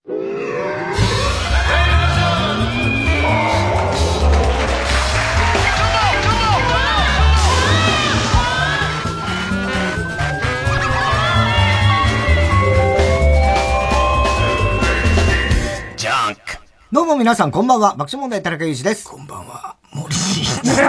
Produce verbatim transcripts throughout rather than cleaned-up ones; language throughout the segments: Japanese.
どうも皆さんこんばんは、爆笑問題田中裕二です。 こんばんは、森進一です。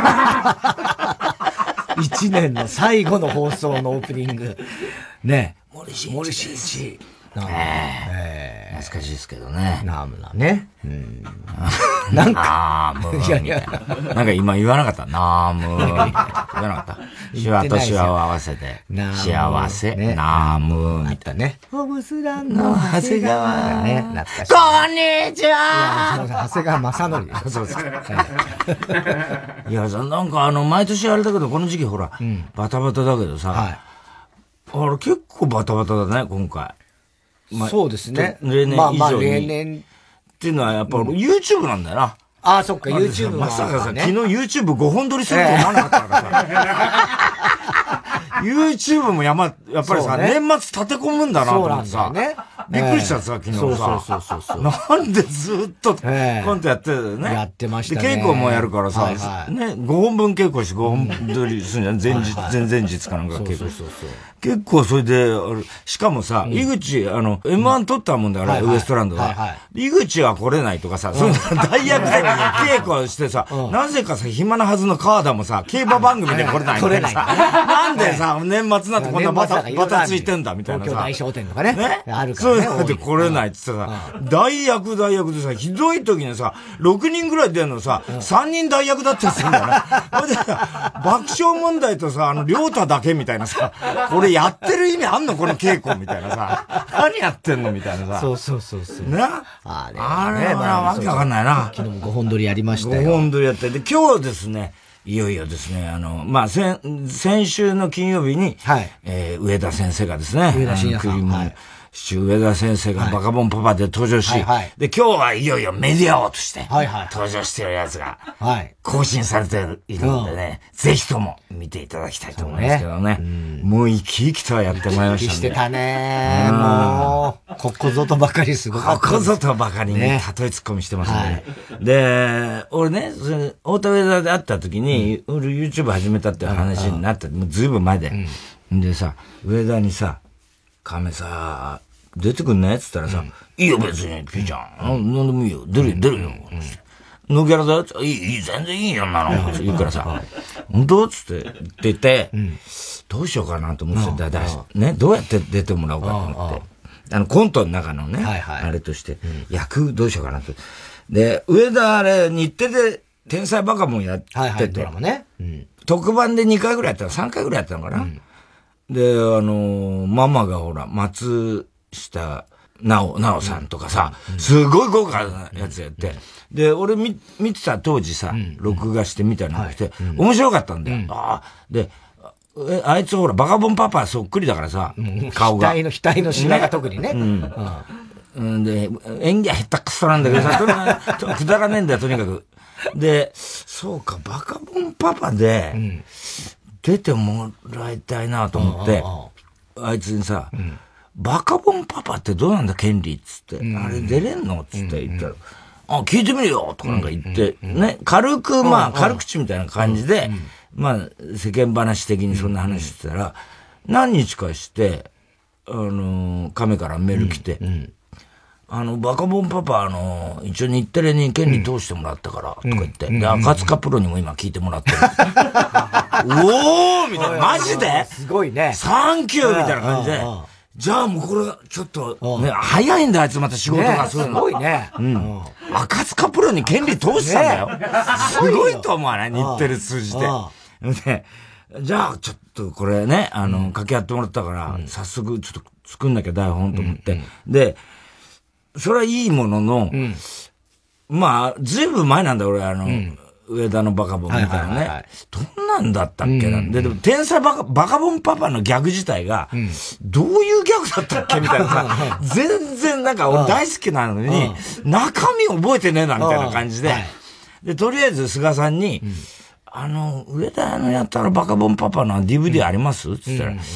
一年の最後の放送のオープニング。ねえ。森進一。 えー、懐かしいですけどね。 ナムナね。うん。 なんか、ナム。いやいや。なんか今言わなかった。ナム。言わなかった。シワとシワを合わせて。幸せ。ナム。みたいなね。 ホブスランの長谷川。ね。懐かしい。 こんにちは長谷川正則。 そうですか。いや、なんかあの、毎年あれだけど、この時期ほら、バタバタだけどさ。はい。あれ結構バタバタだね、今回。 まあ、そうですね。 例年以上に。 まあまあ例年。 っていうのはやっぱ YouTube なんだよな。 ああ、そっか、YouTube まさかさ、昨日 YouTubeごほん撮りすると思わなかったからさ。YouTube もやま、やっぱりさ、年末立て込むんだなと思ってさ。びっくりしたさ、昨日さ。 そうそうそうそう。 なんでずっとコントやってたよね。 やってましたね。で、稽古もやるからさ、ね、ごほんぶん稽古してごほん撮りするんじゃん。前日、前々日かなんか稽古。結構それで、しかもさ、井口、あの、エムワン 取ったもんだから、ウエストランドが。井口は来れないとかさ、そういうの代役で稽古してさ、なぜかさ、暇なはずの川田もさ、競馬番組で来れないみたいなさ、なんでさ、年末なんてこんなバタ、バタついてんだみたいなさ。 東京大商店とかね。 ね。 あるからね。 そういうので来れないって言ってさ、代役代役でさ、ひどい時にさ、ろくにんぐらい出るのさ、さんにん代役だったりするんだよね。それでさ、爆笑問題とさ、あの、りょうただけみたいなさ、これやってる意味あんのこの稽古みたいなさ、何やってんのみたいなさ。 そうそうそうそう。 ね。あれ、あれはわけわかんないな。 昨日もごほん撮りやりましたよ。 ごほん撮りやって。で、今日ですね、いよいよですね、あの、まあ、先、先週の金曜日に、はい。えー、上田先生がですね、 上田晋也さん。はい。 上田先生がバカボンパパで登場し、はいはい、で、今日はいよいよメディア王として、登場してるやつが、更新されているのでね、うん、ぜひとも見ていただきたいと思いますけどね。うねうん、もう生き生きとはやってまいりましたね。生き生きしてたね、うん、もう、ここぞとばかりすごかった。 ここぞとばかりに、ね、例えツッコミしてますね。はい、で、俺ね、それ太田上田で会った時に、うん、俺 YouTube 始めたって話になった、もうずいぶん前で、うん。でさ、上田にさ、亀さ、出てくんねっつったらさ、うん、いいよ別に、ピーちゃん。うん、なんでもいいよ。出るよ、出るよ。うん、ノーギャラだよ。いい、いい、全然いいよ、なの。言うからさ、本当つって言って、うん、どうしようかなと思ってた。ね、どうやって出てもらおうかと思って。あの、コントの中のね、はいはい、あれとして、うん、役どうしようかなと。で、上田あれ、日テレ天才バカモンやってて、はいはい、ドラマね。うん、特番でにかいぐらいやったの、さんかいぐらいやったのかな。うん、で、あのー、ママがほら、松下なお、なおさんとかさ、うん、すごい豪華なやつやって。うん、で、俺見、見てた当時さ、うん、録画してみたいなのして、はい、面白かったんだよ。うん、あで、え、あいつほら、バカボンパパそっくりだからさ、うん、顔が。 額の、額の品が特にね。 うんうん、で、演技は下手くそなんだけどさ、とにかく、くだらねえんだよ、とにかく。で、そうか、バカボンパパで、うん出てもらいたいなと思って、あいつにさ、うん、バカボンパパってどうなんだ、権利っつって、うん、あれ出れんのっつって言ったら、うん、あ、聞いてみるよとかなんか言って、うん、ね、軽く、まあ、軽口みたいな感じで、まあ、世間話的にそんな話してたら、何日かして、あの、亀からメール来て、うんうんあの、バカボンパパ、あの、一応日テレに権利通してもらったから、とか言って。で、赤塚プロにも今聞いてもらってる。おーみたいな。マジですごいね。 サンキューみたいな感じで。じゃあもうこれ、ちょっと、ね、早いんだ、あいつまた仕事がするの。 すごいね。 うん。赤塚プロに権利通したんだよ。すごいと思わない日テレ通じて。で、じゃあちょっとこれね、あの、掛け合ってもらったから、早速ちょっと作んなきゃ台本と思って。で、それはいいものの、うん、まあ、ずいぶん前なんだ、俺、あの、うん、上田のバカボンみたいなね。はいはいはい、どんなんだったっけなんで、うん、でも、天才バカ、バカボンパパのギャグ自体が、うん、どういうギャグだったっけみたいなさ、全然なんか俺大好きなのに、中身覚えてねえな、みたいな感じで、はい、で、とりあえず菅さんに、うん、あの、上田のやったらバカボンパパの ディーブイディー ありますって言ったら、うんうんい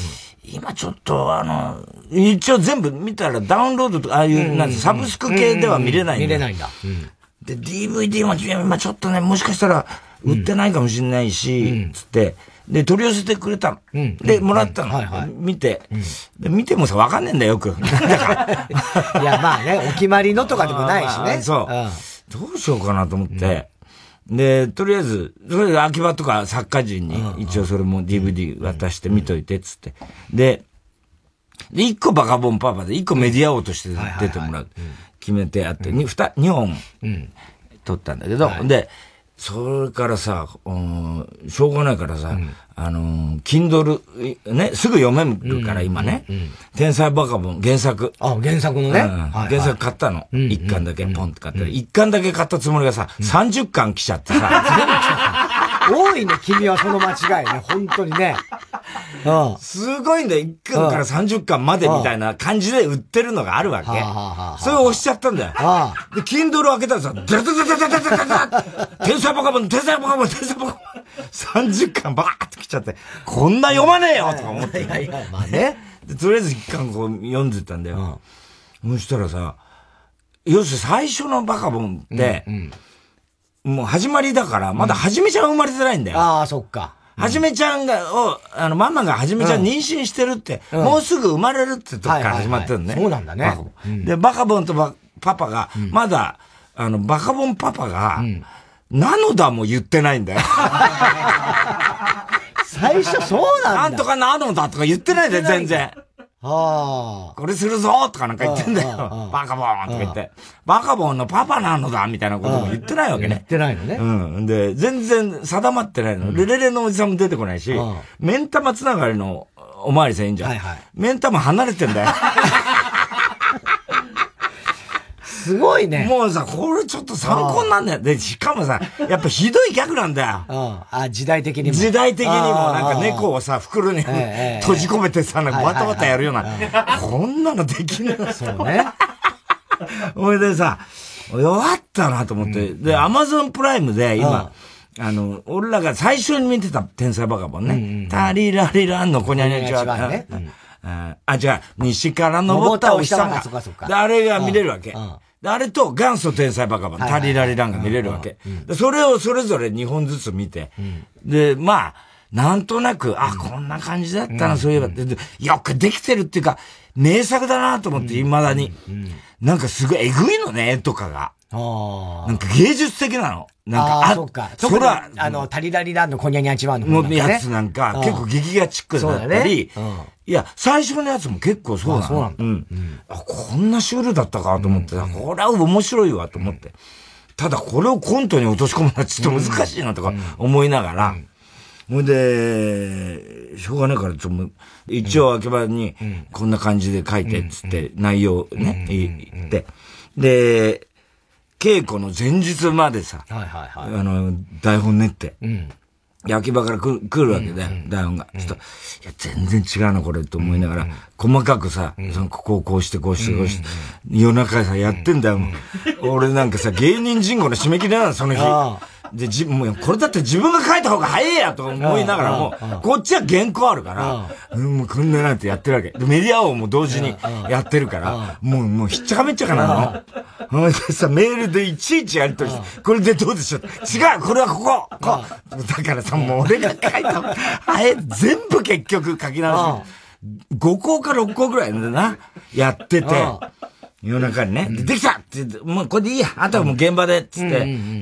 今ちょっと、あの、一応全部見たらダウンロードとか、ああいう、なんてサブスク系では見れないんだ。 見れないんだ。 で、ディーブイディー も今ちょっとね、もしかしたら売ってないかもしれないし、つって、で、取り寄せてくれたの。で、もらったの。見て。で、見てもさ、わかんねえんだよ、よく。 いや、まあね、お決まりのとかでもないしね。 そう。どうしようかなと思って。で、とりあえず、それで秋葉とか作家陣に、一応それも ディーブイディー 渡して見といて、つって。で、で、一個バカボンパパで、一個メディア王として出てもらう。決めてあって、に、二、二本、撮ったんだけど、で、それからさ、しょうがないからさ、あの、Kindle、ね、すぐ読めるから今ね、天才バカボン、原作。 あ、原作のね。 原作買ったの。一巻だけポンって買ったら、一巻だけ買ったつもりがさ、さんじゅっかん来ちゃってさ、 多いね、君はその間違いね、本当にね。 すごいんだよ、いっかんからさんじゅっかんまでみたいな感じで売ってるのがあるわけ。それを押しちゃったんだよ。で、Kindle 開けたらさ、ダダダダダダダダ天才バカボン、天才バカボン、天才バカボン。さんじゅっかんバーって来ちゃって、こんな読まねえよとか思って。 いやいや、まあね。 で、とりあえずいっかんこう読んでたんだよ。そしたらさ、要するに最初のバカボンって、もう始まりだから、まだはじめちゃん生まれてないんだよ。 ああ、そっか。 はじめちゃんが、を、あの、ママがはじめちゃん妊娠してるって、もうすぐ生まれるってとこから始まってるのね。 そうなんだね。 で、バカボンとバパパが、まだ、あの、バカボンパパが、なのだも言ってないんだよ。 最初そうなんだ。 なんとかなのだとか言ってないんだよ、全然。 ああ。 これするぞとかなんか言ってんだよ。バカボンとか言って。バカボンのパパなのだみたいなことも言ってないわけね。 言ってないのね。 うん。で、全然定まってないの。レレレのおじさんも出てこないし、目ん玉つながりのおまわりさんいいんじゃん。はいはい。目ん玉離れてんだよ。 すごいね。 もうさ、これちょっと参考になんだよ。で、しかもさ、やっぱひどいギャグなんだよ。 あ、時代的にも。 時代的にも、なんか猫をさ、袋に閉じ込めてさ、なんかバタバタやるような。こんなのできない。 そうね。 ほいでさ、弱ったなと思って。で、アマゾンプライムで今、あの、俺らが最初に見てた天才バカボンね。タリラリランのコニャニャチワね。あ、違う、西から登ったお日様が。で、あれが見れるわけ。あれと元祖天才バカボン、タリラリランが見れるわけ。それをそれぞれにほんずつ見て。で、まあ、なんとなく、あ、こんな感じだったな、そういえば。よくできてるっていうか、名作だなと思って、未だに。なんかすごいえぐいのね、絵とかが。なんか芸術的なの。なんか、 あ、そっか。そら、あの、タリラリランのコニャニャチワンのもうやつなんか、結構劇画チックだったり、いや、最初のやつも結構そうなの。そうなんだ。うん。あ、こんなシュールだったかと思って、これは面白いわと思って。ただこれをコントに落とし込むのはちょっと難しいなとか思いながら、ほいで、しょうがないから、ちょっと、一応秋葉に、こんな感じで書いて、つって、内容ね、言って、で、稽古の前日までさ、あの、台本練って、秋葉から来るわけだよ、台本が。ちょっと、いや、全然違うな、これ、と思いながら、細かくさ、その、ここをこうして、こうして、こうして、夜中さ、やってんだよ、俺なんかさ、芸人人口の締め切りなの、その日。で、じ、もう、これだって自分が書いた方が早いやと思いながらも、こっちは原稿あるから、うん、もうこんななんてやってるわけ。で、メディア王も同時にやってるから、もう、もう、ひっちゃかめっちゃかなの。ほんでさ、メールでいちいちやりとりして、これでどうでしょう違うこれはこここうだからさ、もう俺が書いた、あれ、全部結局書き直し、ごこうかろっこうぐらいでな、やってて、夜中にね、できたって、もうこれでいいや、あとはもう現場で、つって、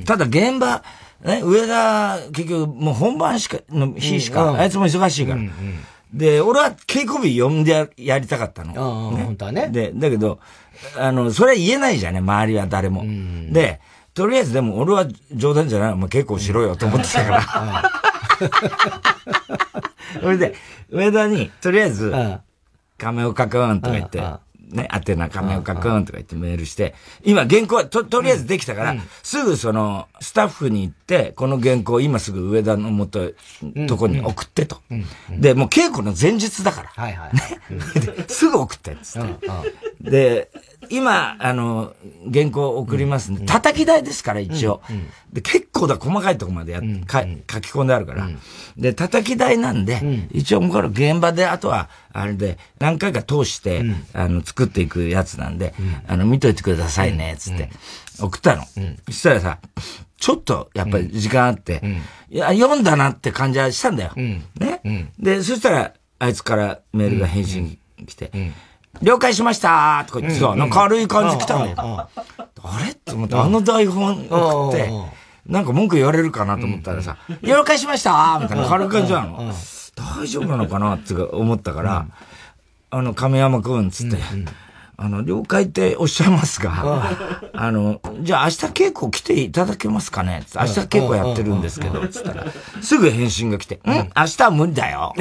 ただ現場、ね、上田、結局、もう本番しか、の日しか、あいつも忙しいから。で、俺は稽古日呼んで や, やりたかったの。 ね、本当はね。 で、だけど、あの、それは言えないじゃんね、周りは誰も。で、とりあえずでも俺は冗談じゃない、もう稽古しろよと思ってたから。それで、上田に、とりあえず、亀岡くんとか言って、ね、アテナ亀岡くんとか言ってメールして、今原稿はと、とりあえずできたから、うん、すぐその、スタッフに行って、この原稿今すぐ上田の元、とこに送ってと。うんうん、で、もう稽古の前日だから。はいはい、ね。すぐ送ってっつって。で、 今、あの、原稿送りますんで、叩き台ですから、一応。で、結構だ、細かいところまでやっ、か書き込んであるから。で、叩き台なんで、一応、これ現場で、あとは、あれで、何回か通して、あの、作っていくやつなんで、あの、見といてくださいね、つって、送ったの。そしたらさ、ちょっと、やっぱり時間あって、いや、読んだなって感じはしたんだよ。ね。で、そしたら、あいつからメールが返信来て、了解しましたーとか言ってさ、なんか軽い感じ来たのよ。あれって思って、あの台本送って、なんか文句言われるかなと思ったらさ、了解しましたーみたいな軽い感じなの。大丈夫なのかなって思ったから、あの、亀山くんつって、あの、了解っておっしゃいますが、あの、じゃあ明日稽古来ていただけますかね明日稽古やってるんですけど、つったら、すぐ返信が来て、ん明日は無理だよ。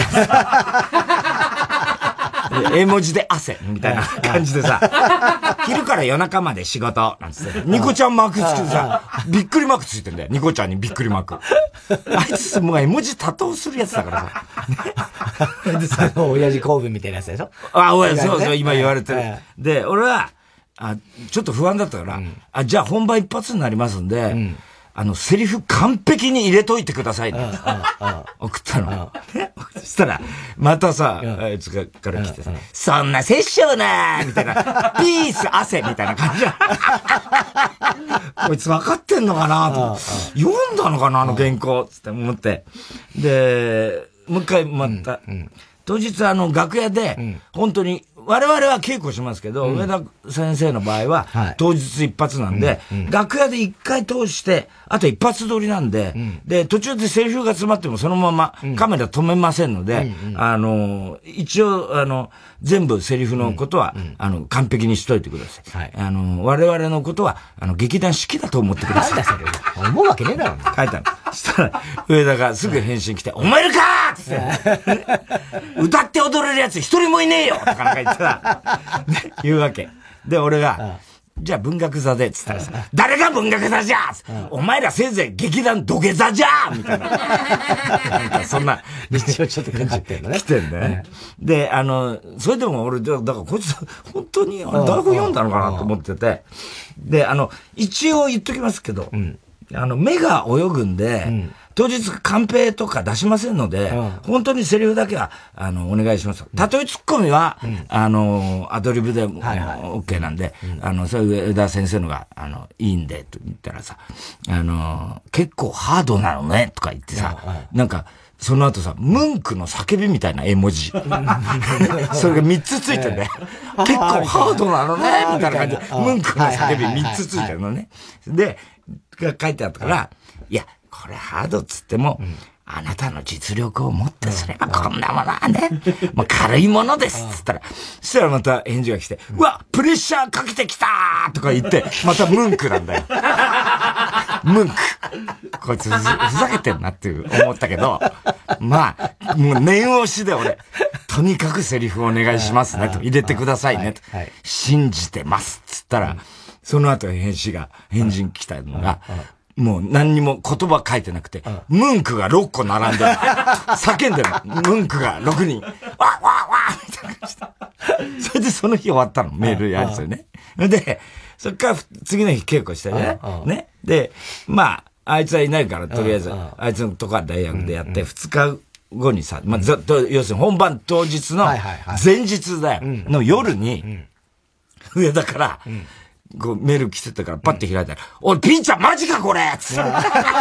絵文字で汗みたいな感じでさ、昼から夜中まで仕事なんつって、ニコちゃんマークつけてさ、びっくりマークついてんだよ。ニコちゃんにびっくりマーク。あいつもう絵文字多答するやつだからさ。でさ、親父公文みたいなやつでしょあ、親父、そうそう、今言われてる。で、俺は、あ、ちょっと不安だったから、あ、じゃあ本番一発になりますんで、あの、セリフ完璧に入れといてくださいね。送ったの。そしたら、またさ、あいつがから来てさ、そんな殺生なーみたいな、ピース汗みたいな感じ。こいつ分かってんのかなと。読んだのかなあの原稿つって思って。で、もう一回また、当日あの楽屋で、本当に、我々は稽古しますけど、うん、上田先生の場合は、はい、当日一発なんで、うんうん、楽屋で一回通して、あと一発撮りなんで、うん、で、途中でセリフが詰まってもそのままカメラ止めませんので、うん、あの、一応、あの、全部セリフのことは、うん、あの、完璧にしといてください。はい、あの、我々のことは、あの、劇団四季だと思ってください。 なんだそれ。思うわけねえだろ。 書いたの。そしたら、上田がすぐ返信来て、お前いるかーっつって、歌って踊れるやつ一人もいねえよとかなんか言ってた。で、言うわけ。で、俺が、じゃあ文学座で、つったらさ、誰が文学座じゃお前らせいぜい劇団土下座じゃみたいな。なんかそんな、 一応ちょっと感じてんのね。 来てんね。で、あの、それでも俺、だからこいつ、本当に台本読んだのかなと思ってて。で、あの、一応言っときますけど、あの、目が泳ぐんで、当日カンペとか出しませんので、うん、本当にセリフだけは、あの、お願いします。たとえツッコミは、うん、あの、アドリブで、はいはい、OK なんで、うん、あの、そういう枝先生のが、あの、いいんで、と言ったらさ、あの、結構ハードなのね、とか言ってさ、うんはい、なんか、その後さ、ムンクの叫びみたいな絵文字。それがみっつついてんだよ。結構ハードなのね、みたいな感じで、ムンクの叫びみっつついてるのね。で、が書いてあったから、いや、これハードっつっても、うん、あなたの実力をもってすればこんなものはね、もう軽いものですっつったら、そしたらまた返事が来て、うわプレッシャーかけてきたーとか言って、またムンクなんだよ。ムンク。こいつふざけてんなっていう思ったけど、まあ、もう念押しで俺、とにかくセリフお願いしますねと、入れてくださいねと、信じてますっつったら、その後返信が、返事来たのが、もう何にも言葉書いてなくて、ムンクがろっこ並んでる。叫んでるの。ムンクがろくにん。わっわっわっみたいな感じで。それでその日終わったの。メールやるんですよね。で、そっから次の日稽古してね。ね。で、まあ、あいつはいないから、とりあえず、あいつのとこは大学でやって、ふつかごにさ、まあ、ずっと、要するに本番当日の前日だよ。の夜に、上だから、こうメール来てたからパッて開いたら、うん、おい、ピンちゃんマジかこれつって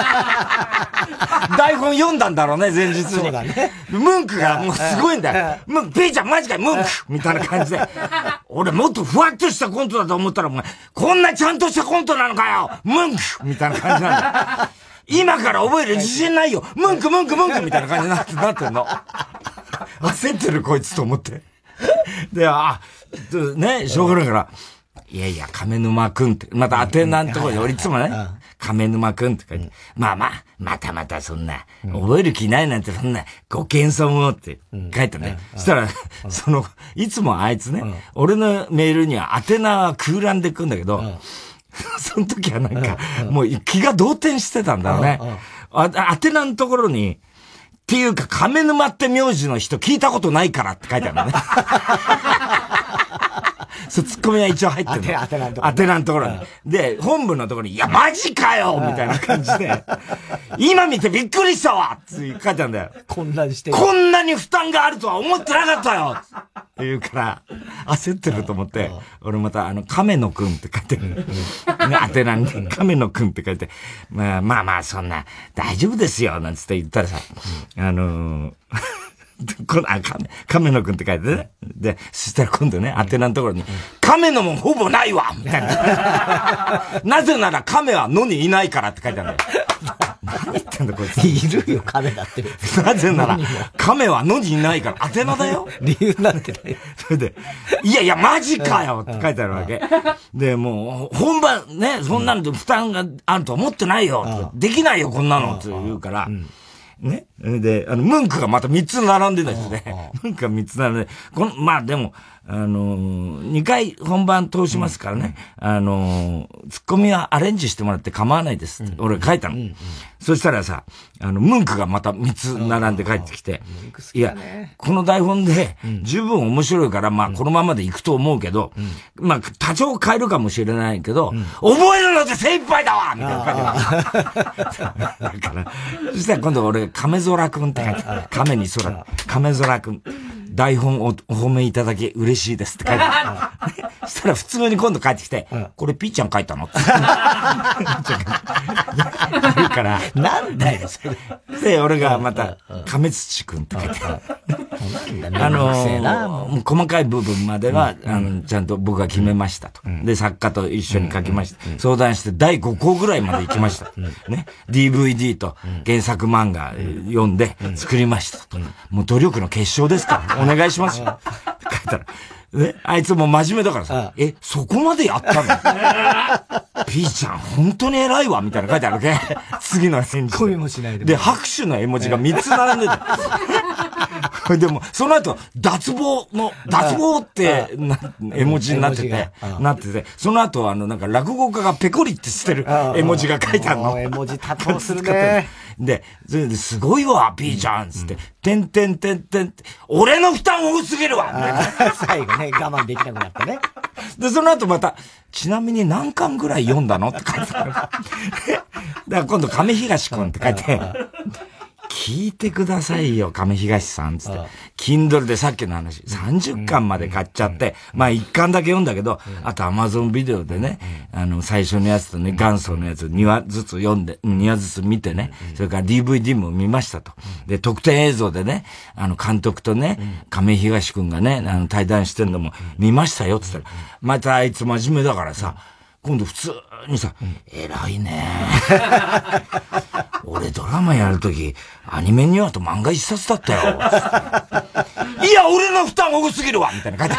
台本読んだんだろうね、前日に。そうだね。ムンクがもうすごいんだよ。ムンク、ピンちゃんマジかムンクみたいな感じで。俺もっとふわっとしたコントだと思ったら、お前、こんなちゃんとしたコントなのかよムンクみたいな感じなんだよ。今から覚える自信ないよムンクムンクムンクみたいな感じになって、なってんの。焦ってるこいつと思って。で、あ、ね、しょうがないから、いやいや、亀沼くんって、またアテナのところで、俺いつもね、亀沼くんって書いて、まあまあ、またまたそんな、覚える気ないなんてそんな、ご謙遜をって書いたね。そしたら、その、いつもあいつね、俺のメールにはアテナは空欄で来るんだけど、その時はなんか、もう気が動転してたんだろうね。アテナのところに、っていうか、亀沼って名字の人聞いたことないからって書いてあるのね。 そう、ツッコミは一応入ってるの。 アテナのところ。 アテナのところに。で、本部のところに、いや、マジかよみたいな感じで、今見てびっくりしたわって書いてあるんだよ。 混乱してる。 こんなに負担があるとは思ってなかったよって言うから、焦ってると思って、俺また、あの、亀野くんって書いてる。ね、アテナに、亀野くんって書いて、まあまあまあ、そんな、大丈夫ですよなんつって言ったらさ、あのー、この、あ、亀、亀野くんって書いてね。で、そしたら今度ね、アテナのところに、亀野もほぼないわみたいな。なぜなら亀は野にいないからって書いてあるんだよ。何言ってんだこいつ。 いるよ、亀だって。 なぜなら、亀は野にいないから、アテナだよ。 理由なんてない。 それで、いやいや、マジかよって書いてあるわけ。で、もう、本番ね、そんなので負担があると思ってないよ。できないよ、こんなのって言うから、ね。で、あの、ムンクがまたみっつ並んでたんですね。ムンクがみっつ並んで、この、まあでも、あのー、にかい本番通しますからね、うん、あのー、ツッコミはアレンジしてもらって構わないですって、うん、俺書いたの、うんうん。そしたらさ、あの、ムンクがまたみっつ並んで帰ってきて、いや、この台本で十分面白いから、まあこのままでいくと思うけど、うん、まあ多少変えるかもしれないけど、うん、覚えるので精一杯だわみたいな感じだから、そしたら今度俺、亀空くんって書いてある。亀に空、亀空くん。台本をお褒めいただき嬉しいですって書いてある。そしたら普通に今度帰ってきて、これピーちゃん書いたのって言うから。 なんだよ、それ。 で、俺がまた、亀土くんって書いてある。あのー、細かい部分までは、あの、ちゃんと僕が決めましたと。で、作家と一緒に書きました。相談してだいごこぐらいまで行きました。ね。ディーブイディー と原作漫画読んで作りましたと。もう努力の結晶ですから、お願いしますよ。って書いたら。ね、あいつも真面目だからさ、え、そこまでやったのピーちゃん、本当に偉いわみたいな書いてあるわけ。次の返事。 声もしないで。 で、拍手の絵文字がみっつ並んでた。でも、その後、脱帽の、脱帽って、絵文字になってて、なってて、その後、あの、なんか落語家がペコリってしてる絵文字が書いてあるの。 絵文字多頭するね。 で、それですごいわ、ピーちゃんつって、てんてんてんてんって、俺の負担多すぎるわ最後ね、我慢できなくなったね。 で、その後また、ちなみに何巻ぐらい読んだのって書いてある。だから今度、亀東くんって書いて、聞いてくださいよ、亀東さん、つって。Kindle でさっきの話、さんじゅっかんまで買っちゃって、まあいっかんだけ読んだけど、あと Amazon ビデオでね、あの、最初のやつとね、元祖のやつにわずつ読んで、にわずつ見てね、それから ディーブイディー も見ましたと。で、特典映像でね、あの、監督とね、亀東くんがね、あの、対談してんのも見ましたよ、つったら、またあいつ真面目だからさ、今度普通にさ、偉いね。俺ドラマやるとき、アニメにはと漫画一冊だったよ。いや、俺の負担多すぎるわみたいな感じ。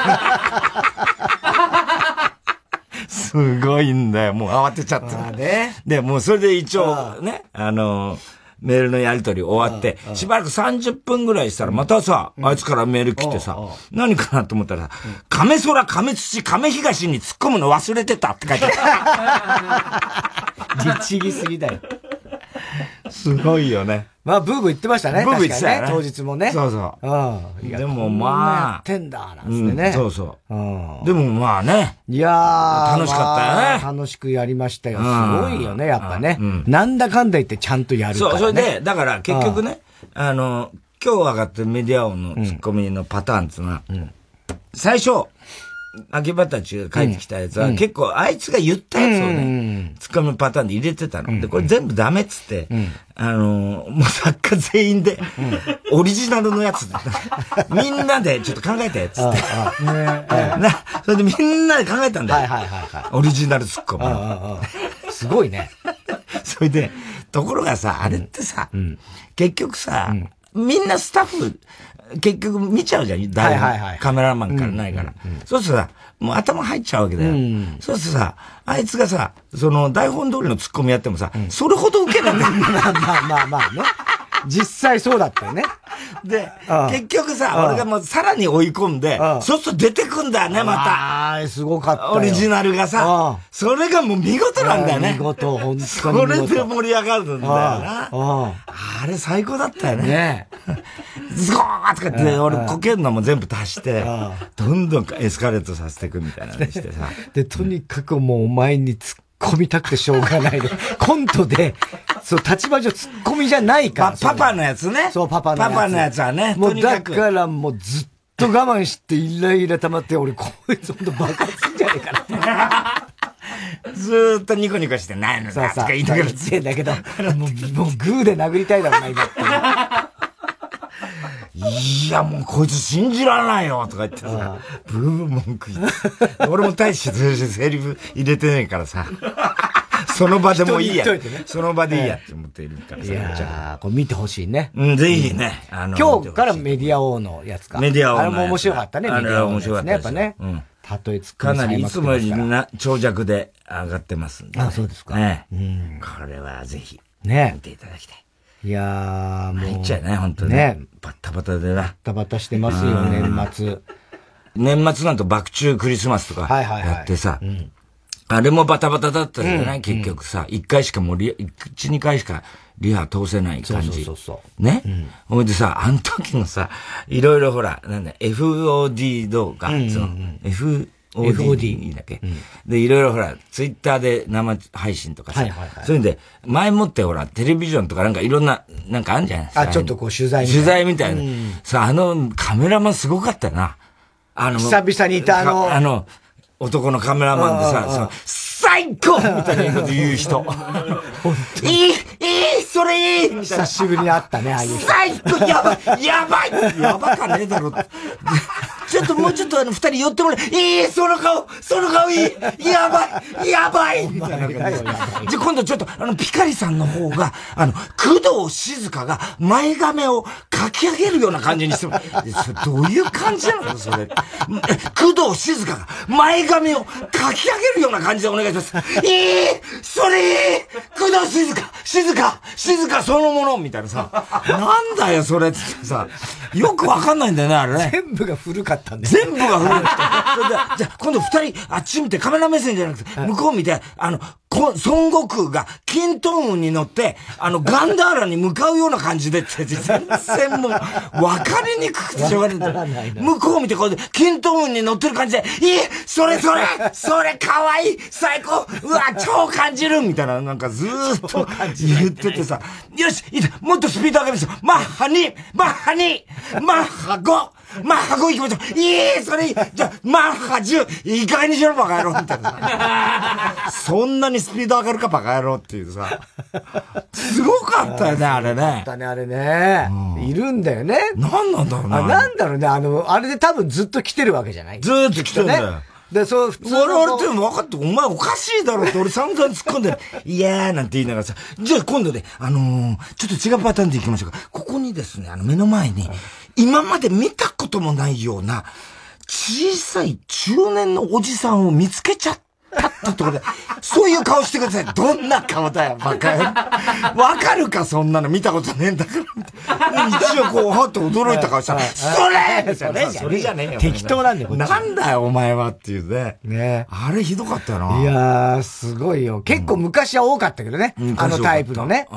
すごいんだよ。もう慌てちゃって。ね、で、もうそれで一応ね、あのー、メールのやり取り終わって、しばらくさんじゅっぷんぐらいしたら、またさ、あいつからメール来てさ、何かなと思ったら、亀空、亀土、亀東に突っ込むの忘れてたって書いてある。律儀すぎだよ。 すごいよね。 まあ、ブーブー言ってましたね。 ブーブー言ってたよね。 当日もね。 そうそう。 うん。 でもまあ。 やってんだ、なんつってね。 そうそう。でもまあね。 いやー。 楽しかったよね。 楽しくやりましたよ。すごいよね、やっぱね。なんだかんだ言ってちゃんとやるからね。 そう、それで、だから結局ね、あの、今日上がってメディア王のツッコミのパターンっていうのは、最初、秋葉たちが書いてきたやつは、結構あいつが言ったやつをね、ツッコミパターンで入れてたの。で、これ全部ダメっつって、あの、もう作家全員で、オリジナルのやつで、みんなでちょっと考えて、つって。な、それでみんなで考えたんだよ。オリジナルツッコミ。 すごいね。 それで、ところがさ、あれってさ、結局さ、みんなスタッフ、結局見ちゃうじゃん、誰も。カメラマンからないから。そうするとさ、もう頭入っちゃうわけだよ。そうするとさ、あいつがさ、その台本通りのツッコミやってもさ、それほど受けないんだよ。 まあまあまあまあね。 実際そうだったよね。 で、結局さ、俺がもうさらに追い込んで、そうすると出てくんだよね、また。 ああ、すごかったよ。 オリジナルがさ、それがもう見事なんだよね。 見事、本当に見事。それで盛り上がるんだよな。あれ最高だったよね。ねズゴーとかって、俺こけるのも全部足して、どんどんエスカレートさせていくみたいなのしてさ。 で、とにかくもうお前に突っ込みたくてしょうがないの。コントで、そう、立場上突っ込みじゃないから。 パパのやつね。 そう、パパのやつ。 パパのやつはね。 もうだからもうずっと我慢してイライラ溜まって、俺こいつほんと爆発すんじゃねえかな。ずーっとニコニコしてないのだとか言いながら言ってんだけど、もう、もうグーで殴りたいだろうな、今って。 いや、もうこいつ信じられないよとか言ってさ、ブーブー文句言って。俺も大してセリフ入れてないからさ。その場でもいいや。ね、その場でいいやって思っているからさ。 いやー、これ見てほしいね。 うん、ぜひね。 あの今日からメディア王のやつか。 メディア王のあれも面白かったね、メディア王のやつね。 面白かったやっぱね。うん。たとえつかなりいつもよりな長尺で上がってますんで、 ね。あ、そうですか。 ね。うん。これはぜひ。 ね。 見ていただきたい。 いやー、もう。 入っちゃうね、本当に。ね。バッタバタでな。バッタバタしてますよ、年末。 年末なんと爆中クリスマスとかやってさ。はいはいはい。うんあれもバタバタだったじゃない、うん、結局さ、一、うん、回しかもうリ、一、二回しかリハ通せない感じ。そうそうそうね。ほ、うんでさ、あの時のさ、いろいろほら、なんだ、エフオーディー 動画、うんうんうん、その エフオーディー だっけ、うん、で、いろいろほら、ツイッターで生配信とかさ、はいはいはい、そういうんで、前もってほら、テレビジョンとかなんかいろんな、なんかあるんじゃないですか。 あ、ちょっとこう取材みたいな。取材みたいな。うん、さ、あのカメラマンすごかったよな。あの、 久々にいたあの、 あの、男のカメラマンでさ、最高みたいなこと言う人。いい、いい、それいいみたいな。 久しぶりに会ったね、ああいう人。 最高やばいやばいやばかねえだろ。ちょっともうちょっとあの二人寄ってもらえ、いい、その顔その顔いいやばいやばいみたいな感じ。じゃあ今度ちょっとあのピカリさんの方が、あの、工藤静香が前髪をかき上げるような感じにしても、どういう感じなのそれ。工藤静香が前髪をかき上げるような感じでお願いします。いいそれいい工藤静香静香静香そのものみたいなさ。なんだよそれっつってさ。よくわかんないんだよね、あれね。 全部が古かったんだよ。全部が古かった。じゃあ今度二人あっち見てカメラ目線じゃなくて、向こう見て、あの、孫悟空がキントーンに乗って、あの、ガンダーラに向かうような感じでって、全然もう、わかりにくくてしょうがないんだよ。向こう見てこうで、キントーンに乗ってる感じで、いいそれそれそれかわいい最高うわ超感じるみたいな、なんかずーっと言っててさ、よしいいもっとスピード上げますよマッハにマッハにマッハごマッハご行きましょういいそれいいじゃあ、マッハじゅういい加減にしろバカ野郎みたいなさ。そんなにスピード上がるかバカ野郎っていうさ。すごかったよね、あれね。 あったね、あれね。うん、いるんだよね。 なんなんだろうね。 あ、なんだろうね。あの、あれで多分ずっと来てるわけじゃないずーっと来てるんだよ。 で、そう、普通の。我々っても分かって、お前おかしいだろって俺散々突っ込んで、いやーなんて言いながらさ、じゃあ今度ね、あのー、ちょっと違うパターンで行きましょうか。ここにですね、あの目の前に、今まで見たこともないような、小さい中年のおじさんを見つけちゃったってところで、そういう顔してください。どんな顔だよ、バカよ。わかるか、そんなの見たことねえんだから。一応こう、はっと驚いた顔したら、それそれそれじゃねえよ。 適当なんだよ、 なんだよ、お前はっていうね。 ねあれひどかったよな。 いやー、すごいよ。結構昔は多かったけどね。うん、あのタイプのね。うん。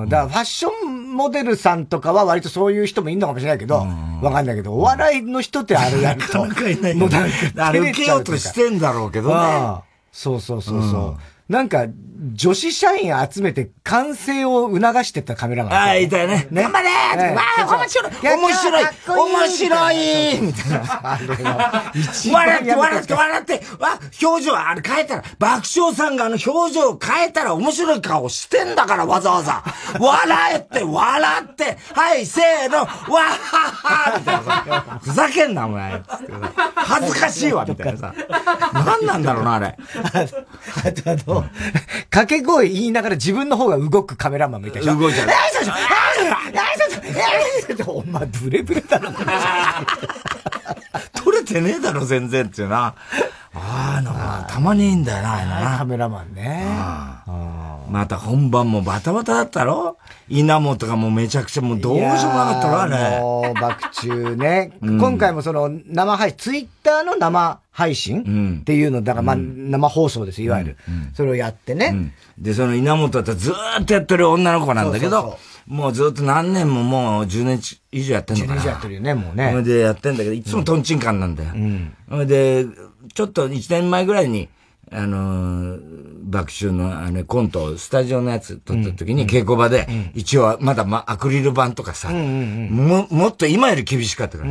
だからファッションモデルさんとかは割とそういう人もいるのかもしれないけど、わかんないけど、お笑いの人ってあれやると。 なかなかいないよ。あれ受けようとしてんだろうけどね。 そうそうそうそう。うん、なんか、女子社員集めて歓声を促してたカメラマン。 ああ、いたよね。ね頑張れー、ね、わあ、面白い面白い面白いみたいな。笑って笑って笑ってわ表情、あれ変えたら、爆笑さんがあの表情を変えたら面白い顔してんだから、わざわざ。笑えって笑って、はい、せーの、わっはっはみたいなさ。ふざけんな、お前。恥ずかしいわ、みたいなさ。何なんだろうな、あれ。 あとあの、掛け声言いながら自分の方が動くカメラマンみたいな。 動いちゃう。 お前ブレブレだろ、これ。 撮れてねえだろ、全然っていうな。ああ、なんか、たまにいいんだよな、あカメラマンね。 また本番もバタバタだったろ稲本がもうめちゃくちゃもうどうしようもなかったろあれ。 もう、爆中ね。うん、今回もその生配信、ツイッターの生配信っていうの、だからまあ、生放送です、いわゆる。うんうん、それをやってね。うん、 で、その稲本だったらずーっとやってる女の子なんだけど、そうそうそうもうずっと何年ももうじゅうねん以上やってんのかな。 じゅうねん以上やってるよね、もうね。 それでやってんだけど、いつもトンチンカンなんだよ。うん。それで、ちょっといちねんまえぐらいに、あのー、爆中のあのコント、スタジオのやつ撮った時に稽古場で、一応まだま、アクリル板とかさ、も、もっと今より厳しかったから、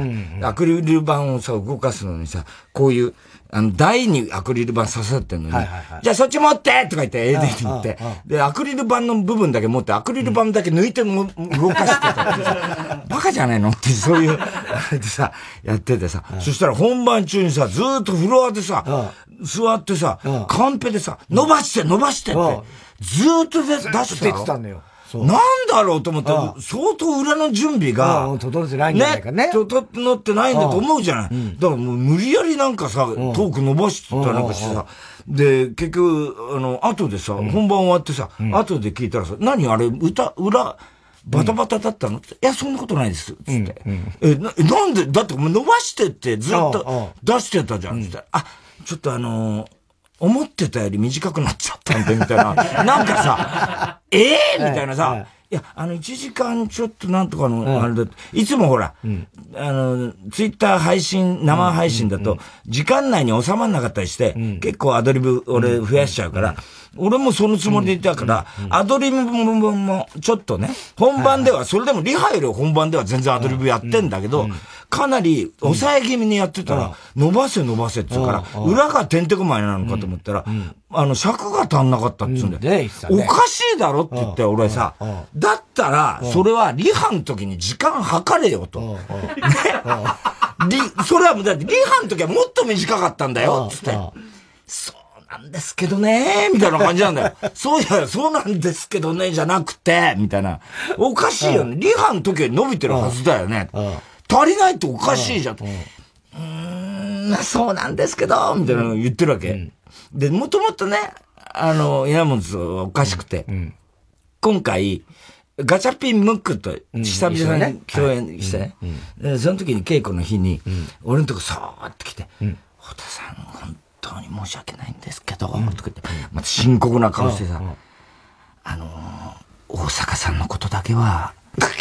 アクリル板をさ、動かすのにさ、こういう、あの、台にアクリル板刺さってんのに、じゃあそっち持ってとか言って エーディー に言って、で、アクリル板の部分だけ持って、アクリル板だけ抜いても、動かしてたってさ、バカじゃないのって、そういう、あれでさ、やっててさ、そしたら本番中にさ、ずーっとフロアでさ、座ってさ、カンペでさ、伸ばして伸ばしてって、ずーっと出してたの。なんだろうと思って、相当裏の準備が、 整ってないんじゃないかね。 整ってないんだと思うじゃない。だからもう無理やりなんかさ、トーク伸ばしてたなんかしてさ、で、結局、あの、後でさ、本番終わってさ、後で聞いたらさ、何あれ、歌、裏、バタバタだったのって、いや、そんなことないです。つって。え、な、なんで、だって伸ばしてってずっと出してたじゃん。つって。あ、ちょっとあの思ってたより短くなっちゃったんで、みたいな。なんかさ、ええー、みたいなさ、いや、あの、いちじかんちょっとなんとかの、あれだって、いつもほら、あの、ツイッター配信、生配信だと、時間内に収まんなかったりして、結構アドリブ俺増やしちゃうから、俺もそのつもりでいたから、アドリブも、も、ちょっとね、本番では、それでもリハより本番では全然アドリブやってんだけど、かなり抑え気味にやってたら、伸ばせ伸ばせって言うから、裏がてんてこまいなのかと思ったら、あの、尺が足んなかったって言うんだよ。おかしいだろって言って、俺さ、だったら、それはリハの時に時間測れよと。ね。リ、それは、だってリハの時はもっと短かったんだよ、つって。そうなんですけどねみたいな感じなんだよ。そういや、そうなんですけどねじゃなくて、みたいな。おかしいよね。リハの時より伸びてるはずだよね。足りないっておかしいじゃん。うーん、そうなんですけど、みたいなの言ってるわけ。で、もともとね、あの、稲本はおかしくて、今回、ガチャピンムックと久々に共演してね。で、その時に稽古の日に、俺のとこさーって来て、太田さん、本当に申し訳ないんですけど、とか言って、また深刻な顔してさ、あの、大阪さんのことだけは、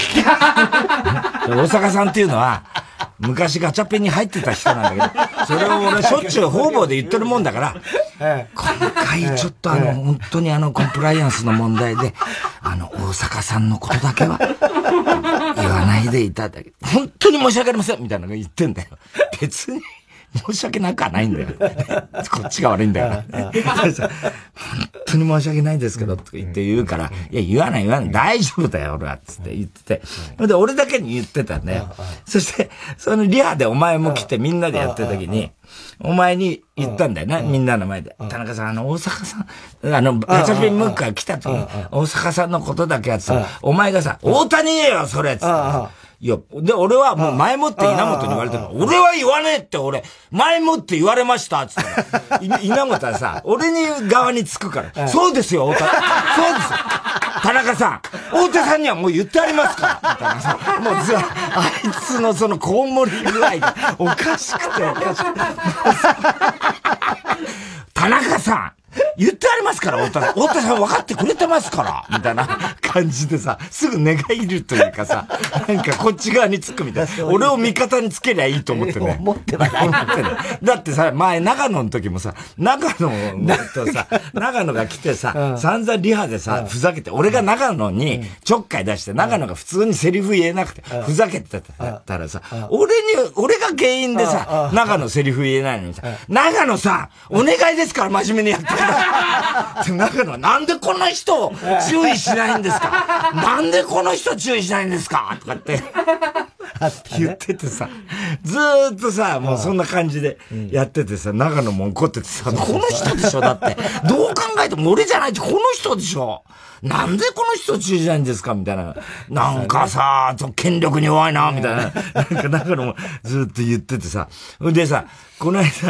大阪さんっていうのは、昔ガチャピンに入ってた人なんだけど、それを俺しょっちゅう方々で言ってるもんだから、今回ちょっとあの、本当にあの、コンプライアンスの問題で、あの、大阪さんのことだけは、言わないでいただけ、本当に申し訳ありませんみたいなの言ってんだよ。別に。申し訳なくはないんだよ。こっちが悪いんだよ。本当に申し訳ないですけど、とか言って言うから、いや、言わない言わない。大丈夫だよ、俺は。つって言ってて。で、俺だけに言ってたんだよ。そして、そのリハでお前も来てみんなでやってる時に、お前に言ったんだよな、みんなの前で。田中さん、あの、大阪さん、あの、ガチャピンムックが来た時に、大阪さんのことだけやってさ、お前がさ、大谷言えよ、それつって。いや、で、俺はもう前もって稲本に言われたから、俺は言わねえって俺、前もって言われましたつったら、稲本はさ、俺に側につくから、そうですよ、太田。そうですよ。田中さん、太田さんにはもう言ってありますから、みたいなさ、もうず、あいつのそのコウモリ具合がおかしくておかしくて。田中さん言ってありますから、太田さん。太田さん分かってくれてますから、みたいな感じでさ、すぐ寝返るというかさ、なんかこっち側につくみたいな。俺を味方につけりゃいいと思ってね。 思ってはない。思ってない。 だってさ、前長野の時もさ、長野とさ、長野が来てさ、散々リハでさ、ふざけて、俺が長野にちょっかい出して、長野が普通にセリフ言えなくて、ふざけてたらさ、俺に、俺が原因でさ、長野セリフ言えないのにさ、長野さん、お願いですから真面目にやってください。長野はなんでこの人を注意しないんですかなんでこの人注意しないんですかとかって言っててさ、ずーっとさ、もうそんな感じでやっててさ、長野も怒っててさ、この人でしょだって。どう考えても俺じゃないってこの人でしょなんでこの人注意しないんですかみたいな。なんかさ、権力に弱いな、みたいな。なんか長野もずーっと言っててさ。でさ、この間、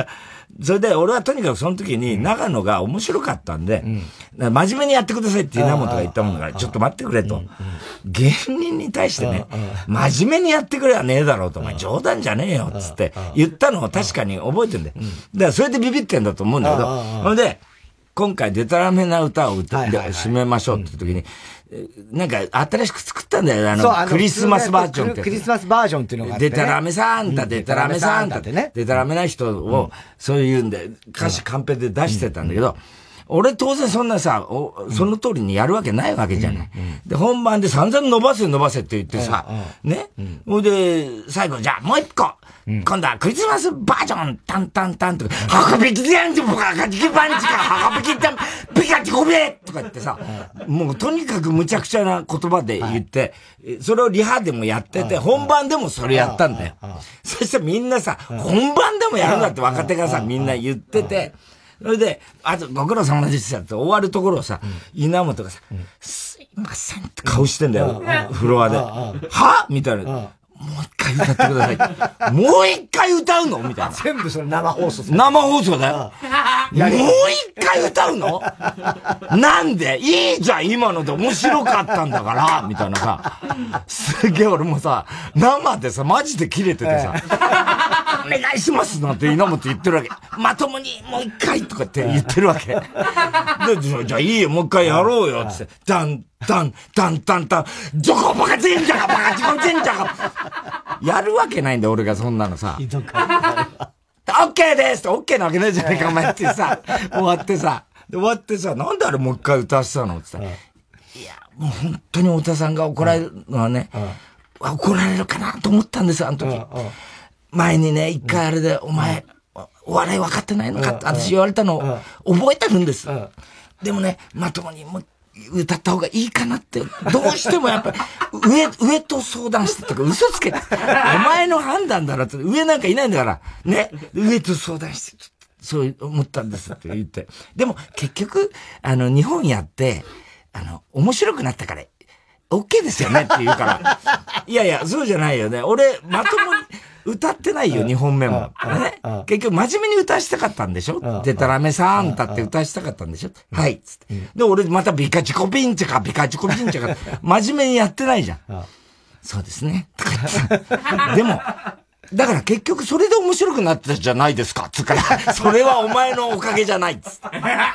それで俺はとにかくその時に長野が面白かったんで、うん、真面目にやってくださいって稲本が言ったもんだから、ちょっと待ってくれと。芸人に対してね、真面目にやってくれはねえだろうと、お前冗談じゃねえよ、つって言ったのを確かに覚えてんだよ。だからそれでビビってんだと思うんだけど、それで、今回デタラメな歌を歌って締めましょうって時に、なんか新しく作ったんだよ、あの、クリスマスバージョンって。 クリスマスバージョンっていうのがあって、ね。 デタラメサンタ、デタラメサンタってね。デタラメな人を、そういうんで、歌詞カンペで出してたんだけど、俺当然そんなさ、その通りにやるわけないわけじゃない。で、本番で散々伸ばせ伸ばせって言ってさ、ね。ほいで、最後、じゃあもう一個今度はクリスマスバージョンタンタンタンとか、ハカビキディアンジュハカビキパンチか、ハカビキタン、ピカチコベとか言ってさ、もうとにかく無茶苦茶な言葉で言って、それをリハでもやってて、本番でもそれやったんだよ。そしてみんなさ、本番でもやるんだって若手がさ、みんな言ってて、それで、あと、ご苦労様ですよって終わるところをさ、稲本がさ、すいませんって顔してんだよ、フロアで。はみたいな。もう一回歌ってください。もう一回歌うのみたいな。 全部それ生放送。 生放送だよ。もう一回歌うのなんでいいじゃん今ので面白かったんだからみたいなさ。すげえ俺もさ、生でさ、マジでキレててさ、お願いしますなんて稲本言ってるわけ。まともにもう一回とかって言ってるわけ。で、じゃあいいよ、もう一回やろうよって。ダン、ダン、ダン、ダン、ダン、ジョコバカゼンジャカバカジコゼンジャカ。やるわけないんだよ、俺がそんなのさ。オッケーですって、オッケーなわけないじゃないか、お前ってさ、終わってさ。で、終わってさ、なんであれもう一回歌わせたのって言ったら、いや、もう本当に太田さんが怒られるのはね、怒られるかなと思ったんですよ、あの時。前にね、一回あれで、お前、お笑い分かってないのかって私言われたのを覚えてるんです。でもね、まともにもう歌った方がいいかなって、どうしてもやっぱり、上、上と相談してとか嘘つけて、お前の判断だろって、上なんかいないんだから、ね、上と相談して、そう思ったんですって言って。でも結局、あの、日本やって、あの、面白くなったから、OK ですよねって言うから、いやいや、そうじゃないよね。俺、まともに、歌ってないよ、にほんめも。ね、結局、真面目に歌わしたかったんでしょデタラメサンタって歌わしたかったんでしょはい。つって。で、俺、またビカチコピンチャか、ビカチコピンチャか、真面目にやってないじゃん。そうですね。とか言って。でも、だから結局、それで面白くなったじゃないですか。つうから、それはお前のおかげじゃない。つって。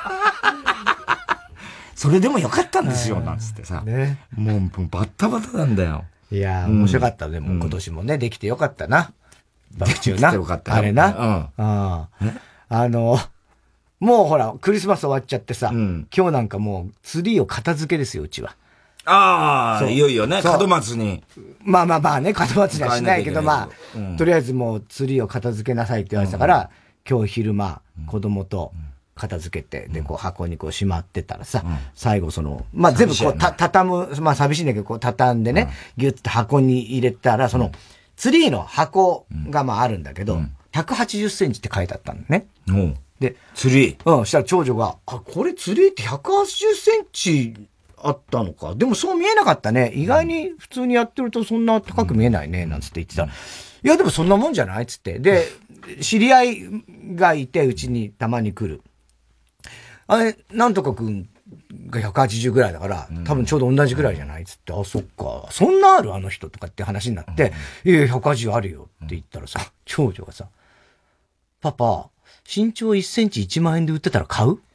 それでもよかったんですよ、なんつってさ。ね、もう、もうバッタバタなんだよ。 いやー、面白かった。でも、今年もね、できてよかったな。バクチューな。 できてよかったあれな。うん。ああの、もうほら、クリスマス終わっちゃってさ、今日なんかもう、ツリーを片付けですよ、うちは。 ああ、いよいよね、門松に。 まあまあまあね、門松にはしないけど、まあ、とりあえずもうツリーを片付けなさいって言われたから、今日昼間、子供と、片付けて、で、こう箱にこうしまってたらさ、うん、最後その、まあ、全部こう、た、畳む、まあ、寂しいんだけど、こう畳んでね、うん、ギュッと箱に入れたら、その、ツリーの箱がまああるんだけど、うん、ひゃくはちじゅっセンチって書いてあったのね。 うん、 で、 ツリーうん、したら長女が、あ、これツリーってひゃくはちじゅっセンチあったのか。でもそう見えなかったね。意外に普通にやってるとそんな高く見えないね、なんつって言ってたら、うん、いや、でもそんなもんじゃないつって。で、知り合いがいて、うちにたまに来る。あれ、なんとかくんがひゃくはちじゅうぐらいだから、多分ちょうど同じぐらいじゃないつって、あ、そっか、そんなあるあの人とかって話になって、いやいや、ひゃくはちじゅうあるよって言ったらさ、長女がさ、パパ、身長いっセンチいちまん円で売ってたら買う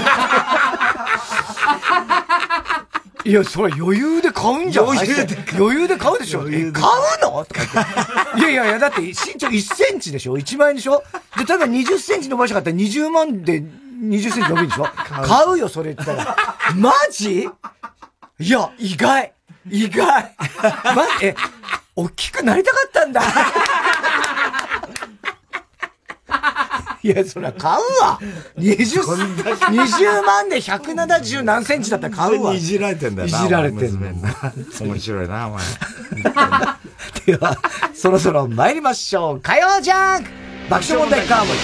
いや、それ余裕で買うんじゃん。余裕で買う。余裕で買うでしょ。え、買うのとか言って。いやいやいや、だって身長いっセンチでしょ ?いちまん円でしょで、例えばにじゅっセンチ伸ばしたかったらにじゅうまんでにじゅっセンチ伸びるでしょ買うよ、それ言ったら。マジいや、意外。意外。ま、え、大きくなりたかったんだ。いや、そりゃ買うわ。にじゅう、にじゅうまんでひゃくななじゅう何センチだったら買うわ。 いじられてんだよな。 いじられてんだよな。面白いな、お前。 では、そろそろ参りましょう。火曜ジャンク爆笑問題カーボーイ。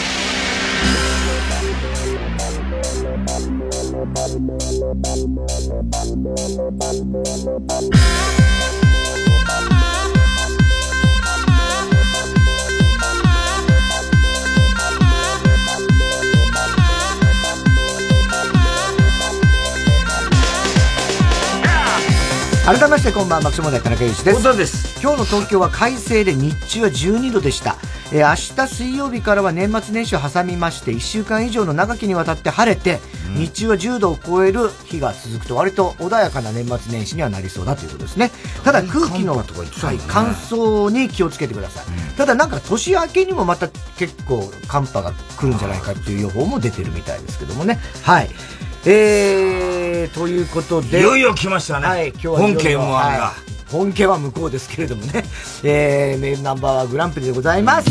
改めましてこんばんは、爆笑問題田中裕二です。 本当です。 今日の東京は快晴で日中はじゅうにどでした。えー、明日水曜日からは年末年始を挟みましていっしゅうかん以上の長きにわたって晴れて、うん、日中はじゅうどを超える日が続くと割と穏やかな年末年始にはなりそうだということですね。ただ空気の、はい、乾燥に気をつけてください、うん、ただなんか年明けにもまた結構寒波が来るんじゃないかっていう予報も出てるみたいですけどもね。はい、えー、ということでいよいよ来ましたね、はい、今日は本家 エムワン が、はい、 本家は向こうですけれどもね、えー、メールナンバーワングランプリでございます。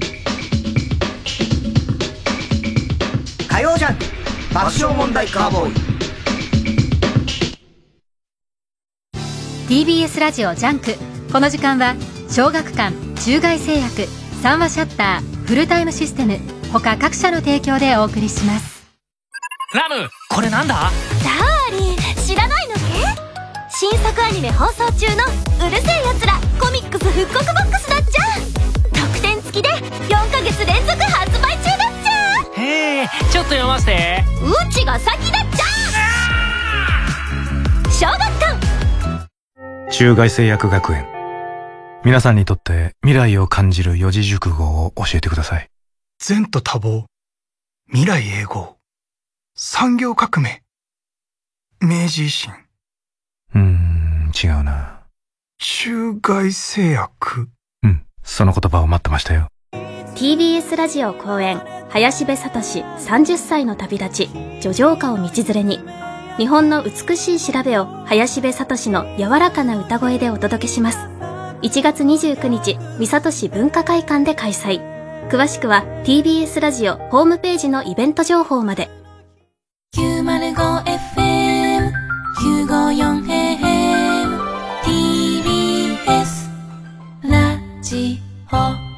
火曜ジャンク爆笑問題カーボーイ。 ティービーエス ラジオジャンク。この時間は小学館、中外製薬、三話シャッター、フルタイムシステム他各社の提供でお送りします。 ラム、これなんだ？ ダーリン、知らないのけ？新作アニメ放送中のうるせえやつらコミックス復刻ボックスだっちゃ。特典付きでよんかげつ連続発売中だっちゃ。 へえ、ちょっと読ませて。 うちが先だっちゃ。小学館。 中外製薬学園。皆さんにとって未来を感じる四字熟語を教えてください。 前途多忙、未来永劫、産業革命、明治維新。 うーん、違うな。 中外製薬。 うん、その言葉を待ってましたよ。 ティービーエス ラジオ公演、林部聡さんじゅっさいの旅立ち、叙情歌を道連れに。日本の美しい調べを林部聡の柔らかな歌声でお届けします。いちがつにじゅうくにち、三郷市文化会館で開催。詳しくは ティービーエス ラジオホームページのイベント情報まで。 きゅうまるごエフエムきゅうごよんエーエム ティービーエス ラジオ。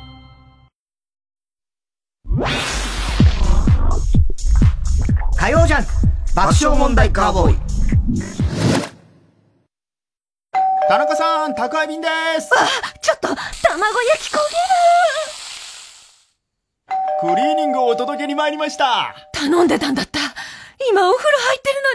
火曜ジャンク爆笑問題カーボーイ。 田中さん、宅配便です。 あ、ちょっと卵焼き焦げる。クリーニングをお届けに参りました。 頼んでたんだった。今お風呂入ってる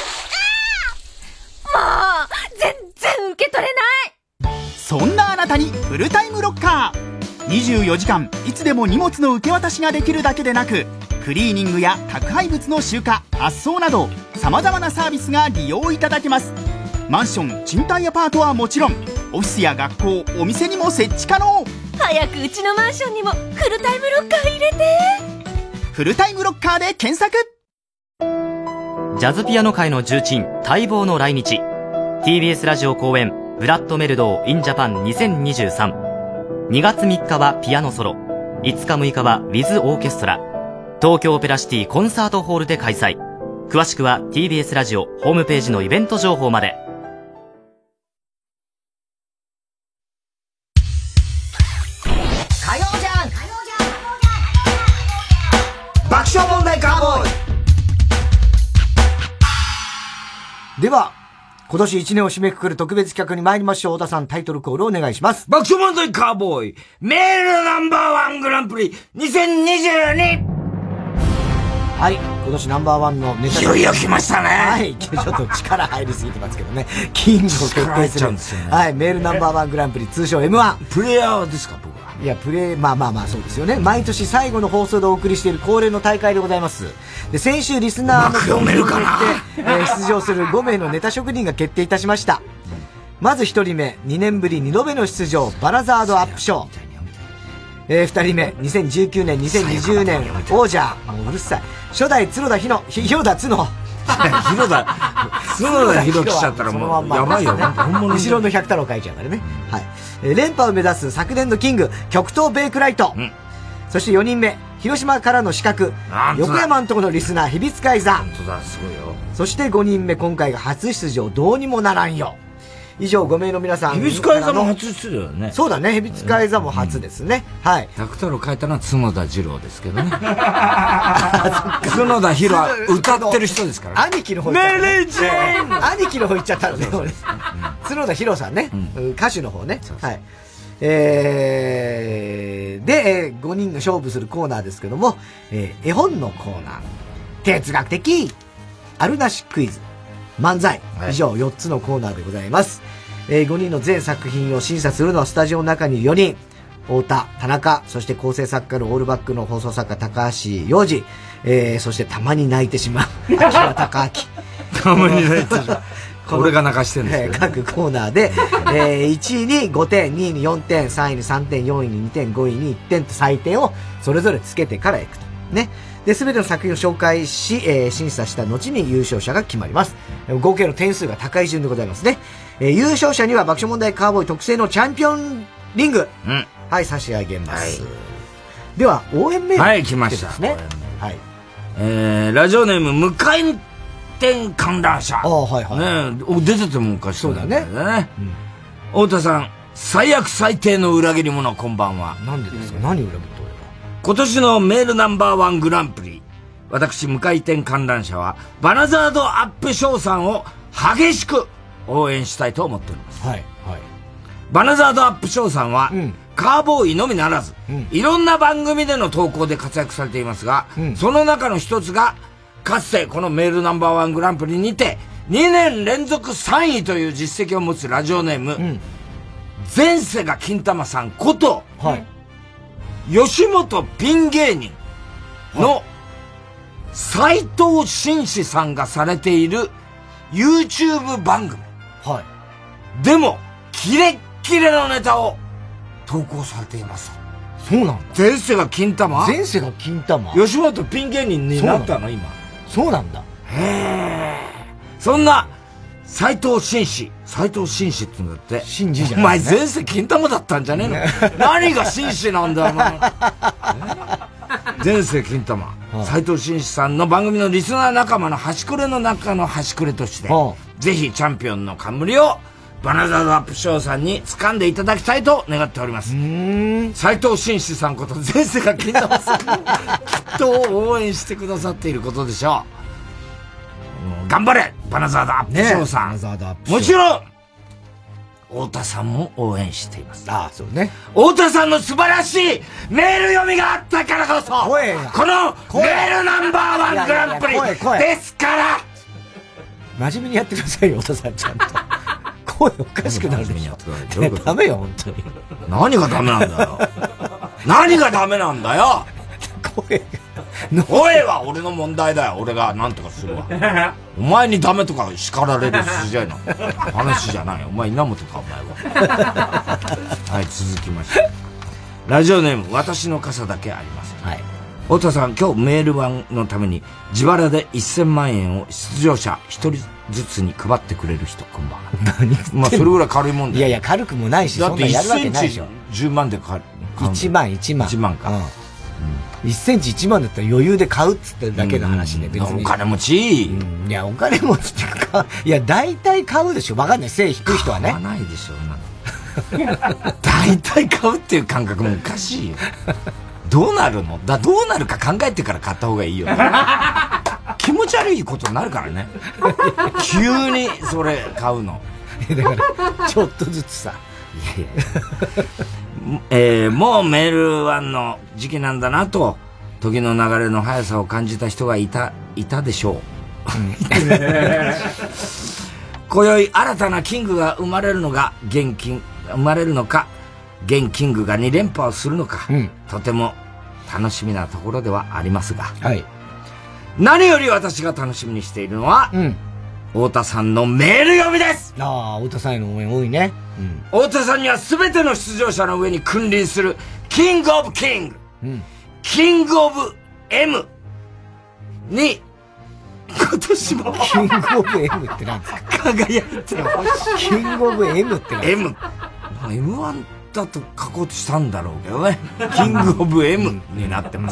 のに。もう全然受け取れない。 そんなあなたにフルタイムロッカー。にじゅうよじかんいつでも荷物の受け渡しができるだけでなく、クリーニングや宅配物の集荷、発送など様々なサービスが利用いただけます。マンション、賃貸アパートはもちろん、オフィスや学校、お店にも設置可能。 早くうちのマンションにもフルタイムロッカー入れて。 フルタイムロッカーで検索。 ジャズピアノ界の重鎮、待望の来日。 ティービーエス ラジオ公演ブラッドメルドー in Japan にせんにじゅうさん。にがつみっかはピアノソロ、いつかむいかはウィズオーケストラ、東京オペラシティコンサートホールで開催。詳しくは ティービーエス ラジオホームページのイベント情報まで。 火曜ジャンク爆笑問題カーボーイ。では今年いちねんを締めくくる特別企画に参りましょう。太田さん、タイトルコールをお願いします。 爆笑問題カーボーイメールナンバーワングランプリにせんにじゅうに。 はい、今年ナンバーワンのネタ。 いよいよ来ましたね。 はい、ちょっと力入りすぎてますけどね。キングを決定する。んですよね、はい、メールナンバーワングランプリ、通称 エムワン。 プレイヤーですか、僕は。 いや、プレイ、まあまあまあそうですよね。毎年最後の放送でお送りしている恒例の大会でございます。で、先週リスナーの読めるかな、 えー、出場するごめいのネタ職人が決定いたしました。まずひとりめ、にねんぶりにどめの出場、バラザードアップショー。えー、ふたりめ、にせんじゅうきゅうねん、にせんにじゅうねん王者、もううるさい、初代角田ひの、ひ、ひろだつの。 ひろだ、角田ひろ来ちゃったらもう、やばいよ、本物。後ろの百太郎書いちゃうからね。はい。えー、連覇を目指す昨年のキング、極東ベイクライト。うん、そしてよにんめ、広島からの資格、横山んとこのリスナー、ひびつかい座。 本当だ、すごいよ。 そしてごにんめ、今回が初出場、どうにもならんよ。以上ごめいの皆さん。 ヘビ使い座も初出場だね。 そうだね、ヘビ使い座も初ですね。うん、はい。 百太郎書いたのは角田二郎ですけどね。角田二郎は歌ってる人ですから。 兄貴の方行っちゃった、ね。メリーチェン兄貴の方行っちゃったのね。角田二郎さんね、うん。歌手の方ね。そうそう、はい。えー、で、えー、ごにんが勝負するコーナーですけども、えー、絵本のコーナー。哲学的あるなしクイズ。 漫才。以上よっつのコーナーでございます。えー、ごにんの全作品を審査するのはスタジオの中にいるよにん。太田、田中、そして構成作家のオールバックの放送作家高橋洋二、えー、そしてたまに泣いてしまう秋葉隆明。 たまに泣いてしまう。俺が泣かしてるんですけど、 ね、各コーナーで、えー、いちいにごてん、にいによんてん、さんいにさんてん、よんいににてん、ごいにいってんと採点をそれぞれつけてからいくと。ね。で、すべての作品を紹介し、えー、審査した後に優勝者が決まります。合計の点数が高い順でございますね。えー、優勝者には爆笑問題カーボーイ特製のチャンピオンリング。うん。はい、差し上げます。はい、では、応援メール。 はい、来ました。 ですね。はい。 えー、ラジオネーム、無回転観覧車。 ああ、はいはい。 ねえ、出ててもおかしくない。 そうだね。 うん、太田さん、最悪最低の裏切り者、こんばんは。 なんでですか、何裏切った俺は。 今年のメールナンバーワングランプリ。私、無回転観覧車は、バナザードアップショーさんを激しく応援したいと思っております。 はい、はい。 バナザードアップショーさんは、うん、カーボーイのみならず、うん、いろんな番組での投稿で活躍されていますが、うん、その中の一つが、かつてこのメールナンバーワングランプリにて、にねん連続さんいという実績を持つラジオネーム、うん、前世が金玉さんこと、はい、吉本ピン芸人の斉藤紳士さんがされている YouTube 番組。はい。でも、キレッキレのネタを投稿されています。 そうなんだ。 前世が金玉前世が金玉吉本ピン芸人になったの今。 そうなんだ。 へー。そんな、斉藤紳士。斉藤紳士って言うんだって。 紳士じゃない、 ね。お前前世金玉だったんじゃねえの何が紳士なんだよ、お前。前世金玉。斉藤紳士さんの番組のリスナー仲間の端くれの中の端くれとして、ぜひチャンピオンの冠をバナザードアップショーさんに掴んでいただきたいと願っております。斉藤紳士さんこと前世が金玉さんきっと応援してくださっていることでしょう。頑張れバナザードアップショーさん、ね、もちろん太田さんも応援しています。 ああ、そうね。 太田さんの素晴らしいメール読みがあったからこそ、このメールナンバーワングランプリですから。 真面目にやってくださいよ、太田さん、ちゃんと。声おかしくなるでしょ。ダメよ、本当に。 何がダメなんだよ。何がダメなんだよ。 声が。 声は俺の問題だよ。俺が何とかするわ。お前にダメとか叱られる筋合いの話じゃないよ。お前稲本か、お前は。はい、続きまして。ラジオネーム、私の傘だけありません。はい。太田さん、今日メール版のために自腹でせんまんえんを出場者一人ずつに配ってくれる人、こんばんは。 何まあ、それぐらい軽いもんだよ。 いやいや、軽くもないし、 だっていちセンチじゅうまんで買う。いちまん、いちまん。 いちまんか。うんいっセンチいちまんだったら余裕で買うっつってるだけの話で、 別に。お金持ち、 うん、いや、お金持ちってか、いや、大体買うでしょ。わかんない。背低い人はね。 買わないでしょ。大体買うっていう感覚もおかしいよ。どうなるのだ、どうなるか考えてから買った方がいいよ。気持ち悪いことになるからね。急にそれ買うの。 だから、ちょっとずつさ。 いやいや。えー、もうメールワンの時期なんだなと、時の流れの速さを感じた人がいた、いたでしょう。今宵新たなキングが生まれるのが、現金、生まれるのか、現キングがに連覇をするのか、うん、とても楽しみなところではありますが、はい、何より私が楽しみにしているのは、うん、太田さんのメール読みです。 ああ、太田さんへの応援多いね。 うん、太田さんには全ての出場者の上に君臨するキングオブキング、うん、キングオブ M に今年もキングオブ M って何ですか？ 輝いてほしい。 キングオブ M って何ですか？ M。エムワン だと書こうとしたんだろうけどね。キングオブ M になってます。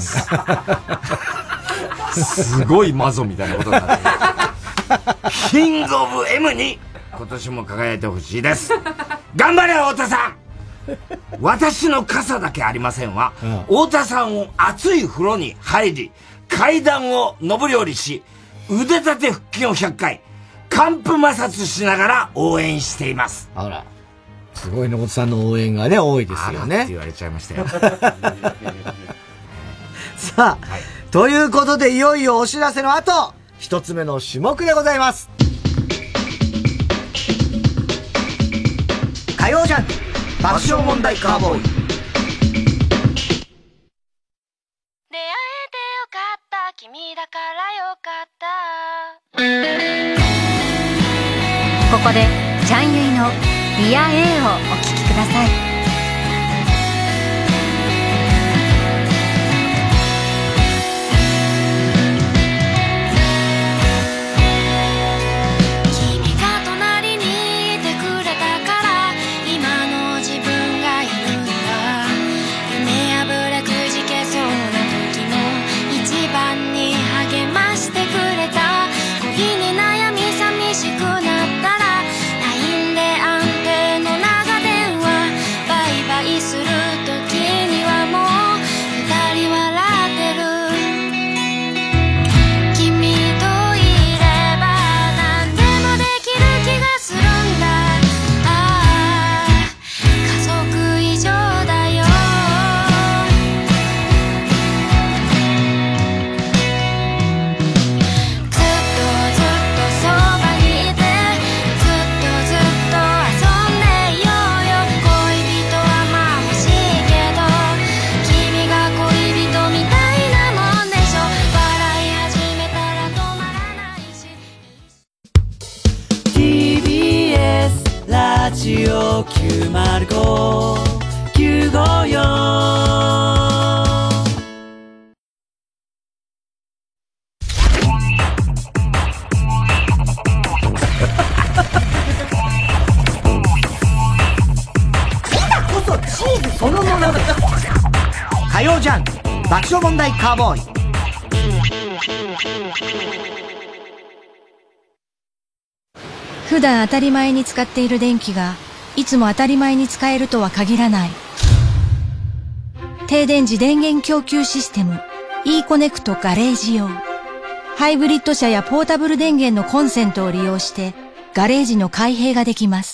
すごいマゾみたいなことになってる。キングオブ M に今年も輝いてほしいです。頑張れ太田さん。私の傘だけありませんわ、うん、太田さんを熱い風呂に入り、階段を上り下りし、腕立て腹筋をひゃっかい、寒風摩擦しながら応援しています。 あら、すごいね、太田さんの応援がね、多いですよね。って言われちゃいましたよ。 さあ、はい、ということでいよいよお知らせの後、一つ目の種目でございます。 曜ジャンク爆笑問題カーボーイ。 出会えてよかった君だからよかった。 ここでチャンユイのディア A をお聴きください。 ジオきゅうまるご きゅうごよんこそチーズそのものです。火曜ジャンク爆笑問題カーボーイ。 普段当たり前に使っている電気がいつも当たり前に使えるとは限らない。停電時電源供給システム e コネクトガレージ用。ハイブリッド車やポータブル電源のコンセントを利用してガレージの開閉ができます。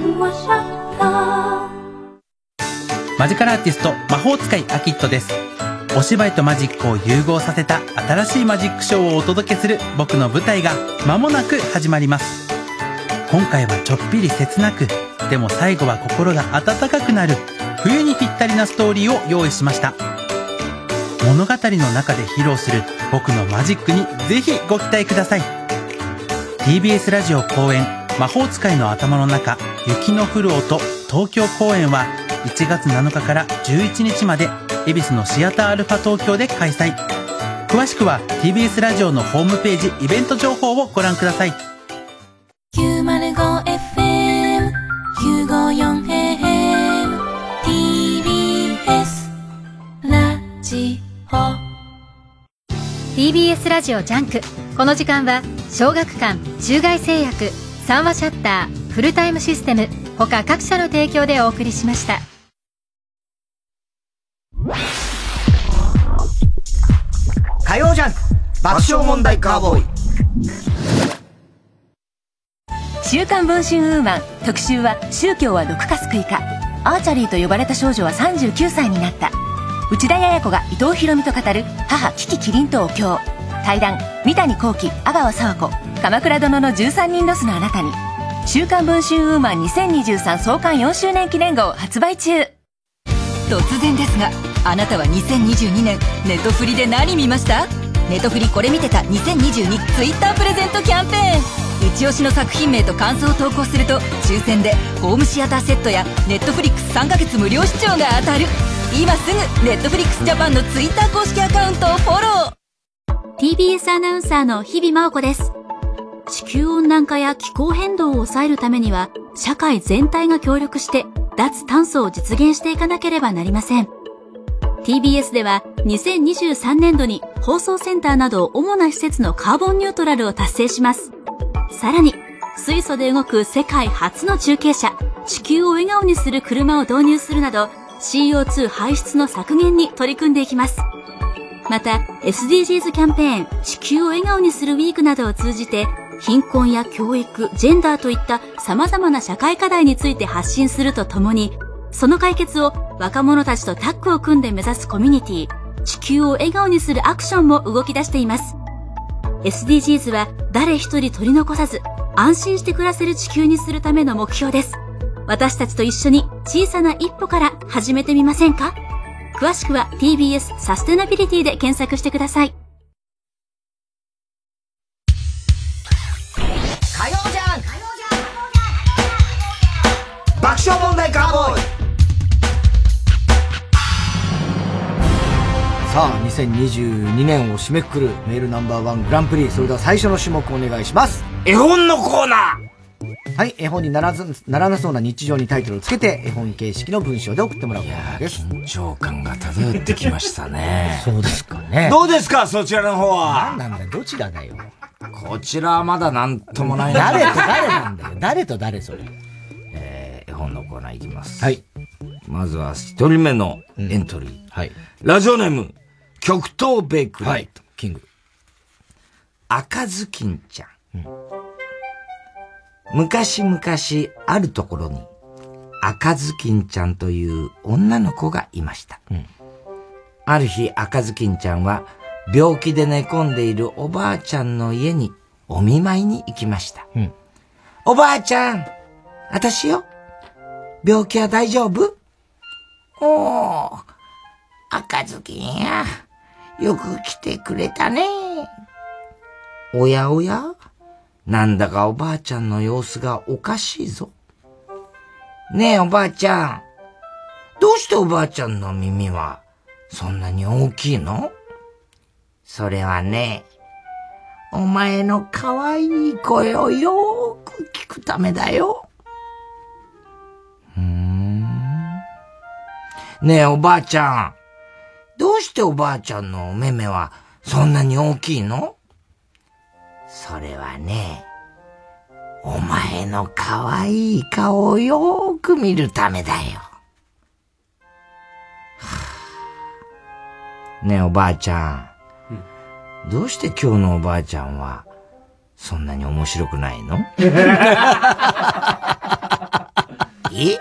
マジカルアーティスト魔法使いアキットです。お芝居とマジックを融合させた新しいマジックショーをお届けする僕の舞台が間もなく始まります。今回はちょっぴり切なく、でも最後は心が温かくなる冬にぴったりなストーリーを用意しました。物語の中で披露する僕のマジックにぜひご期待ください。 ティービーエス ラジオ公演魔法使いの頭の中雪の降る音東京公演はいちがつなのかからじゅういちにちまで恵比寿のシアターアルファ東京で開催。詳しくは ティービーエス ラジオのホームページイベント情報をご覧ください。 きゅうまるごエフエム きゅうごよんエーエム ティービーエス ラジオティービーエス ラジオジャンク。この時間は小学館、中外製薬、三話シャッター、フルタイムシステム他各社の提供でお送りしました。 火曜ジャンク爆笑問題カーボーイ。 週刊文春ウーマン特集は宗教は毒か救いか。アーチャリーと呼ばれた少女はさんじゅうきゅうさいになった。内田彩子が伊藤博美と語る母キキキリンとお経。対談三谷幸喜、阿川佐和子、鎌倉殿のじゅうさんにんロスのあなたに。週刊文春ウーマンにせんにじゅうさん創刊よんしゅうねん記念号発売中。 突然ですが、あなたはにせんにじゅうにねんネトフリで何見ました？ネトフリこれ見てたにせんにじゅうにツイッタープレゼントキャンペーン。一押しの作品名と感想を投稿すると抽選でホームシアターセットやネットフリックスさんかげつ無料視聴が当たる。今すぐネットフリックスジャパンのツイッター公式アカウントをフォロー。 ティービーエス アナウンサーの日々真央子です。地球温暖化や気候変動を抑えるためには社会全体が協力して脱炭素を実現していかなければなりません。 ティービーエス ではにせんにじゅうさんねんどに放送センターなど主な施設のカーボンニュートラルを達成します。さらに水素で動く世界初の中継車、地球を笑顔にする車を導入するなど シーオーツー 排出の削減に取り組んでいきます。また エスディージーズ キャンペーン地球を笑顔にするウィークなどを通じて貧困や教育、ジェンダーといった様々な社会課題について発信するとともに、その解決を若者たちとタッグを組んで目指すコミュニティ、地球を笑顔にするアクションも動き出しています。エスディージーズ は誰一人取り残さず安心して暮らせる地球にするための目標です。 私たちと一緒に小さな一歩から始めてみませんか？詳しくは ティービーエス サステナビリティで検索してください。 火曜じゃん爆笑問題カーボーイ。さあにせんにじゅうにねんを締めくくるメールナンバーワングランプリ、それでは最初の種目お願いします。 絵本のコーナー。 はい、絵本にならず、ならなそうな日常にタイトルをつけて絵本形式の文章で送ってもらうコーナーです。 緊張感が漂ってきましたね。 そうですかね。 どうですかそちらの方は。 何なんだよ、どちらだよ。 こちらはまだなんともない。 誰と誰なんだよ。誰と誰それ。 えー、絵本のコーナーいきます。 はい。 まずは一人目のエントリー。うん、 はい。 ラジオネーム、極東ベイクライト。 はい、キング。 赤ずきんちゃん。うん、昔々あるところに赤ずきんちゃんという女の子がいました。うん、ある日赤ずきんちゃんは病気で寝込んでいるおばあちゃんの家にお見舞いに行きました。うん、おばあちゃん、私よ。病気は大丈夫？おー、赤ずきんや。よく来てくれたね。おやおや？なんだかおばあちゃんの様子がおかしいぞ。ねえおばあちゃん。どうしておばあちゃんの耳はそんなに大きいの？それはね、お前の可愛い声をよーく聞くためだよ。うーん。ねえおばあちゃん。どうしておばあちゃんのお目目はそんなに大きいの？それはね、お前の可愛い顔をよーく見るためだよ。はあ、ねえおばあちゃん、うん、どうして今日のおばあちゃんはそんなに面白くないの？え？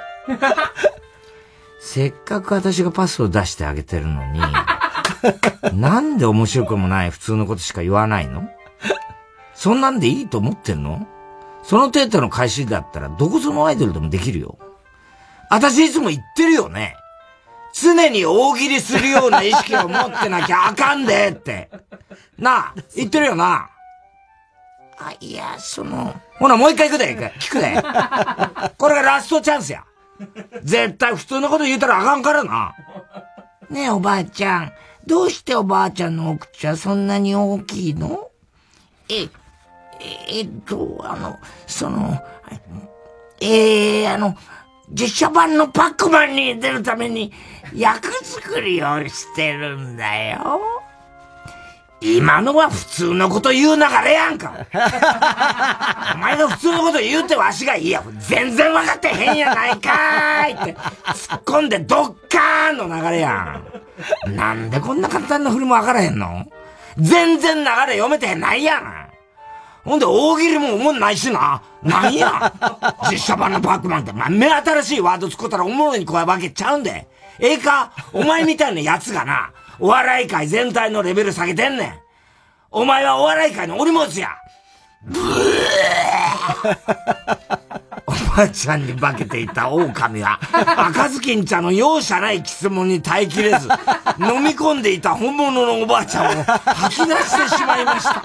せっかく私がパスを出してあげてるのに、なんで面白くもない普通のことしか言わないの？そんなんでいいと思ってんの？その程度の返しだったらどこぞのアイドルでもできるよ。私いつも言ってるよね。常に大喜利するような意識を持ってなきゃあかんでって。なあ、言ってるよな。あ、いや、その、ほなもう一回行くで、聞くで。これがラストチャンスや。絶対普通のこと言うたらあかんからな。ねえおばあちゃん、どうしておばあちゃんのお口はそんなに大きいの？え、えっと、あの、その、えー、あの、実写版のパックマンに出るために役作りをしてるんだよ。今のは普通のこと言う流れやんか。お前が普通のこと言うてわしがいいや、全然分かってへんやないかーいって突っ込んでドッカーンの流れやん。なんでこんな簡単な振りも分からへんの？全然流れ読めてへんないやん。ほんで大喜利も思んないしな。なんや実写版のパックマンって、まあ、目新しいワード使ったらおもろいに声分けちゃうんで。ええか、お前みたいなやつがな、お笑い界全体のレベル下げてんねん。お前はお笑い界のお荷物や。ブーおばあちゃんに化けていた狼は赤ずきんちゃんの容赦ない質問に耐えきれず飲み込んでいた本物のおばあちゃんを吐き出してしまいました。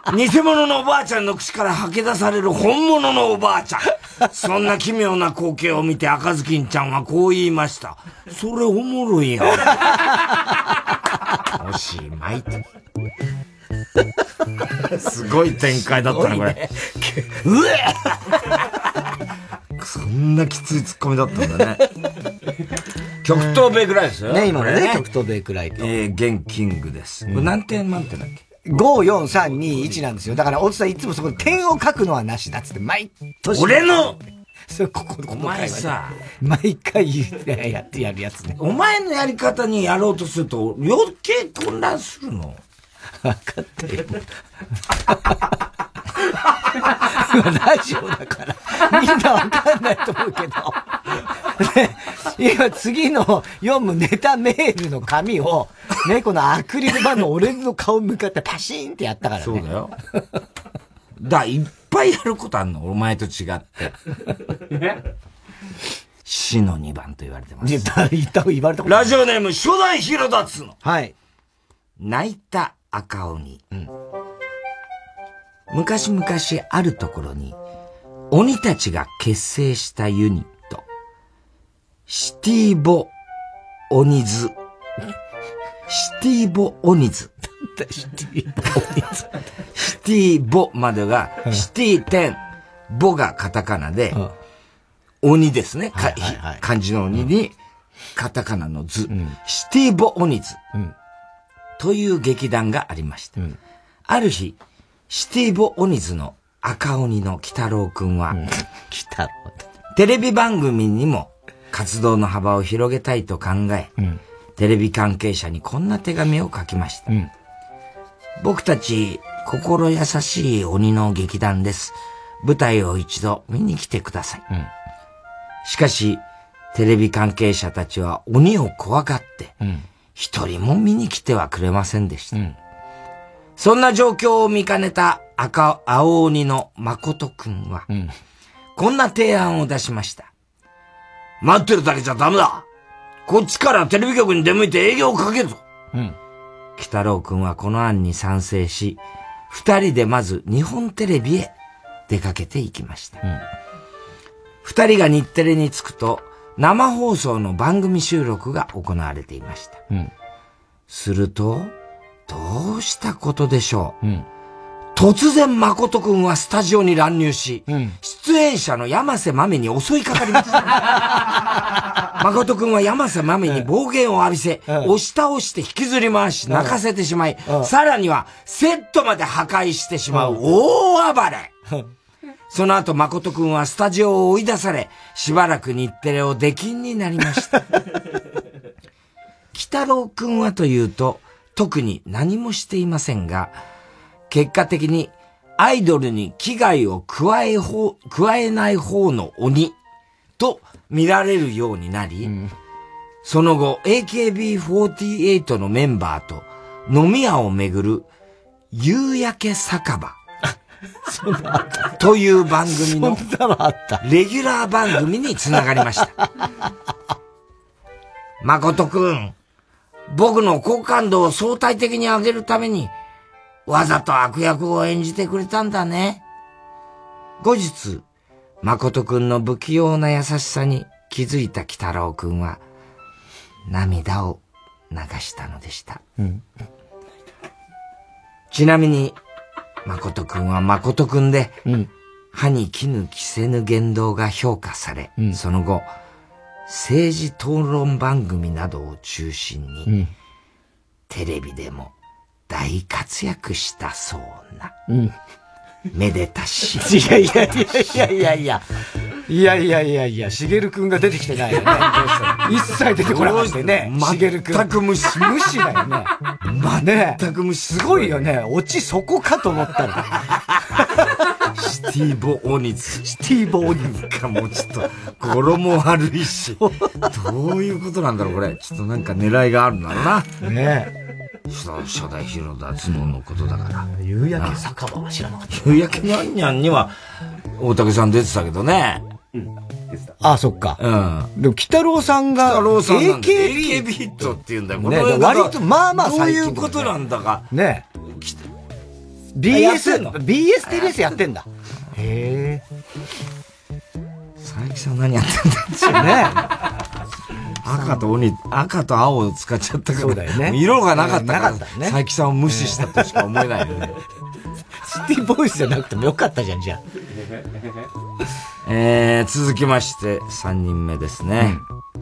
偽物のおばあちゃんの口から吐き出される本物のおばあちゃん。そんな奇妙な光景を見て赤ずきんちゃんはこう言いました。それおもろいやん。おしまいって。すごい展開だったな、これ。ね、うえそんなきついツッコミだったんだね。極東ベイクライトですよ。 ね、今のね、極東ベイクライト。 えー、ゲンキングです。これ何点満点だっけ？ ご、よん、さん、に、いちなんですよ。だから、おつさんいつもそこで点を書くのはなしだっつって、毎年。 俺のそれ、ここ、ここ、 お前さ、 毎回言う、やってやるやつね。 お前のやり方にやろうとすると、余計混乱するの。 分かったよ。ラジオだから、みんな分かんないと思うけど。で、今次の読むネタメールの紙を、ね、このアクリル板の俺の顔向かってパシーンってやったからね。 そうだよ。だ、いっぱいやることあんの、お前と違って。死のにばんと言われてます。 言った言われたことラジオネーム、初代広田っつの。 はい。 泣いた赤鬼。うん、昔々あるところに、鬼たちが結成したユニット、シティボオニズ。シティボオニズ。 シティボオニズ。 シティボまでが、シティテン、ボがカタカナで、うん、鬼ですね。はいはいはい、漢字の鬼に、カタカナのズ。うん、シティボオニズ、うん。という劇団がありました。うん、ある日、シティボオニズの赤鬼の鬼太郎くんは、うん、鬼太郎テレビ番組にも活動の幅を広げたいと考え、うん、テレビ関係者にこんな手紙を書きました。うん、僕たち、心優しい鬼の劇団です。舞台を一度見に来てください。うん、しかし、テレビ関係者たちは鬼を怖がって、一、うん、人も見に来てはくれませんでした。うん、そんな状況を見かねた赤、青鬼の誠くんは、うん、こんな提案を出しました。待ってるだけじゃダメだ。こっちからテレビ局に出向いて営業をかけるぞ。うん、鬼太郎くんはこの案に賛成し、二人でまず日本テレビへ出かけていきました。うん、二人が日テレに着くと、生放送の番組収録が行われていました。うん、すると、どうしたことでしょう。うん、突然誠くんはスタジオに乱入し、うん、出演者の山瀬まめに襲いかかりました。誠くんは山瀬まめに暴言を浴びせ、うん、押し倒して引きずり回し、泣かせてしまい、うん、さらにはセットまで破壊してしまう大暴れ。うんその後、誠くんはスタジオを追い出され、しばらく日テレを出禁になりました。鬼太郎くんはというと、特に何もしていませんが、結果的にアイドルに危害を加えほう、加えない方の鬼と見られるようになり、うん、その後 エーケービーフォーティーエイト のメンバーと飲み屋をめぐる夕焼け酒場という番組のレギュラー番組につながりました。誠くん、僕の好感度を相対的に上げるためにわざと悪役を演じてくれたんだね。後日、誠くんの不器用な優しさに気づいた鬼太郎くんは涙を流したのでした。うん、ちなみに誠くんは誠くんで、うん、歯に衣着せぬ言動が評価され、うん、その後、政治討論番組などを中心に、うん、テレビでも大活躍したそうな、うん、めでたし。 いやいやいやいやいやいや。いやいやいやいや、しげるくんが出てきてないよね。一切出てこなかったよね。しげるくん。 全く無視。 無視だよね。まあね。 全く無視。 すごいよね。オチそこかと思ったら。 シティボオニズ。 シティボオニズかもうちょっと、語呂も悪いし。どういうことなんだろう、これ。ちょっとなんか狙いがあるんだろうな。 ねえ。 初代広田角のことだから。 夕焼け酒場は知らなかった。 夕焼けにゃんにゃんには、大竹さん出てたけどね。うん。 ああ、そっか。 うん。 でも、鬼太郎さんが、 鬼太郎さんなんエーケービーエーケービー って言うんだよ。 ね、割と、まあまあ最近。どういうことなんだか。 ね。ビーエス、ビーエス テレビやってんだ。へえ。 佐伯さん何やってんだってね。赤と鬼、赤と青を使っちゃったから。 そうだよね。 色がなかったから、佐伯さんを無視したとしか思えないよね。 シティボーイズじゃなくてもよかったじゃん、じゃあ。 えー、続きまして、三人目ですね。うん、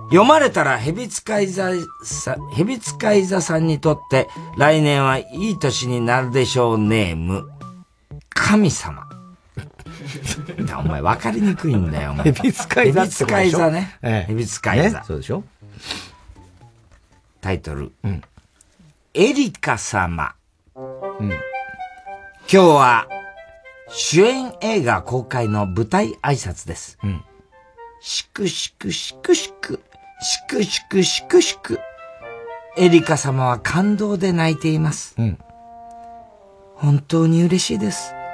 読まれたら、蛇使い座さ、蛇使い座さんにとって、来年はいい年になるでしょうネーム、神様。お前分かりにくいんだよ、お前。 蛇使い座ってことでしょ。蛇使い座ね。 ええ、 蛇使い座、 ね。そうでしょ。 タイトル。うん。エリカ様。うん。今日は、主演映画公開の舞台挨拶です。うん。しくしくしくしく、しくしくしくしく。エリカ様は感動で泣いています。うん。本当に嬉しいです。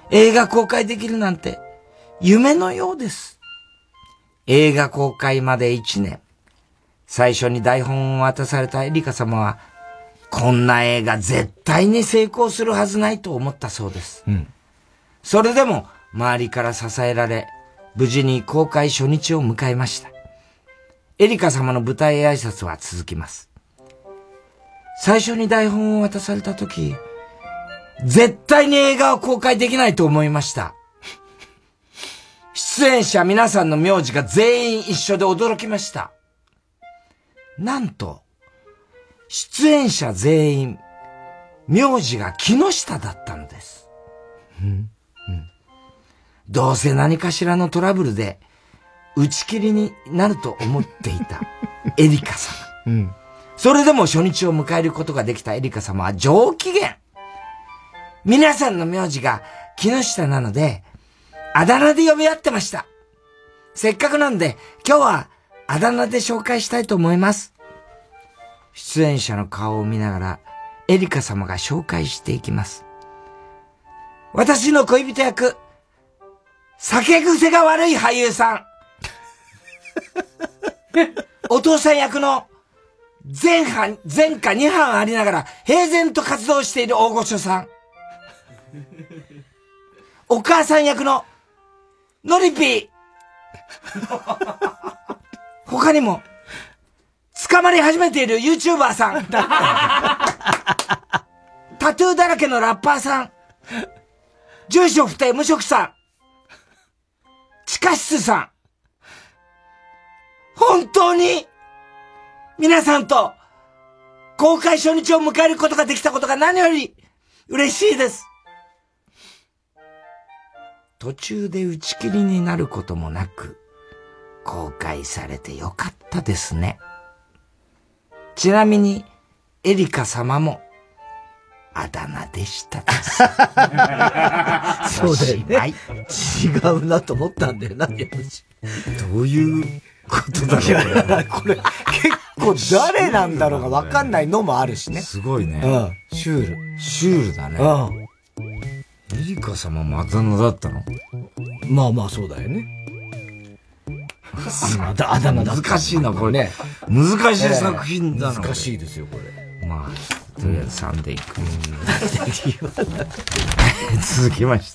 映画公開できるなんて夢のようです。映画公開までいちねん。最初に台本を渡されたエリカ様は、こんな映画絶対に成功するはずないと思ったそうです。うん、それでも周りから支えられ、無事に公開初日を迎えました。エリカ様の舞台挨拶は続きます。最初に台本を渡されたとき、絶対に映画を公開できないと思いました。出演者皆さんの名字が全員一緒で驚きました。なんと、出演者全員、名字が木下だったのです。うんうん、どうせ何かしらのトラブルで、打ち切りになると思っていたエリカ様。うん、それでも初日を迎えることができたエリカ様は上機嫌。皆さんの名字が木下なので、あだ名で呼び合ってました。せっかくなんで、今日はあだ名で紹介したいと思います。出演者の顔を見ながら、エリカ様が紹介していきます。私の恋人役、酒癖が悪い俳優さん。お父さん役の前半、前科に班ありながら平然と活動している大御所さん。お母さん役のノリピー。他にも、捕まり始めている YouTuber さん。タトゥーだらけのラッパーさん。住所不定無職さん。地下室さん。本当に、皆さんと、公開初日を迎えることができたことが何より、嬉しいです。途中で打ち切りになることもなく、公開されてよかったですね。ちなみに、エリカ様も、あだ名でしたです。 そうだよね。違うなと思ったんだよな、どういうことだろうこれ。 これ、結構誰なんだろうが分かんないのもあるしね。 すごいね。 うん。シュール。 シュールだね。うん。エリカ様もあだ名だったの？ まあまあそうだよね。あだ、あだ名だった。 難しいな、これね。難しい作品だな。 難しいですよ、これ。 まあ、とりあえずさんでいく。続きまして。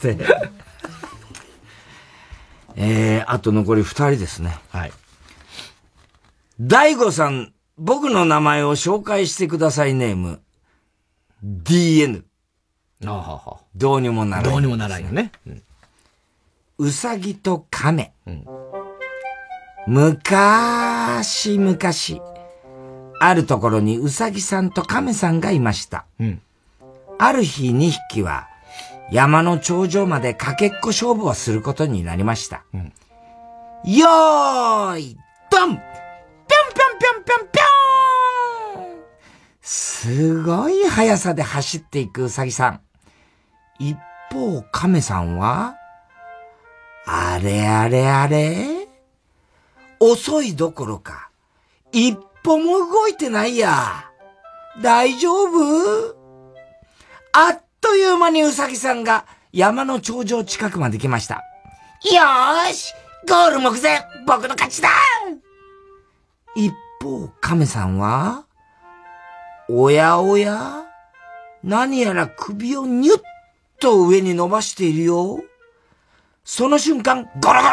えー、あと残りふたりですね。はい。大悟さん、僕の名前を紹介してくださいネーム。ディーエヌ。 あはは。 どうにもならない、 どうにもならないよね。 うさぎと亀。うん、むかーしむかし、あるところにうさぎさんと亀さんがいました。うん、ある日にひきは山の頂上までかけっこ勝負をすることになりました。うん、よーい、ドン！ぴょんぴょんぴょんぴょんぴょん！すごい速さで走っていくうさぎさん。一方、亀さんは、あれあれあれ遅いどころか、一歩も動いてないや。大丈夫？あっという間にうさぎさんが山の頂上近くまで来ました。よーし、ゴール目前、僕の勝ちだ！一方、亀さんは、おやおや、何やら首をニュッと上に伸ばしているよ。その瞬間、ゴロゴロゴロゴロゴロゴロゴ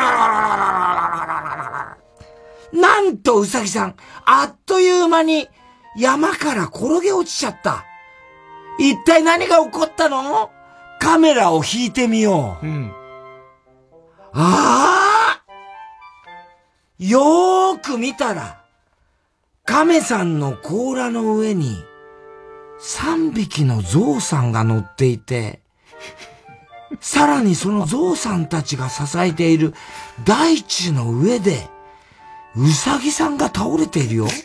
ロ。なんとうさぎさん、あっという間に山から転げ落ちちゃった。一体何が起こったの？カメラを引いてみよう。うん、ああ！よーく見たら、亀さんの甲羅の上に三匹のゾウさんが乗っていて、さらにそのゾウさんたちが支えている大地の上で、うさぎさんが倒れているよ。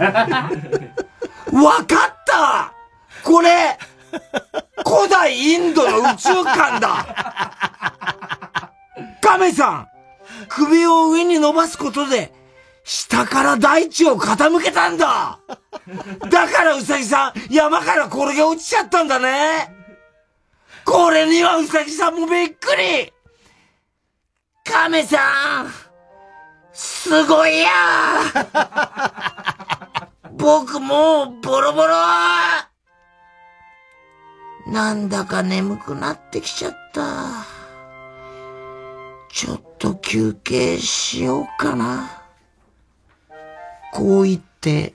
わかった！これ、古代インドの宇宙館だ！亀さん、首を上に伸ばすことで、下から大地を傾けたんだ！だからうさぎさん、山から転げ落ちちゃったんだね！ これにはうさぎさんもびっくり。亀さん、すごいや僕もうボロボロ。なんだか眠くなってきちゃった。ちょっと休憩しようかな。こう言って、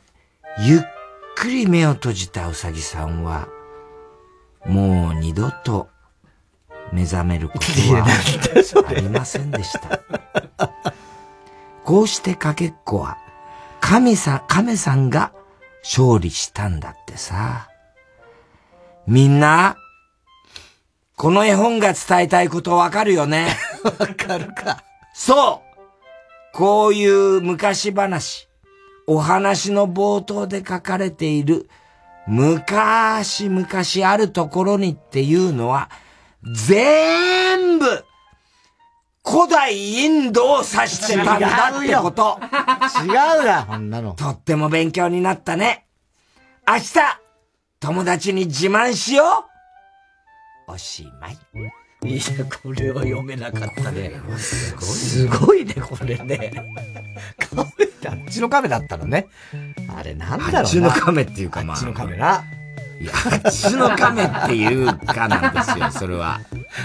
ゆっくり目を閉じたうさぎさんは、もう二度と目覚めることはありませんでした。こうしてかけっこは、亀さん、亀さんが勝利したんだってさ。みんな、この絵本が伝えたいことわかるよね。 わかるか。 そう。こういう昔話、お話の冒頭で書かれている、昔々あるところにっていうのは、全部、古代インドを指してたんだってこと。 違うな、こんなの。 とっても勉強になったね。明日、友達に自慢しよう。おしまい。 いや、これは読めなかったね。すごい。すごいね、これね。カメあっちのカメだったのね。あれなんだろうな。 あっちのカメっていうかまあ。 あっちのカメな。 いや、あっちのカメっていうかなんですよ、それは。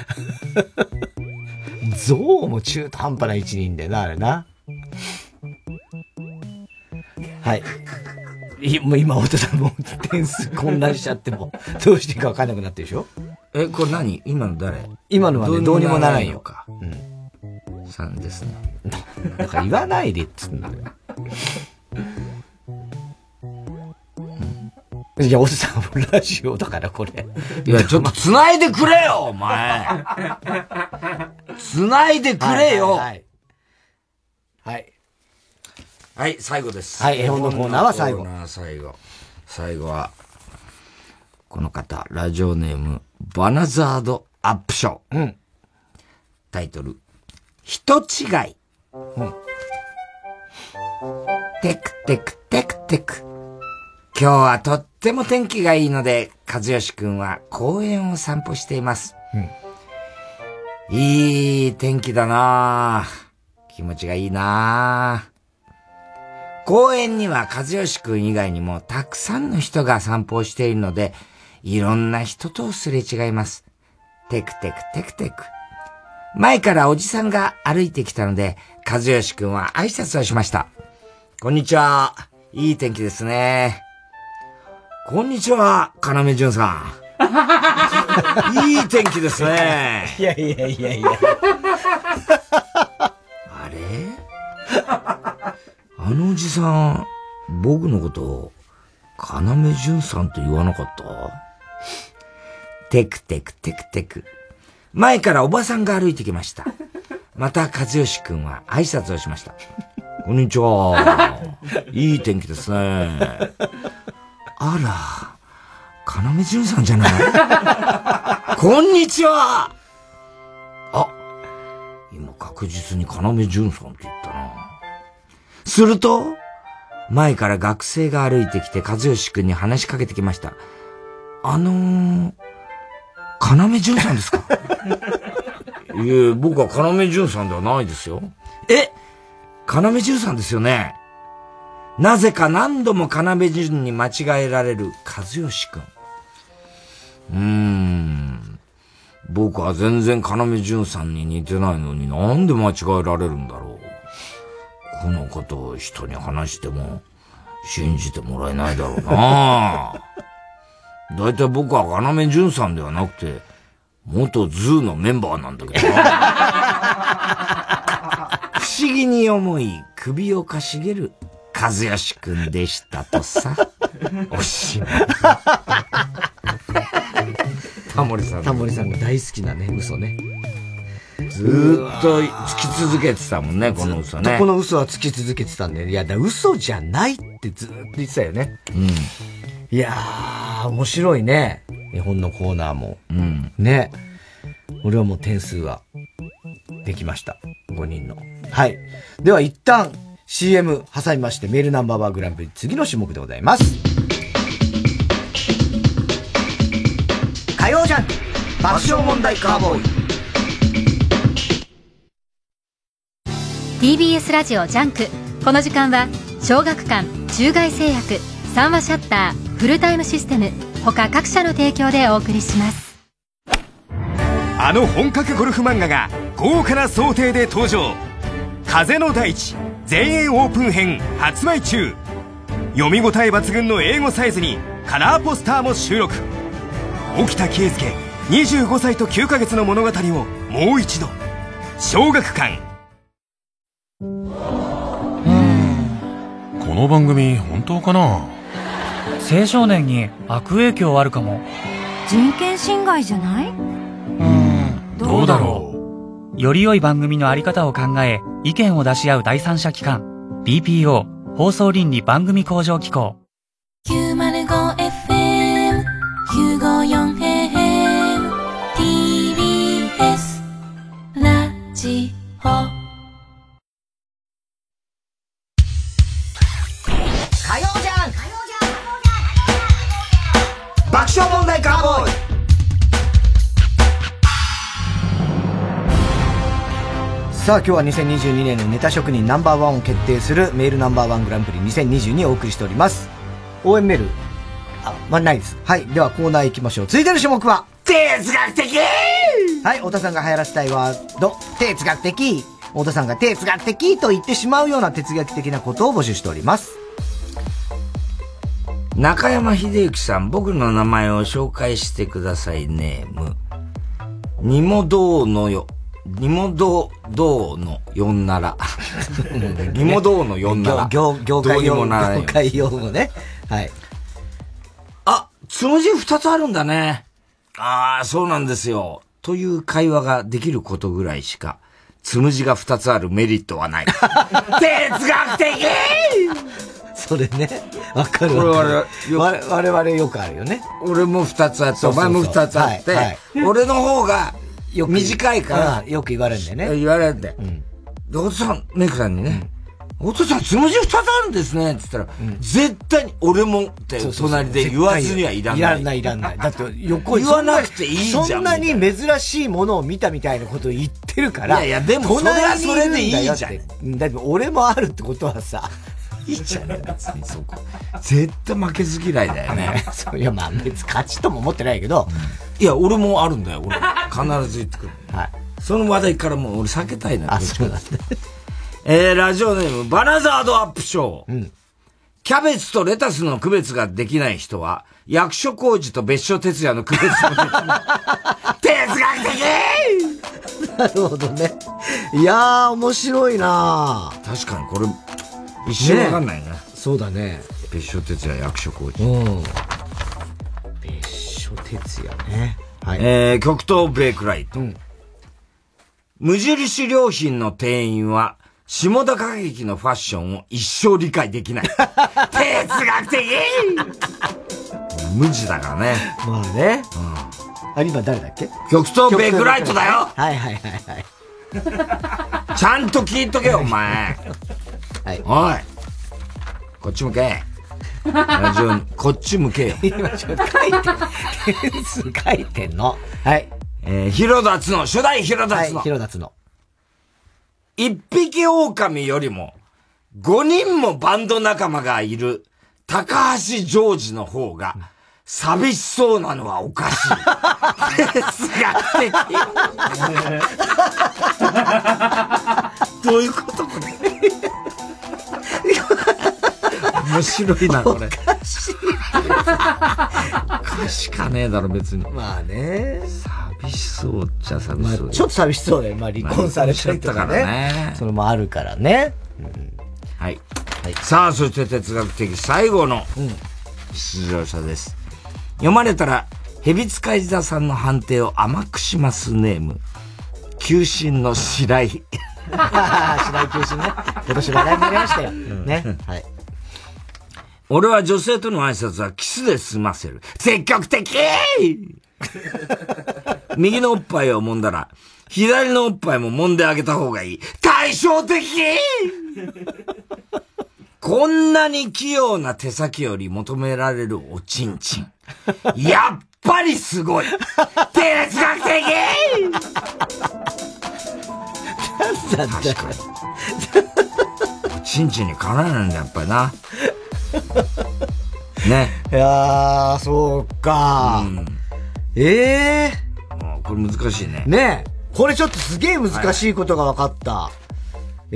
ゾウも中途半端な位置にいんだよな、あれな。はい。いもう今、太田さんも点数混乱しちゃっても、どうしていいか分かんなくなってるでしょ？ え、これ何？今の誰？ 今のはね、どうにもならんよ。 か。うん。さんですね。 だから言わないでっつうんだよ。いや、おじさん、ラジオだからこれ。 いや、ちょっと繋いでくれよ、お前。繋いでくれよ。 はい。はい。 はい、最後です。 はい、絵本のコーナーは最後。 コーナー最後。最後は、この方、ラジオネーム、バナザードアップショー。うん。タイトル、人違い。うん。テクテクテクテク。今日はとっても天気がいいので、和義くんは公園を散歩しています。うん。いい天気だなぁ。気持ちがいいなぁ。公園には和義くん以外にもたくさんの人が散歩をしているので、いろんな人とすれ違います。テクテクテクテク。前からおじさんが歩いてきたので、和義くんは挨拶をしました。こんにちは。いい天気ですね。こんにちは、要潤さん。いい天気ですね。 いやいやいやいや。 あれあのおじさん、僕のことを、要潤さんと言わなかった？テクテクテクテク。前からおばさんが歩いてきました。また和義くんは挨拶をしました。こんにちは。いい天気ですね。あら、要潤さんじゃないこんにちは。あ、今確実に要潤さんって言ったな。すると、前から学生が歩いてきて和義くんに話しかけてきました。あのー、要潤さんですかいえ、僕は要潤さんではないですよ。え、要潤さんですよね。なぜか何度も要潤に間違えられる和義くん。うーん。僕は全然要潤さんに似てないのになんで間違えられるんだろう。このことを人に話しても信じてもらえないだろうな。だいたい僕は要潤さんではなくて元ズーのメンバーなんだけどな。不思議に思い首をかしげる和義くんでしたとさ。おしまい。タモリさん。 タモリさんが大好きなね、嘘ね。 ずーっとつき続けてたもんね、この嘘ね。 この嘘はつき続けてたんで、いや、だ嘘じゃないってずーっと言ってたよね。うん。いやー、面白いね。絵本のコーナーも。うん。ね。俺はもう点数はできました。ごにんの。はい。では一旦 シーエム 挟みましてメールナンバーワングランプリ次の種目でございます。火曜ジャンク爆笑問題カーボーイ。 ティービーエス ラジオジャンク。この時間は小学館、中外製薬、三話シャッター、フルタイムシステム他各社の提供でお送りします。 あの本格ゴルフ漫画が豪華な想定で登場。風の大地全英オープン編発売中。読み応え抜群の英語サイズにカラーポスターも収録。沖田圭介にじゅうごさいときゅうかげつの物語をもう一度。小学館。 この番組本当かな。 青少年に悪影響あるかも。 人権侵害じゃない？ どうだろう。より良い番組のあり方を考え意見を出し合う第三者機関 ビーピーオー 放送倫理番組向上機構。 きゅうまるごエフエムきゅうごよんエフエム ティービーエス ラジオ。 火曜じゃん爆笑問題カーボーイ。さあ今日はにせんにじゅうにねんのネタ職人ナンバーワンを決定するメールナンバーワングランプリにせんにじゅうにをお送りしております。応援メールあ、まあ、ないです。はい、ではコーナー行きましょう。続いての種目は哲学的。はい、太田さんが流行らせたいワード哲学的。太田さんが哲学的と言ってしまうような哲学的なことを募集しております。 中山秀幸さん、僕の名前を紹介してください。ネームにもどうのよにもどうどうのよんならにもどうのよんなら業界用語業界用語ね。はい。 あ、つむじ二つあるんだね。ああ、そうなんですよ。という会話ができることぐらいしかつむじが二つあるメリットはない。哲学的。 それね、わかるわかる。我々、我々よくあるよね。 俺も二つあって、お前も二つあって、はいはい、俺の方が短いから、 よく言われるんだよね。 言われるんだよ。うん、で、お父さん、メイクさんにね、うん、お父さん、つむじ二つあるんですね、って言ったら、うん、絶対に俺もって、隣で言わずにはいらない。 いらない、いらない。だって、横に言わなくていいじゃん。 そんなに珍しいものを見たみたいなことを言ってるから。 いやいや、でもそれはそれでいいじゃん。 だって、俺もあるってことはさ、 いいじゃん、別にそこ。絶対負けず嫌いだよね。 そういや、まあ別に勝ちとも思ってないけど、 うん、いや、俺もあるんだよ、俺。必ず言ってくる。はい。その話題からもう俺避けたいな。 あ、そうなんだ。 えー、ラジオネーム、バナザードアップショー。うん。キャベツとレタスの区別ができない人は、役所広司と別所哲也の区別もできない。哲学的。なるほどね。いやー、面白いなー。 確かにこれ、一瞬わかんないね。 そうだね。 別所哲也、役所広司。 うん。別所哲也ね。 はい。えー、極東ブレイクライト。うん。無印良品の店員は、下田歌劇のファッションを一生理解できない。哲学的。無地だからね。 まあね。うん。あ、今誰だっけ？ 極東ベイクライトだよ。 はいはいはいはい。ちゃんと聞いとけよ、お前。はい。おい。こっち向け。ラジオ、こっち向けよ。 今ちょっと書いて、点数書いてんの。はい。 えー、広田つの、初代広田つの。 はい、広田つの。 一匹狼よりも、五人もバンド仲間がいる、高橋ジョージの方が、寂しそうなのはおかしい。哲学的。どういうことこれ。面白いな、これ。おかしい。おかしかねえだろ、別に。 まあね。 寂しそうっちゃ寂しそう、 まあ。ちょっと寂しそうだよ。まあ離婚されたりとかね。ねそれもあるからね。 うん、はい。はい。さあ、そして哲学的最後の出場者です。うん、読まれたら、蛇使い座さんの判定を甘くしますネーム。球審の白井。 白井球審ね。今年話題になりましたよ。うん、ね。はい。 俺は女性との挨拶はキスで済ませる。積極的右のおっぱいを揉んだら、左のおっぱいも揉んであげた方がいい。対照的こんなに器用な手先より求められるおちんちん。やっぱりすごい。哲学だった。 確かに。チンチンにかなわないんだ、やっぱりな。ね。 いやー、そうか。うん、ええー。これ難しいね。 ねえ。これちょっとすげえ難しいことが分かった。はい、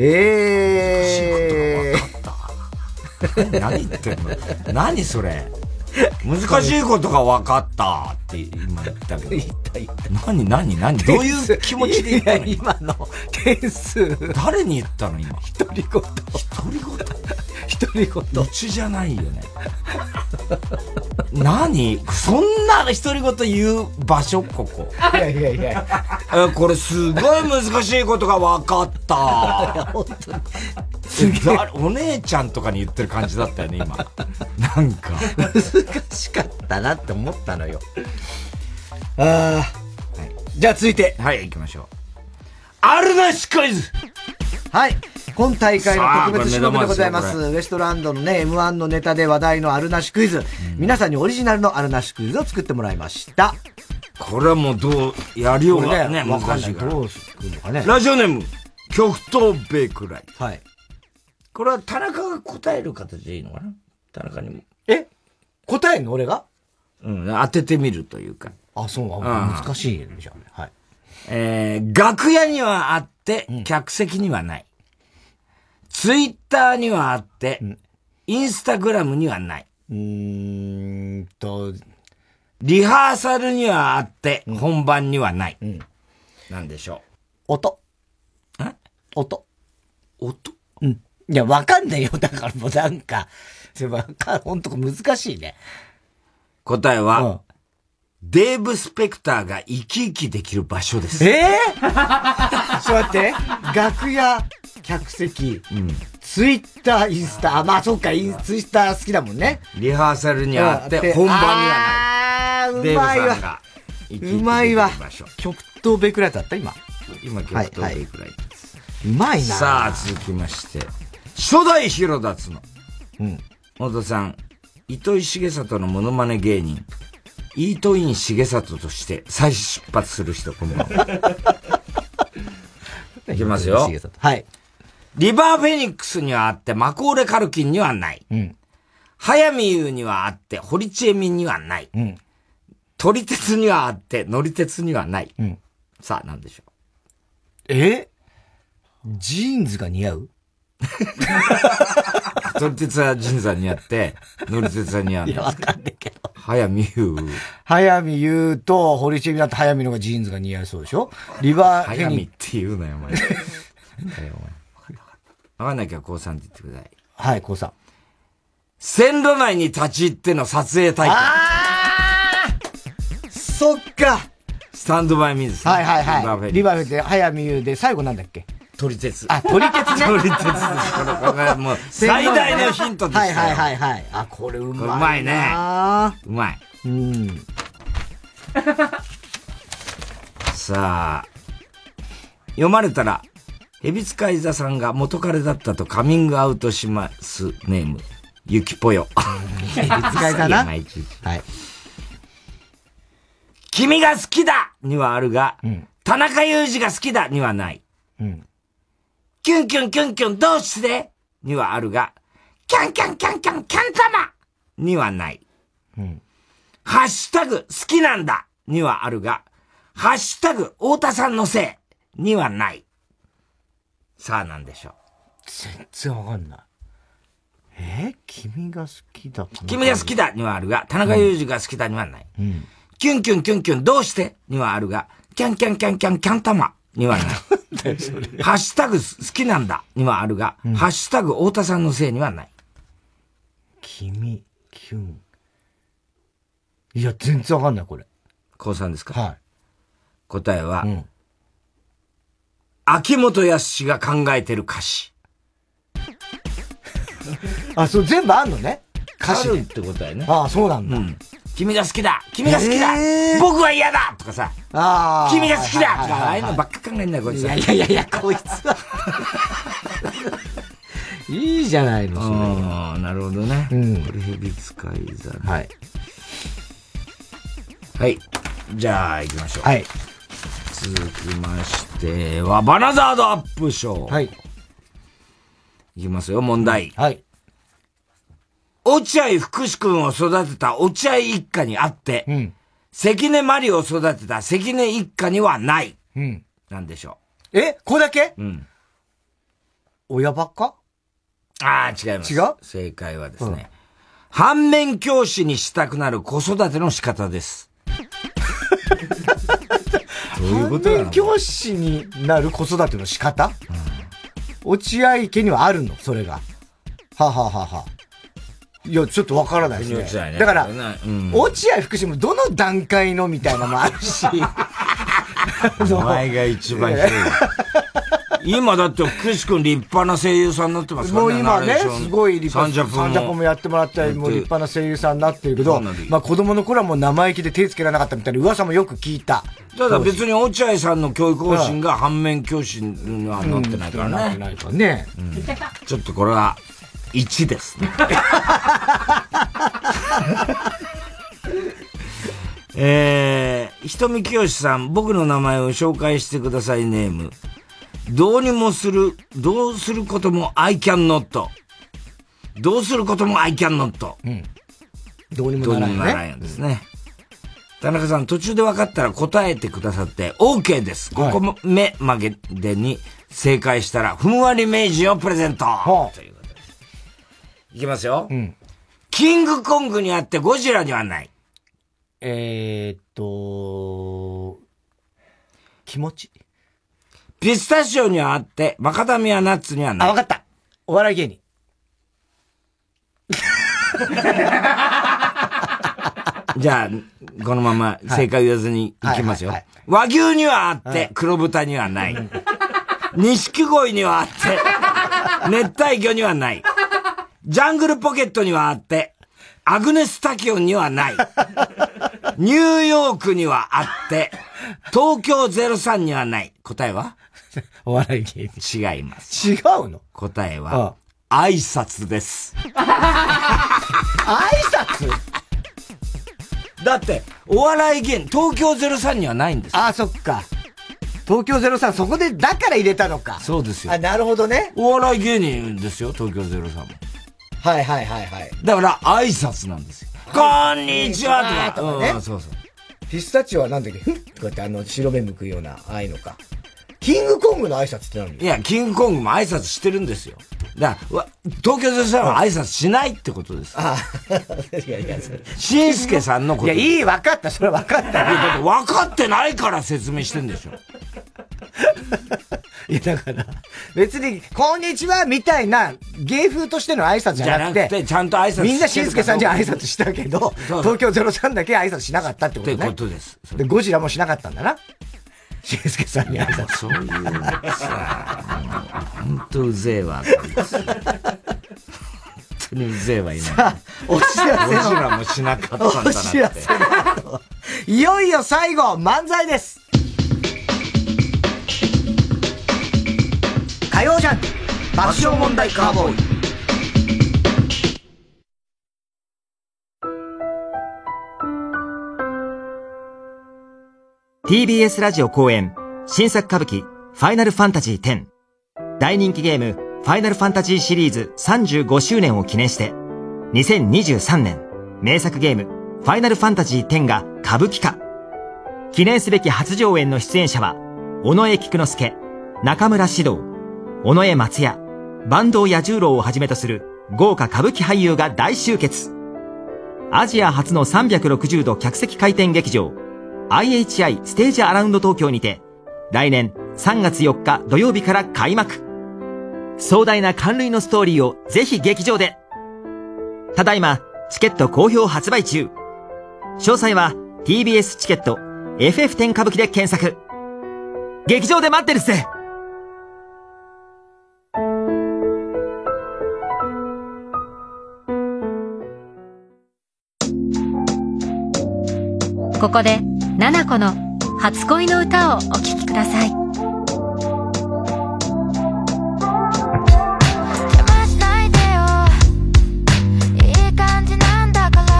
ええー。 難しいことが分かった。何言ってんの？何それ？難しいことが分かったって今言ったけど。 言った言った。 何何何どういう気持ちで言ったの？ いや今の点数。 誰に言ったの今？ 独り言。 独り言。 独り言。 うちじゃないよね。何そんな独り言言う場所ここ。 いやいやいや。 え、これすごい難しいことが分かった。 本当に。 お姉ちゃんとかに言ってる感じだったよね、今。なんか。 難しかったなって思ったのよ。ああ、はい。じゃあ続いて。 はい、行きましょう。あるなしクイズ。 はい。今大会の特別種目でございます。ウエストランドのね、エムワン のネタで話題のあるなしクイズ。うん、皆さんにオリジナルのあるなしクイズを作ってもらいました。 これはもうどう、やりようがね、 難しいから。どうするのかね。 ラジオネーム、極東ベイクライ。 はい。 これは田中が答える形でいいのかな？田中にも。 え？答えんの俺が？ うん、当ててみるというか。 あ、そう、難しいじゃんね。はい。 えー、楽屋にはあって、うん、客席にはない。ツイッターにはあって、うん、インスタグラムにはない。 うーんと、 リハーサルにはあって、うん、本番にはない。うん、なんでしょう。音。 え？ 音。 音？ うん。いや、わかんないよ。だからもうなんか、わかほんと難しいね。 答えは、うん、デーブ・スペクターが生き生きできる場所です。 えぇ、ー、ちょっと待って。楽屋、客席、うん、ツイッター、インスタ、あ、まあそっか、インツイッター好きだもんね。 リハーサルにはあって、本番にはない。 あー、うまいわ。うまいわ。極東ベイクライトだった今。 今、極東ベイクライトです。 うまいな。 さあ、続きまして。初代広立の。うん。小田さん、糸井重里のモノマネ芸人、イートイン重里として再出発する人、こんばんは。いきますよ。 はい。 リバーフェニックスにはあって、マコーレカルキンにはない。うん。早見優にはあって、堀ちえみにはない。うん。撮り鉄にはあって、乗り鉄にはない。うん。さあ、なんでしょう。 えジーンズが似合う撮り鉄はジーンズは似合って、乗り鉄は似合う。 いや、わかんないけど。 早見優。 早見優と堀ちえみだって早見のがジーンズが似合いそうでしょ？リバーフェニックス。 早見って言うなよ、お前。なんだよ、お前。わかんないけど、コウさんって言ってください。 はい、コウさん。 線路内に立ち入っての撮影体験。 あーそっか。 スタンドバイミーです、 ね。はいはいはい。リバーフェニックス。リバーフェニックスで早見優で最後なんだっけ？ 撮り鉄。 あ、撮り鉄ね。 撮り鉄です。これ、もう、最大のヒントですよ。 はいはいはいはい。あ、これうまいな。 うまいね。うまい。 うん。 さあ、読まれたら、ヘビツカイザさんが元彼だったとカミングアウトしますネーム、ゆきぽよ。 ヘビツカイザな。はい。 君が好きだにはあるが、うん、田中裕二が好きだにはない。うん。キュンキュンキュンキュンどうしてにはあるが、キャンキャンキャンキャンキャン玉にはない。うん。ハッシュタグ好きなんだにはあるが、ハッシュタグ太田さんのせいにはない。さあなんでしょう。 全然わかんない。えー、君が好きだ。 君が好きだにはあるが、田中裕二が好きだにはない。うん。キュンキュンキュンキュンどうしてにはあるが、キャンキャンキャンキャンキャン玉にはない。ハッシュタグ好きなんだにはあるが、うん、ハッシュタグ太田さんのせいにはない。 君、キュン。いや、全然わかんない、これ。 高さんですか？ はい。 答えは、うん、秋元康が考えてる歌詞。 あ、そう、全部あんのね。 歌詞ってことだよね。 ああ、そうなんだ。うん。 君が好きだ君が好きだ、えー、僕は嫌だとかさ。ああ。君が好きだとか、ああいうのばっか考えんだよ、こいつ。 いやいやいやいや、こいつは。いいじゃないの、それ。 ああ、なるほどね。うん。これヘビ使い座。 はい。 はい。じゃあ、行きましょう。 はい。 続きましては、バナザードアップショー。 はい。 いきますよ、問題。 はい。 落合福士君を育てた落合一家にあって、うん、関根麻里を育てた関根一家にはない。うん。なんでしょう。えこれだけうん。 親ばっかああ、違います。 違う正解はですね、うん、反面教師にしたくなる子育ての仕方です。 どういうことやろ？反面教師になる子育ての仕方、うん、落合家にはあるのそれが。ははははいや、ちょっとわからないですね。ねだから、うん、落合福士もどの段階のみたいなのもあるし。 お前が一番広い。今だって福士君立派な声優さんになってますからね。もう今ね、すごい立派な。サンジャポもやってもらったり、もう立派な声優さんになってるけど、まあ子供の頃はもう生意気で手つけられなかったみたいな噂もよく聞いた。 ただ別に落合さんの教育方針が反面教師にはなってないからね。なってないからね。 ちょっとこれは、いちですね。えー、ひとみきよしさん、僕の名前を紹介してくださいネーム。どうにもする、どうすることも I can not。どうすることも I can not。うん。 どうにもならんよね。どうにもならんよですね。田中さん、途中で分かったら答えてくださって OK です。はい、ここ目までに正解したら、ふんわり名人をプレゼント。はあ、ということです。いきますよ。うん。キングコングにあってゴジラにはない。 えーっと、気持ち。 ピスタチオにはあって、マカダミアナッツにはない。 あ、わかった。お笑い芸人。 じゃあ、このまま正解言わずにいきますよ。はいはいはい、和牛にはあって、黒豚にはない。錦鯉にはあって、熱帯魚にはない。ジャングルポケットにはあって、アグネスタキオンにはない。ニューヨークにはあって、東京ゼロさんにはない。答えはお笑い芸人。違います。 違うの？ 答えは、ああ挨拶です。 挨拶だって、お笑い芸人、東京ゼロさんにはないんですよ。 ああ、そっか。東京ゼロさん、そこで、だから入れたのか。 そうですよ。 あ、なるほどね。 お笑い芸人ですよ、東京ゼロさんも。 はいはいはいはい。 だから、挨拶なんですよ。こんにちはとか。 とかね。 うん、そうそう。 ピスタチオはなんだっけ、ふんとか言ってあの、白目向くような、ああいうのか。キングコングの挨拶って何？ いや、キングコングも挨拶してるんですよ。だから、東京ゼロさんは挨拶しないってことです。ああ、いやいや、しんすけさんのこと。 いや、いい、わかった、それわかった。 わかってないから説明してんでしょ。 いや、だから、別に、こんにちはみたいな、芸風としての挨拶じゃなくて、 じゃなくてちゃんと挨拶してる。 みんなしんすけさんには挨拶したけど、東京ゼロさんだけ挨拶しなかったってことね。 ってことです。 で、ゴジラもしなかったんだな。しんすけさんに挨拶。 そういうさ、ほんとうぜえわ。本当にうぜえわ、今。 さあ、お知らせの。 ゴジラもしなかったんだなって。 お知らせの。いよいよ最後、漫才です。火曜ジャンク爆笑問題カーボーイ。 ティービーエス ラジオ公演新作歌舞伎ファイナルファンタジーテン。大人気ゲームファイナルファンタジーシリーズさんじゅうごしゅうねんを記念してにせんにじゅうさんねん名作ゲームファイナルファンタジーテンが歌舞伎化。記念すべき初上演の出演者は尾上菊之助、中村獅童、尾上松也、坂東彌十郎をはじめとする豪華歌舞伎俳優が大集結。アジア初のさんびゃくろくじゅうど客席回転劇場 アイエイチアイ ステージアラウンド東京にて来年さんがつよっか土曜日から開幕。壮大な感涙のストーリーをぜひ劇場で。ただいまチケット好評発売中。詳細は ティービーエス チケット エフエフテン 歌舞伎で検索。劇場で待ってるっす。 ここでナナコの初恋の歌をお聴きください。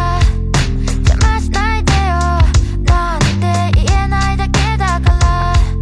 「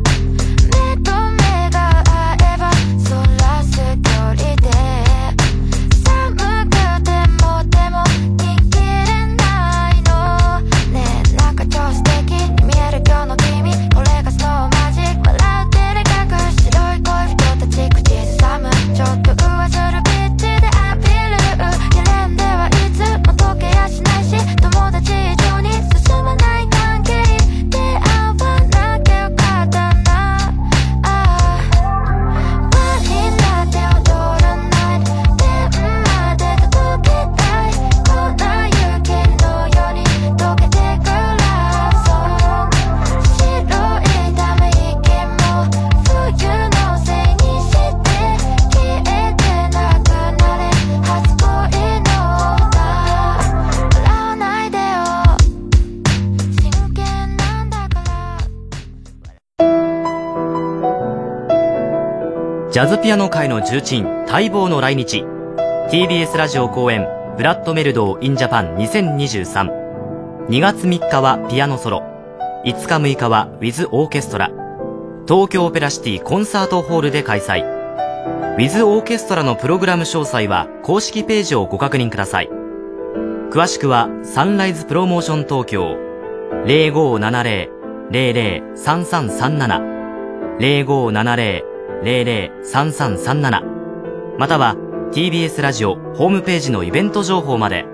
ジャズピアノ界の重鎮待望の来日。 ティービーエス ラジオ公演ブラッドメルドー in Japan にせんにじゅうさん。 にがつみっかはピアノソロ、いつかむいかは with オーケストラ、東京オペラシティコンサートホールで開催。 with オーケストラのプログラム詳細は公式ページをご確認ください。詳しくはサンライズプロモーション東京 ゼロごーななゼロ ゼロゼロ さんさんさんなな ゼロごーななゼロ ゼロゼロ さんさんさんなな、または ティービーエス ラジオホームページのイベント情報まで。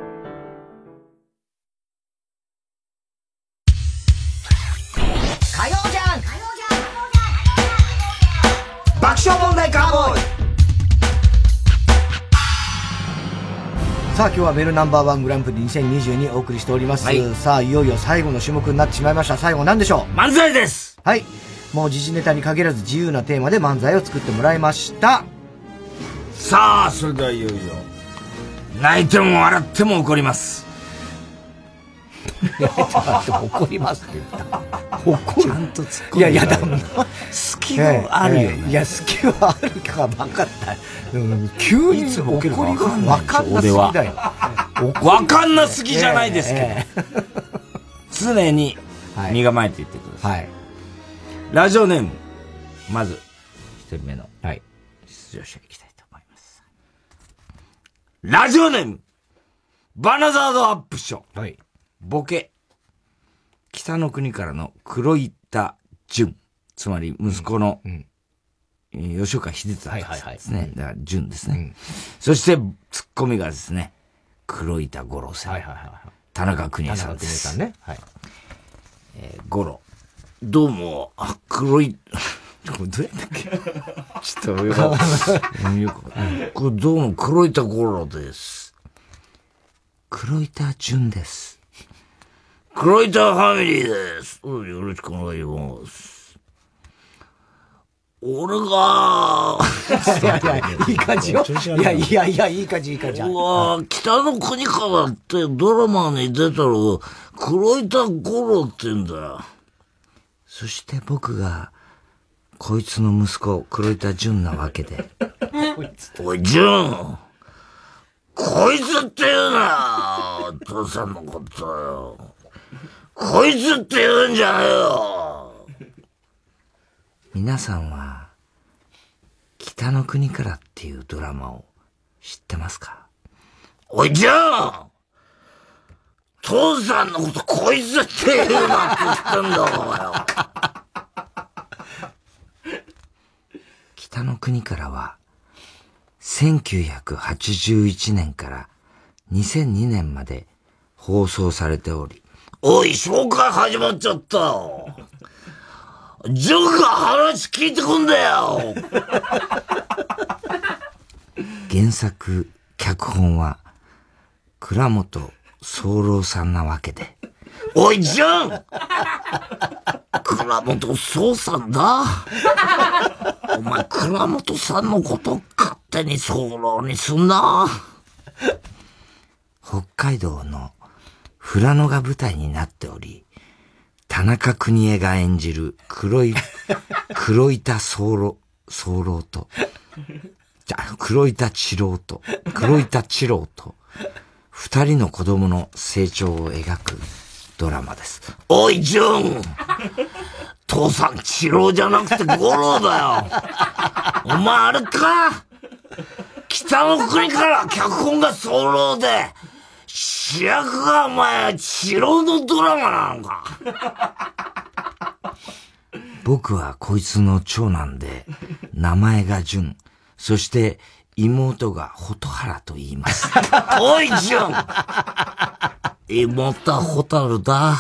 火曜じゃん爆笑問題カーボーイ。さあ今日はメルナンバーワングランプリにせんにじゅうにお送りしております、はい、さあいよいよ最後の種目になってしまいました。最後何でしょう？ 漫才です。 はい、もう時事ネタに限らず自由なテーマで漫才を作ってもらいました。 さあそれではいよいよ泣いても笑っても怒ります。 泣いても笑っても怒りますって言った。怒る。 ちゃんと突っ込んで。いやいや、だもん隙があるよね、 えーえー。いや、隙はあるか分かった。急に怒りが分かんなすぎだよ。 分かんなすぎじゃないですけど。えーえー、常に身構えていってください。はい、ラジオネーム、まず、一人目の出場者いきたいと思います。ラジオネーム、バナザードアップショー。はい、ボケ。北の国からの黒板淳。つまり息子の、うんうん、吉岡秀忠ですね。だから淳ですね、うん。そしてツッコミがですね、黒板五郎さん。はいはいはい、田中邦衛さんです。田中邦衛さんね。はい。えー、五郎。どうも、あ、黒い、これどうやったっけちょっとよく、よく、これどうも黒板五郎です。黒板淳です。黒板ファミリーです。よろしくお願いします。俺が、 いやいや、いい感じよ。いやいやいや、いい感じ、いい感じ。 うわ北の国からってドラマに出たら、黒板五郎って言うんだよ。そして僕が、こいつの息子、黒板淳なわけで。おい、淳こいつって言うなよお父さんのことよ。こいつって言うんじゃねえよ。皆さんは、北の国からっていうドラマを知ってますか？おい、じゃあ父さんのことこいつって言うなって言ってんだよ。北の国からは、せんきゅうひゃくはちじゅういちねんからにせんにねんまで放送されており、おい、紹介始まっちゃったよ。ジョーが話聞いてくんだよ。原作、脚本は、倉本宗郎さんなわけで。おい、ジョン倉本宗さんだ。お前、倉本さんのこと勝手に宗郎にすんな。北海道の富良野が舞台になっており、田中邦衛が演じる黒い、黒板宗郎、宗郎と、じゃ、黒板治郎と、黒板治郎と、二人の子供の成長を描くドラマです。おい、ジュン父さん治郎じゃなくて五郎だよ。お前あれか北の国から脚本が宗郎で、主役がお前、治郎のドラマなのか。僕はこいつの長男で、名前が淳、そして妹が蛍原と言います。おい、淳妹は蛍だ。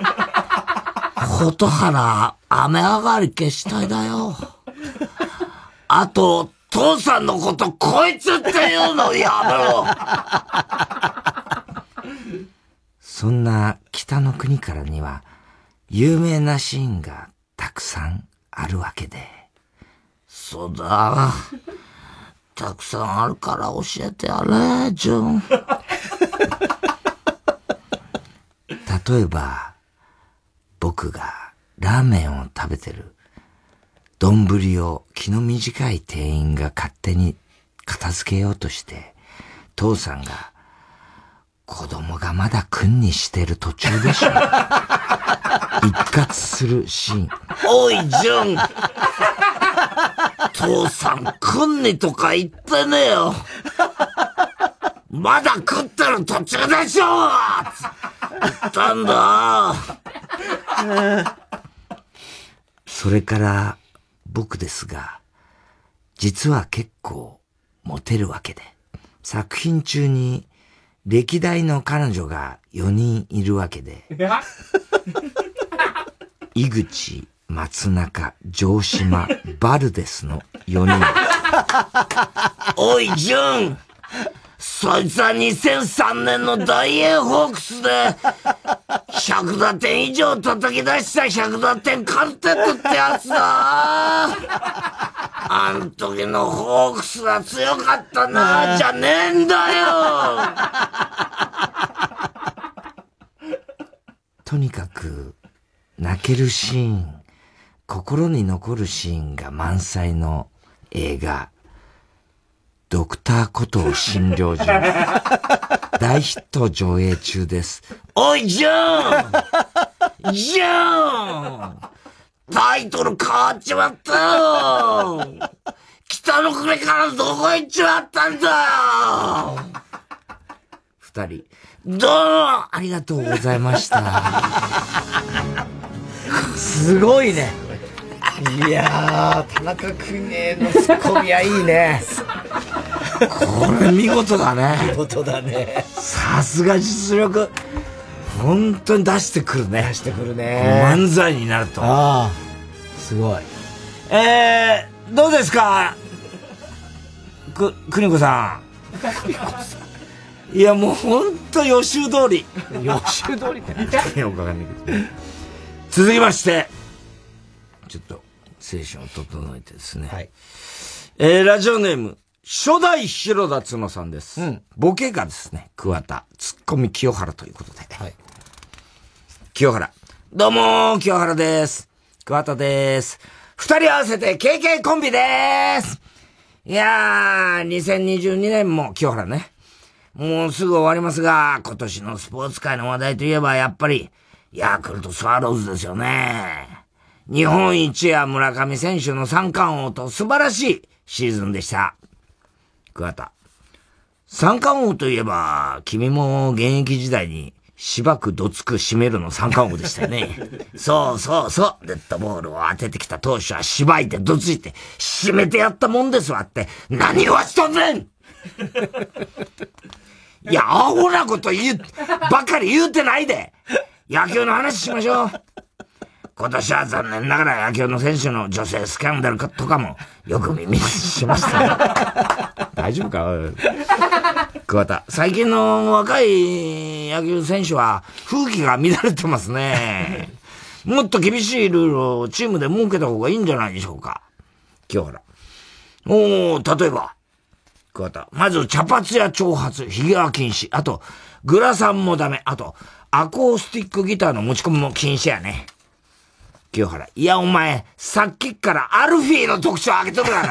蛍原、雨上がり消したいだよ。あと、父さんのことこいつって言うのやめろ。そんな北の国からには有名なシーンがたくさんあるわけで。そうだ。たくさんあるから教えてやれ、ジョン。例えば、僕がラーメンを食べてる丼を気の短い店員が勝手に片付けようとして、父さんが、子供がまだ君にしてる途中でしょ。一括するシーン。おい、純父さん、君にとか言ってねえよ。まだ食ってる途中でしょ言ったんだ。それから僕ですが、実は結構モテるわけで、作品中に歴代の彼女がよにんいるわけで、井口、松中、城島、バルデスのよにん。おい、純そいつはにせんさんねんの大英ホークスでひゃくだてん以上叩き出したひゃくだてんカルテットってやつだ。あん時のホークスは強かったなじゃねえんだよ。とにかく泣けるシーン、心に残るシーンが満載の映画ドクターコトー診療所大ヒット上映中です。おいジョンジョンタイトル変わっちまったよ。北の国からどこ行っちまったんだよ。二人どうもありがとうございました。 すごいね。いやー、田中君へのツッコミはいいね。 これ見事だね。 見事だね。 さすが実力。本当に出してくるね。 出してくるね。 漫才になると。 ああ、すごい。 えー、どうですかく、邦子さん。いや、もう本当予習通り。 予習通りって何よくわかんないけど。続きまして、ちょっと精神を整えてですね。はい。えー、ラジオネーム、初代広田角さんです。うん。ボケがですね、桑田、ツッコミ清原ということで。はい。清原。どうもー、清原です。桑田です。二人合わせて ケーケー コンビでーす。いやー、にせんにじゅうにねんも清原ね。もうすぐ終わりますが、今年のスポーツ界の話題といえばやっぱり、ヤクルトスワローズですよね。日本一や村上選手の三冠王と素晴らしいシーズンでした。桑田。三冠王といえば、君も現役時代にしばくどつく締めるの三冠王でしたよね。そうそうそう。デッドボールを当ててきた投手はしばいてどついて締めてやったもんですわって、何をしとんねんいや、アホなこと言う、ばっかり言うてないで。野球の話しましょう。今年は残念ながら野球の選手の女性スキャンダルとかもよく耳にしましたよ。大丈夫か桑田。最近の若い野球選手は風紀が乱れてますね。もっと厳しいルールをチームで設けた方がいいんじゃないでしょうか。清原。おー、例えば。桑田。まず茶髪や長髪、髭は禁止。あと、グラサンもダメ。あと、アコースティックギターの持ち込みも禁止やね。清原。いや、お前、さっきからアルフィーの特徴を挙げとるから。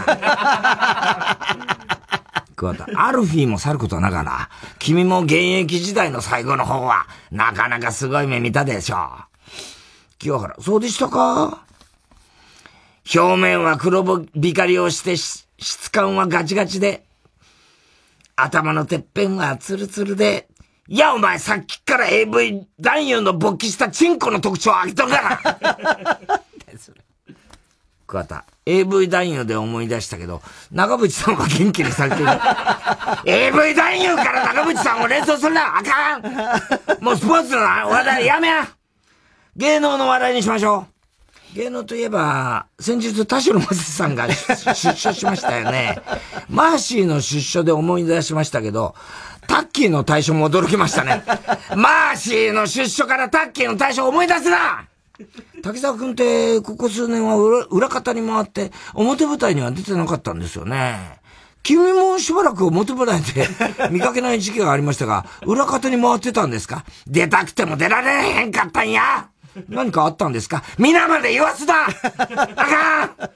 桑田。アルフィーもさることはながら、君も現役時代の最後の方は、なかなかすごい目見たでしょう。清原。そうでしたか？表面は黒光りをして、質感はガチガチで、頭のてっぺんはツルツルで、いやお前さっきから エーブイ 男優の勃起したチンコの特徴を挙げとるから桑田。エーブイ 男優で思い出したけど、長渕さんは元気にされてる。エーブイ 男優から長渕さんを連想するなあかんもうスポーツの話題やめや芸能の話題にしましょう。芸能といえば、先日田代正史さんが出所しましたよね。マーシーの出所で思い出しましたけど、タッキーの対処も驚きましたね。マーシーの出所からタッキーの対処を思い出すな滝沢くんってここ数年は 裏, 裏方に回って表舞台には出てなかったんですよね。君もしばらく表舞台で見かけない時期がありましたが、裏方に回ってたんですか？出たくても出られへんかったんや。何かあったんですか？皆まで言わすなあかんお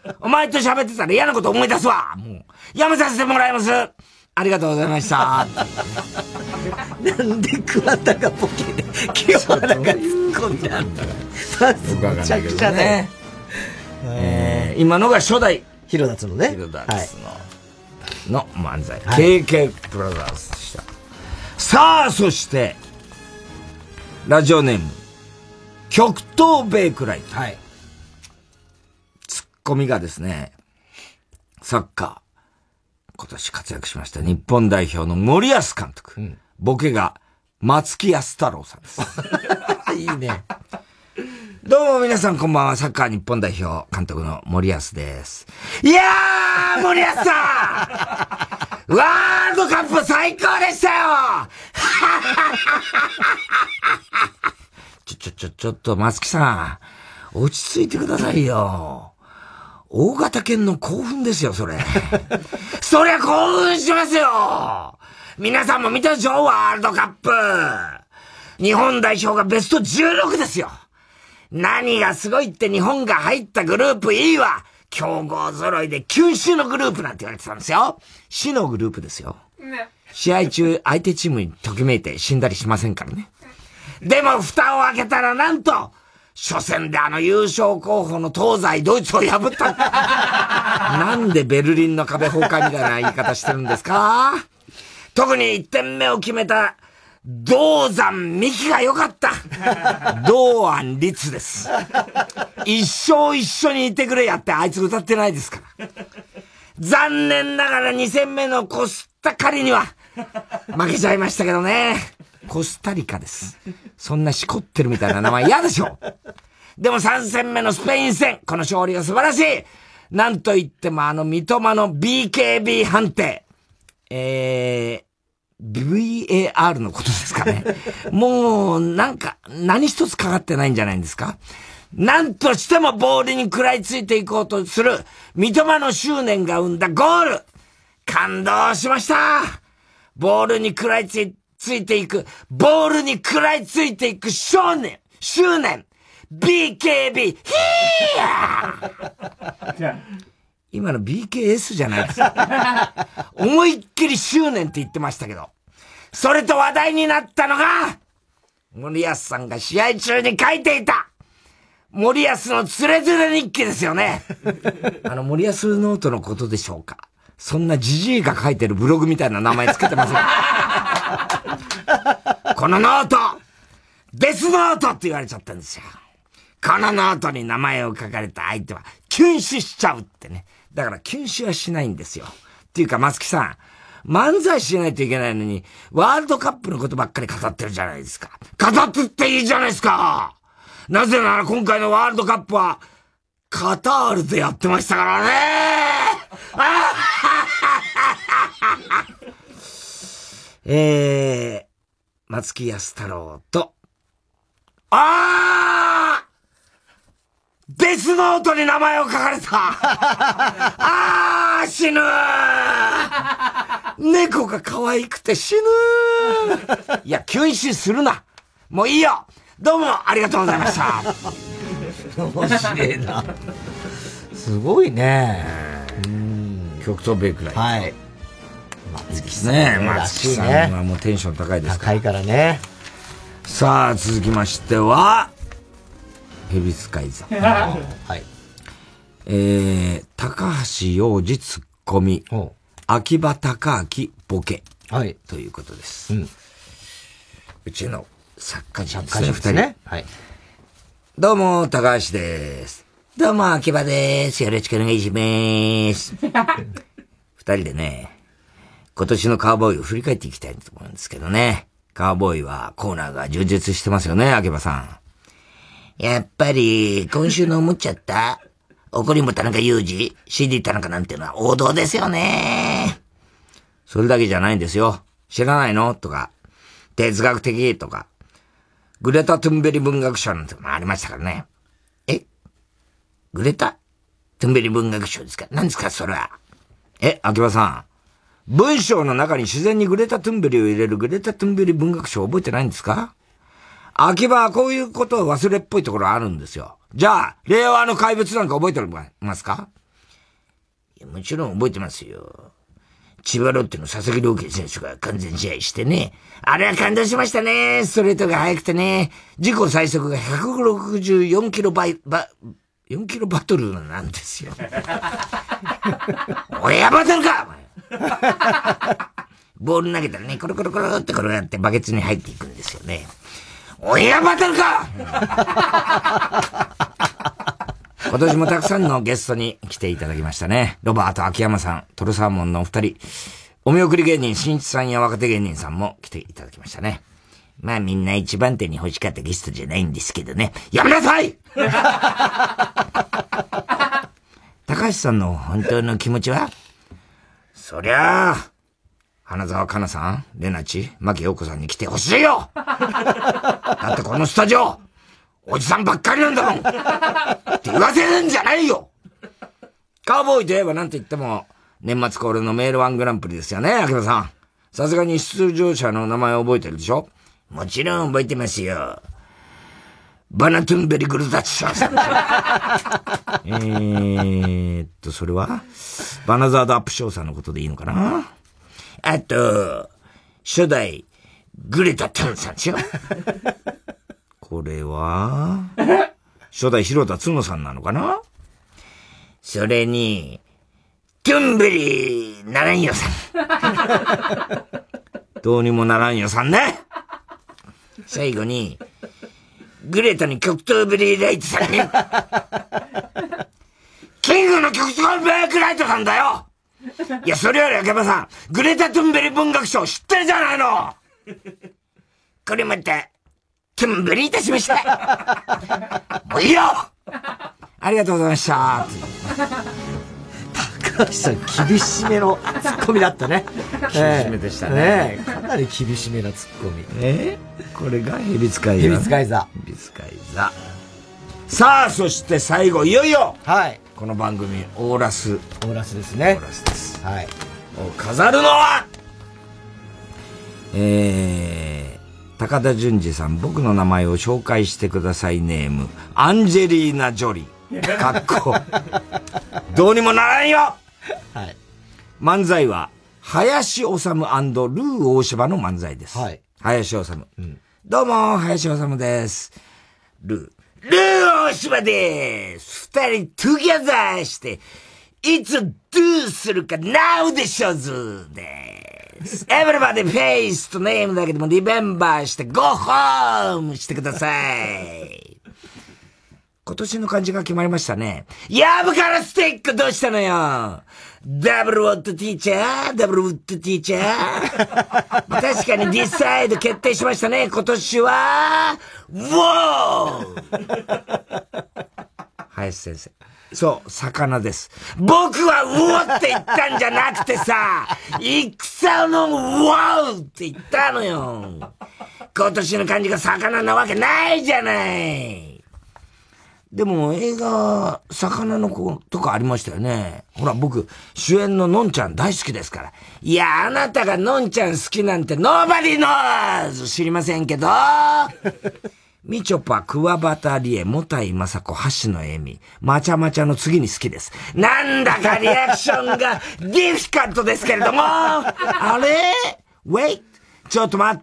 前と喋ってたら嫌なこと思い出すわ。もう、やめさせてもらいます。ありがとうございました。 なんで桑田がボケで、清原がツッコミなんだ。めちゃくちゃね。 えー、今のが初代。 ヒロダツのね。 ヒロダツの、はい、の漫才。はい、ケーケー プラザーズでした。さあ、そして、ラジオネーム、極東ベイクライト。はい。ツッコミがですね、サッカー、今年活躍しました日本代表の森保監督。うん、ボケが松木安太郎さんです。 いいね。 どうも皆さんこんばんは。サッカー日本代表監督の森保です。いやー森保さんワールドカップ最高でしたよちょ、ちょ、ちょ、ちょっと松木さん、落ち着いてくださいよ。大型犬の興奮ですよ、それ。そりゃ興奮しますよ。皆さんも見たでしょ、ワールドカップ。日本代表がベストじゅうろくですよ。何がすごいって日本が入ったグループ E は、強豪揃いで九州のグループなんて言われてたんですよ。死のグループですよ。ね、試合中、相手チームにときめいて死んだりしませんからね。でも、蓋を開けたらなんと、初戦であの優勝候補の東西ドイツを破った。なんでベルリンの壁崩壊みたいな言い方してるんですか？特にいってんめを決めた道山美希が良かった。道安律です。一生一緒にいてくれやってあいつ歌ってないですから。残念ながらに戦目のコスタカリには負けちゃいましたけどね。コスタリカです。そんなしこってるみたいな名前嫌でしょ。でもさん戦目のスペイン戦、この勝利が素晴らしい。なんといってもあの三笘の ビーケービー 判定。えー、ブイエーアール のことですかね。もう、なんか、何一つかかってないんじゃないんですか。なんとしてもボールに食らいついていこうとする三笘の執念が生んだゴール。感動しました。ボールに食らいついついていく、ボールに食らいついていく少年、執念、ビーケービー、ヒーヤー今の ビーケーエス じゃないですか。思いっきり執念って言ってましたけど。それと話題になったのが、森保さんが試合中に書いていた、森保のつれづれ日記ですよね。あの森保ノートのことでしょうか。そんなジジイが書いてるブログみたいな名前つけてません。このノート、デスノートって言われちゃったんですよ。このノートに名前を書かれた相手は、キュン死しちゃうってね。だからキュン死はしないんですよ。っていうか、松木さん、漫才しないといけないのに、ワールドカップのことばっかり語ってるじゃないですか。語ってっていいじゃないですか。なぜなら今回のワールドカップは、カタールでやってましたからね。えー、松木安太郎と、あーデスノートに名前を書かれたあー死ぬ猫が可愛くて死ぬいや、休止するな。もういいよ。どうもありがとうございました。 面白いな。すごいね。 うん。極東ベイクライト。 はい。 松木さんね。松木さんはもうテンション高いですから。 高いからね。 さあ、続きましては、ヘビスカイザー。 はい。 えー、高橋洋二ツッコミ、秋葉隆明ボケ。 はい。 ということです。 うん。 うちの作家陣ですね、二人。 ね。はい。 どうも、高橋です。どうも、秋葉です。よろしくお願いします。二人でね、今年のカウボーイを振り返っていきたいと思うんですけどね。カウボーイはコーナーが充実してますよね、秋葉さん。やっぱり、今週の思っちゃった、怒りも田中裕二、シーディー 田中なんていうのは王道ですよね。それだけじゃないんですよ。知らないのとか、哲学的とか、グレタ・トゥンベリ文学賞なんてのもありましたからね。えグレタ・トゥンベリ文学賞ですか？何ですかそれは。え、秋葉さん。文章の中に自然にグレタ・トゥンベリを入れるグレタ・トゥンベリ文学賞覚えてないんですか？秋葉はこういうことを忘れっぽいところあるんですよ。じゃあ、令和の怪物なんか覚えてますか？ もちろん覚えてますよ。千葉ロッテの佐々木朗希選手が完全試合してね。あれは感動しましたね。ストレートが速くてね。自己最速がひゃくろくじゅうよんキロバイ、バ、よんキロバトルなんですよ。親バトルかボール投げたらね、コロコロコロって転がってバケツに入っていくんですよね。親バトルか今年もたくさんのゲストに来ていただきましたね。ロバート秋山さん、トロサーモンのお二人、お見送り芸人新一さんや若手芸人さんも来ていただきましたね。まあみんな一番手に欲しかったゲストじゃないんですけどね。やめなさい高橋さんの本当の気持ちは？そりゃあ、花澤香菜さん、レナチ、牧陽子さんに来てほしいよだってこのスタジオ、おじさんばっかりなんだもんって言わせるんじゃないよ。カウボーイといえばなんて言っても、年末恒例のメールワングランプリですよね、秋葉さん。さすがに出場者の名前覚えてるでしょ？もちろん覚えてますよ。バナトゥンベリグルタチシャーさん。えーっと、それはバナザードアップショーさんのことでいいのかな？あと、初代グレタトゥンさんでしょ？これは初代広田つのさんなのかな？それに、トゥンベリーならんよさん。どうにもならんよさんね。最後に、グレタに極東ベリーライトさんに。キングの極東ベリーライトさんだよ。いや、それより秋葉さん、グレタトゥンベリ文学賞知ってるじゃないの。これまた、トゥンベリいたしました。もういいよ。ありがとうございました。 高橋さん、厳しめのツッコミだったね。 厳しめでしたね。 ねえ、かなり厳しめなツッコミ。 えー、これがヘビ使い座。 ヘビ使い座。 ヘビ使い座。さあ、そして最後、いよいよ。 はい。 この番組、オーラス。 オーラスですね。 オーラスです。 はい。 を飾るのは、えー、高田純次さん、僕の名前を紹介してくださいネーム、アンジェリーナ・ジョリー。かっこ。どうにもならんよ。 はい。 漫才は、林修ルー大柴の漫才です。 はい。 林修。うん、どうも、林修です。ルー。ルー大柴でーす。二人トゥギャザーして、いつドゥーするかナウでしょずでーす。Everybody face とネームだけでもリベンバーして Go home してください。今年の漢字が決まりましたね。やぶからスティックどうしたのよ。ダブルウォットティーチャーダブルウォットティーチャー確かにディサイド決定しましたね。今年は、ウォー林先生。そう、魚です。僕はウォーって言ったんじゃなくてさ、戦のウォーって言ったのよ。今年の漢字が魚なわけないじゃない。でも映画、魚の子とかありましたよね。ほら僕、主演ののんちゃん大好きですから。いや、あなたがのんちゃん好きなんて Nobody knows! 知りませんけど。みちょぱ、くわばたりえ、もたいまさこ、橋野恵美、まちゃまちゃの次に好きです。なんだかリアクションがディフィカルトですけれども。あれ ?Wait! ちょっと待って。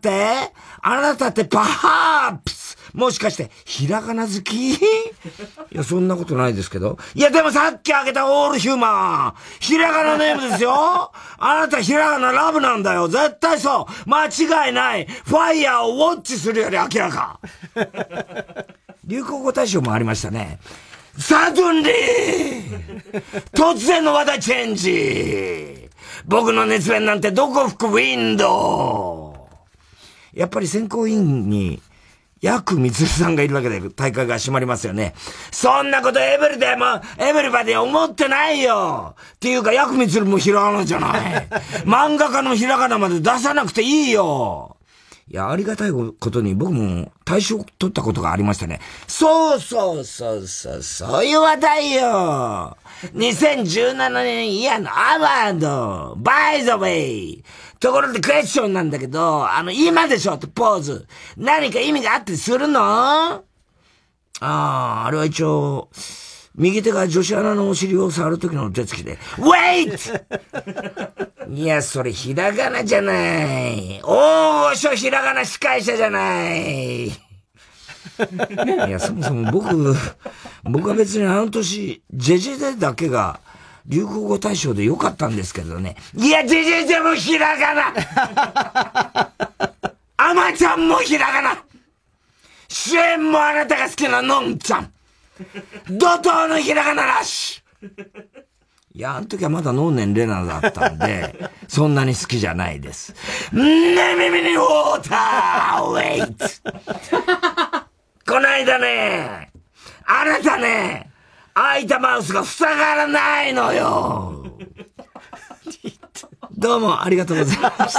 あなたってパハープスもしかして、ひらがな好きいや、そんなことないですけど。いや、でもさっきあげたオールヒューマン。ひらがなネームですよ。あなたひらがなラブなんだよ。絶対そう。間違いない。ファイヤーをウォッチするより明らか。流行語大賞もありましたね。サドンリー突然の話題チェンジ僕の熱弁なんてどこ吹くウィンドウやっぱり選考委員に、ヤクミツルさんがいるわけで大会が閉まりますよね。そんなことエブリデも、エブリバディ思ってないよっていうか、ヤクミツルもひらがなじゃない。漫画家のひらがなまで出さなくていいよ。いや、ありがたいことに僕も大賞取ったことがありましたね。そうそうそうそう、そういう話題よ。にせんじゅうななねんイヤーのアワード。バイザウェイ。ところでクエスチョンなんだけど、あの、今でしょってポーズ。何か意味があったりするの？ああ、あれは一応、 右手が女子アナのお尻を触るときの手つきで、ウェイトいや、それひらがなじゃない。大御所ひらがな司会者じゃない。いや、そもそも僕、僕は別にあの年、ジェジェでだけが流行語大賞でよかったんですけどね。いや、ジェジェでもひらがなアマちゃんもひらがな主演もあなたが好きなのんちゃん怒涛のひらがならしいや、あの時はまだ能年レナだったんで、そんなに好きじゃないです。ね耳にウォーターウェイトこないだね、あなたね、開いたマウスが塞がらないのよ。どうもありがとうございました。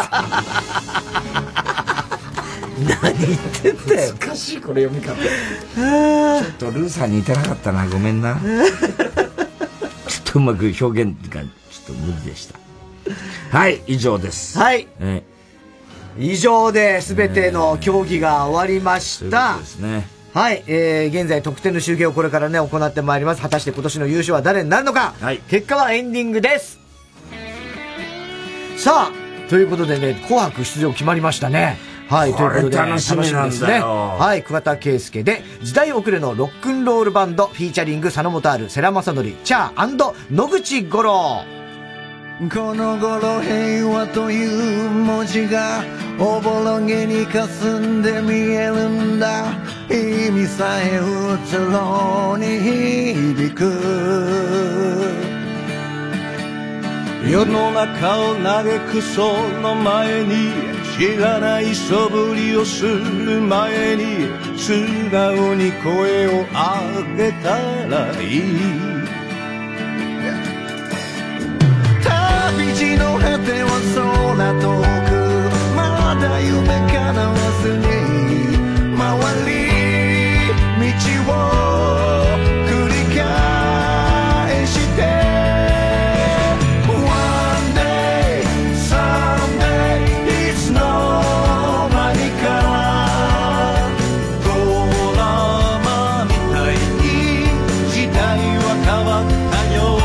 何言ってんだよ。 難しいこれ読み方。ちょっとルーさんに似てなかったな、ごめんな。ちょっとうまく表現がちょっと無理でした。はい、以上です。 はい。 え以上で全ての競技が終わりました。 そうですね。 はい、えー、現在得点の集計をこれからね、行ってまいります。果たして今年の優勝は誰になるのか。はい。結果はエンディングです。さあ、ということでね、紅白出場決まりましたね。はい、ということで、 楽しみなんだよ。 ですね。はい、桑田佳祐で、時代遅れのロックンロールバンド、フィーチャリング、佐野元春、世良正則、チャー&野口五郎。 この頃平和という文字がおぼろげに霞んで見えるんだ。意味さえうつろに響く。世の中を嘆くその前に、知らない素振りをする前に、素直に声を上げたらいい。旅路の果ては空遠く、まだ夢叶わずに回り道を繰り返して、 One day, someday,いつの間にかドラマみたいに時代は変わったよ。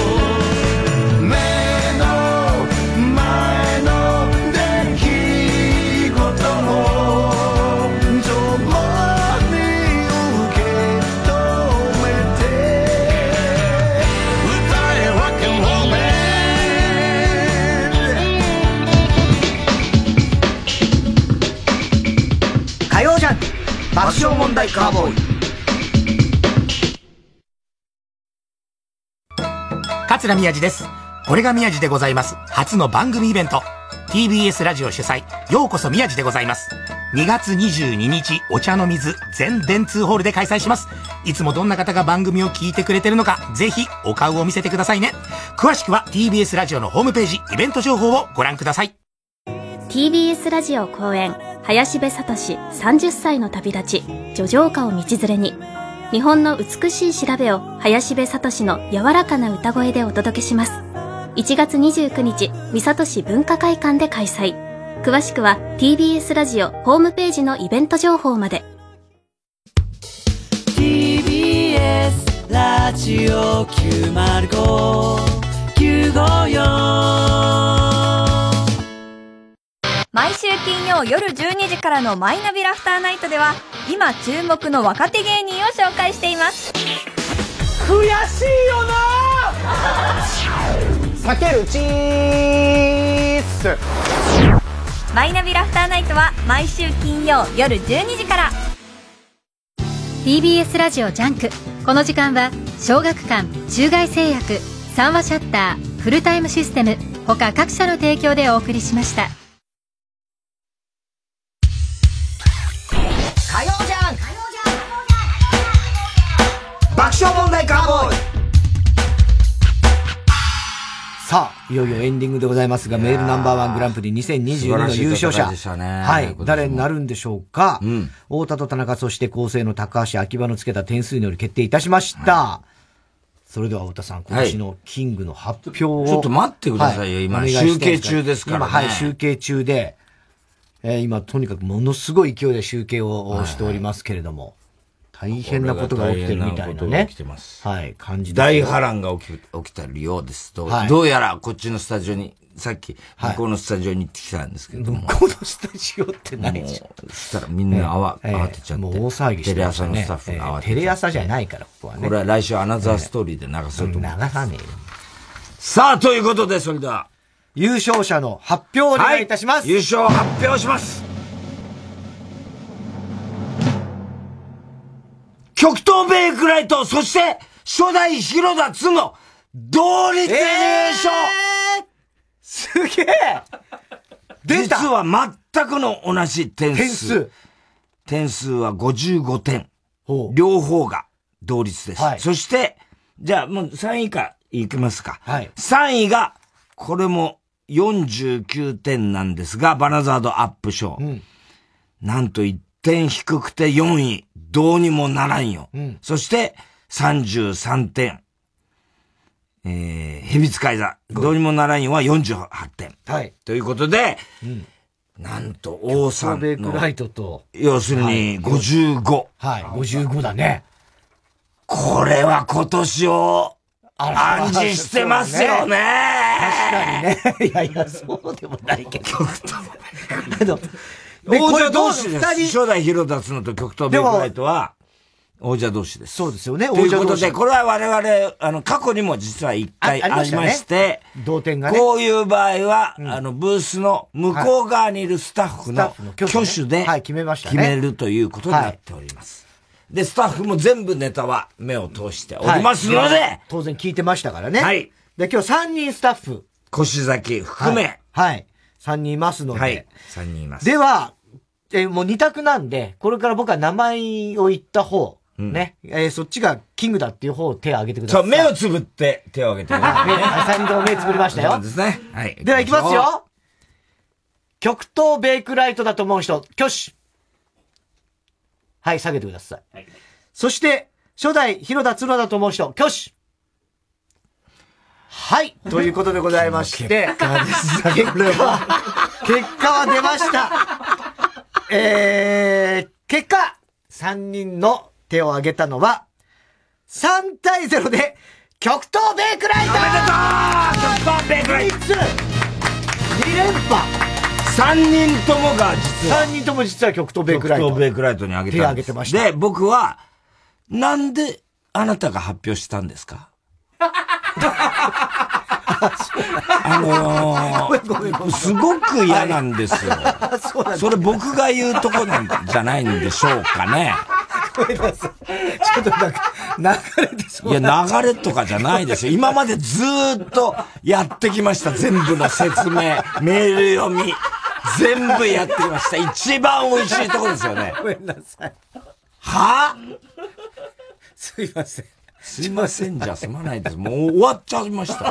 爆笑問題カーボーイ。 桂宮治です。これが宮治でございます。初の番組イベント ティービーエス ラジオ主催、ようこそ宮治でございます。にがつにじゅうににち、お茶の水全電通ホールで開催します。いつもどんな方が番組を聞いてくれてるのか、ぜひお顔を見せてくださいね。詳しくは ティービーエス ラジオのホームページ、イベント情報をご覧ください。 ティービーエス ラジオ公演、林部聡さんじゅっさいの旅立ち、叙情歌を道連れに、日本の美しい調べを林部聡の柔らかな歌声でお届けします。いちがつにじゅうくにち、三郷市文化会館で開催。詳しくは ティービーエス ラジオホームページのイベント情報まで。 ティービーエス ラジオきゅうまるご きゅうごよん。 毎週金曜夜じゅうにじからのマイナビラフターナイトでは、今注目の若手芸人を紹介しています。 悔しいよな。避けるチース。 マイナビラフターナイトは毎週金曜夜じゅうにじから。 ティービーエス ラジオジャンク。この時間は小学館、中外製薬、三話シャッター、フルタイムシステム他各社の提供でお送りしました。 火曜じゃん爆笑問題カーボーイ。さあ、いよいよエンディングでございますが、メールナンバーワングランプリにせんにじゅうにの優勝者。 ね、 はい。誰になるんでしょうか、うん、太田と田中、そして構成の高橋、秋葉のつけた点数により決定いたしました。はい、それでは太田さん、今年のキングの発表を。はい、 ちょっと待ってくださいよ、はい、今、集計中ですからね。 今、はい、集計中で、えー、今、とにかくものすごい勢いで集計をしておりますけれども。 大変なことが起きてるみたいなね。 起きてます。 はい、感じ大波乱が起き、起きてるようです。どう、はい、どうやらこっちのスタジオに、さっき、向こうのスタジオに行ってきたんですけども。 向こうのスタジオって何じゃん。 そしたらみんな慌、えー、慌てちゃって。 もう大騒ぎしてテレ朝のスタッフが慌てちゃって、 えー。テレ朝じゃないから、ここはね。 これは来週アナザーストーリーで流そうと思う。 えー、流さねえよ。 さあ、ということで、それでは。 優勝者の発表をお願いいたします。はい、 優勝発表します。極東ベイクライト、そして初代広田つの同率優勝、えー、 すげえ実は全くの同じ点数。点数。点数はごじゅうごてん。両方が同率です。はい、そして、じゃあもうさんい以下いきますか。はい、さんいが、これもよんじゅうきゅうてんなんですが、バナザードアップ賞。うん、なんといってん低くてよんい。どうにもならんよ。うん、そして、さんじゅうさんてん。えー、ヘビ使い座。どうにもならんよはよんじゅうはってん。はい。ということで、うん、なんと、王さんの。 ベイクライトと。 要するに、ごじゅうご。 はい、はい、ごじゅうごだね。 これは今年を、暗示してますよね。 確かにね。いやいや、そうでもないけど。けど、 王者同士です。初代広田つのと極東ベイクライトは、王者同士です。 そうですよね、 王者同士。ということで、これは我々、あの、過去にも実は一回ありまして、 同点がね。 こういう場合は、あの、ブースの向こう側にいるスタッフの挙手で、決めるということになっております。で、スタッフも全部ネタは目を通しておりますので、 当然聞いてましたからね。はい。で、今日さんにんスタッフ。 越崎含め。 はい。さんにんいますので。 はい。さんにんいます。 では、え、もうに択なんで、これから僕は名前を言った方、うん、ね、えー、そっちがキングだっていう方を手を挙げてください。 そう、目をつぶって手を挙げてください、ね。 さんにんとも目つぶりましたよ。 そうですね。はい。 では行きますよ。極東ベイクライトだと思う人、挙手。はい、下げてください。はい、そして、初代広田つのだと思う人、挙手。はい。ということでございまして、結果です。結果は、結果は出ました。えー、結果、さんにんの手を挙げたのは、さんたいゼロで、極東ベイクライト。 おめでとう極東ベイクライトに連覇さんにんともが実は。 さんにんとも実は極東ベイクライト。 極東ベイクライトに挙げたんです。 手挙げてました。 で、僕は、なんであなたが発表したんですかあのー、すごく嫌なんですよ。そ, それ僕が言うとこなんじゃないんでしょうかね。 ごめんなさい。ちょっとなんか、流れてそう。 いや、流れとかじゃないですよ。今までずーっとやってきました。全部の説明、メール読み、全部やってきました。一番美味しいとこですよね。 ごめんなさい。 はぁすいません。 すいませんじゃ済まないです。もう終わっちゃいました。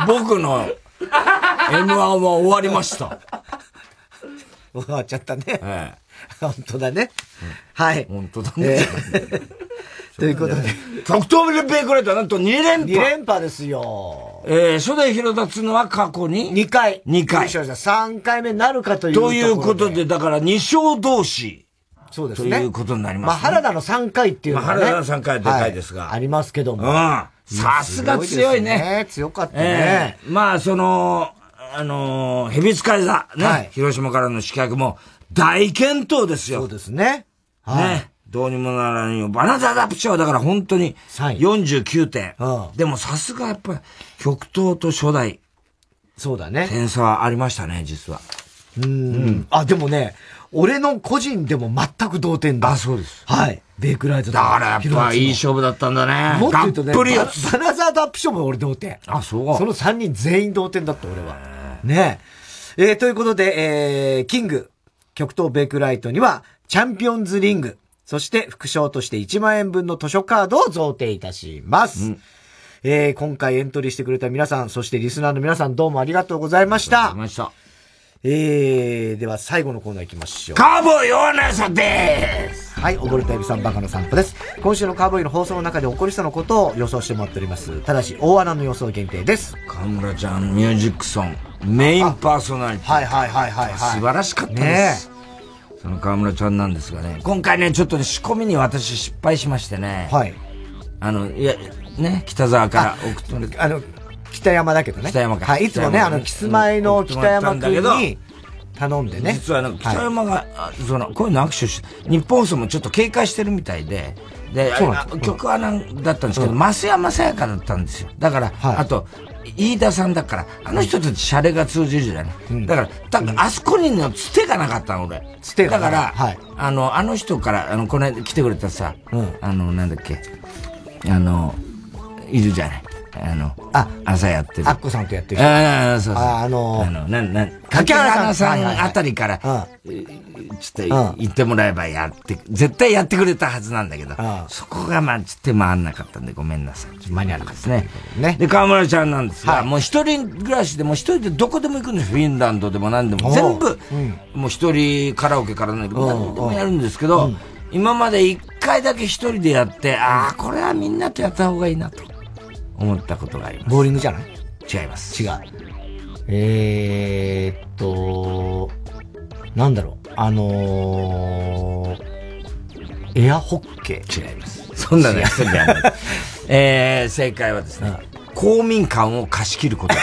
僕の エムワン は終わりました。 終わっちゃったね。 ええ、 本当だね。うん、はい。 本当だね。 えー、ということで。 極東ベイクライトはなんとに連覇。 に連覇ですよ。 えー、初代広田つのは過去ににかい。 にかい。 さんかいめになるかというところで。 ということで、だからに勝同士。 そうですね。 ということになります、ね。 まあ、原田のさんかいっていうのはね。 まあ、原田のさんかいはでかいですが。 はい、ありますけども。 うん。さすが強いね。 ね強かったね。 えー、まあ、その、あのー、ヘビ使い座、ね、はい。広島からの刺客も大健闘ですよ。 そうですね。 はい。ね。どうにもならんよ。バナザーダップ賞はだから本当によんじゅうきゅうてん。うん、でもさすがやっぱり極東と初代。 そうだね。 点差はありましたね、実は。 うん,、うん。あ、でもね、俺の個人でも全く同点だ。 あ、そうです。 はい。ベイクライトだ。だからやっぱいい勝負だったんだね。 もっと言うとね、 バナザーダップ賞も俺同点。 あ、そう。 そのさんにん全員同点だった俺は。ねえ。えー、ということで、えー、キング、極東ベイクライトには、チャンピオンズリング、そして副賞としていちまんえんぶんの図書カードを贈呈いたします。うん、えー、今回エントリーしてくれた皆さん、そしてリスナーの皆さんどうもありがとうございました。 ありがとうございました。 えー、では最後のコーナー行きましょう。 カーボーイオーナーさんでーす。 はい、溺れたエビさんバカの散歩です。今週のカーボーイの放送の中で起こりそうなことを予想してもらっております。ただし、大穴の予想限定です。 河村ちゃん、ミュージックソン、メインパーソナリティ。 はいはいはいはい、はい。 素晴らしかったです。ねその河村ちゃんなんですがね、今回ね、ちょっとね、仕込みに私失敗しましてね。はい。あの、いや、ね、北沢から送ってあの、北山だけどね。 北山か。 はい、いつもね、あの、キスマイの北山くんに頼んでね。 実はなんか北山が、その、こういうの握手して、日本放送もちょっと警戒してるみたいで、で、曲はなんだったんですけど、増山さやかだったんですよ。だから、あと、飯田さんだから、あの人たちシャレが通じるじゃない。だから、たぶんあそこにのつてがなかったの、俺。 つてがだから、あの、あの人から、あの、この間来てくれたさ、あの、なんだっけ、あの、いるじゃない。あの、あ、朝やってる。 アッコさんとやってる。 ああ、そうそう。 あの、 あの、な、な、柿原さんあたりから、ちょっと言ってもらえばやって、絶対やってくれたはずなんだけど、そこがまあ、ちょっと回んなかったんでごめんなさい。 間に合わなかったですね。ね。で、河村ちゃんなんですが、もう一人暮らしでも一人でどこでも行くんですよ。フィンランドでも何でも。全部、もう一人カラオケから何でもやるんですけど、今まで一回だけ一人でやって、ああ、これはみんなとやった方がいいなと。思ったことがあります。 ボーリングじゃない？ 違います。 違う。えーっと、なんだろう。あのー、エアホッケー。違います。そんなのやってんじゃない。えー、正解はですね、公民館を貸し切ること。い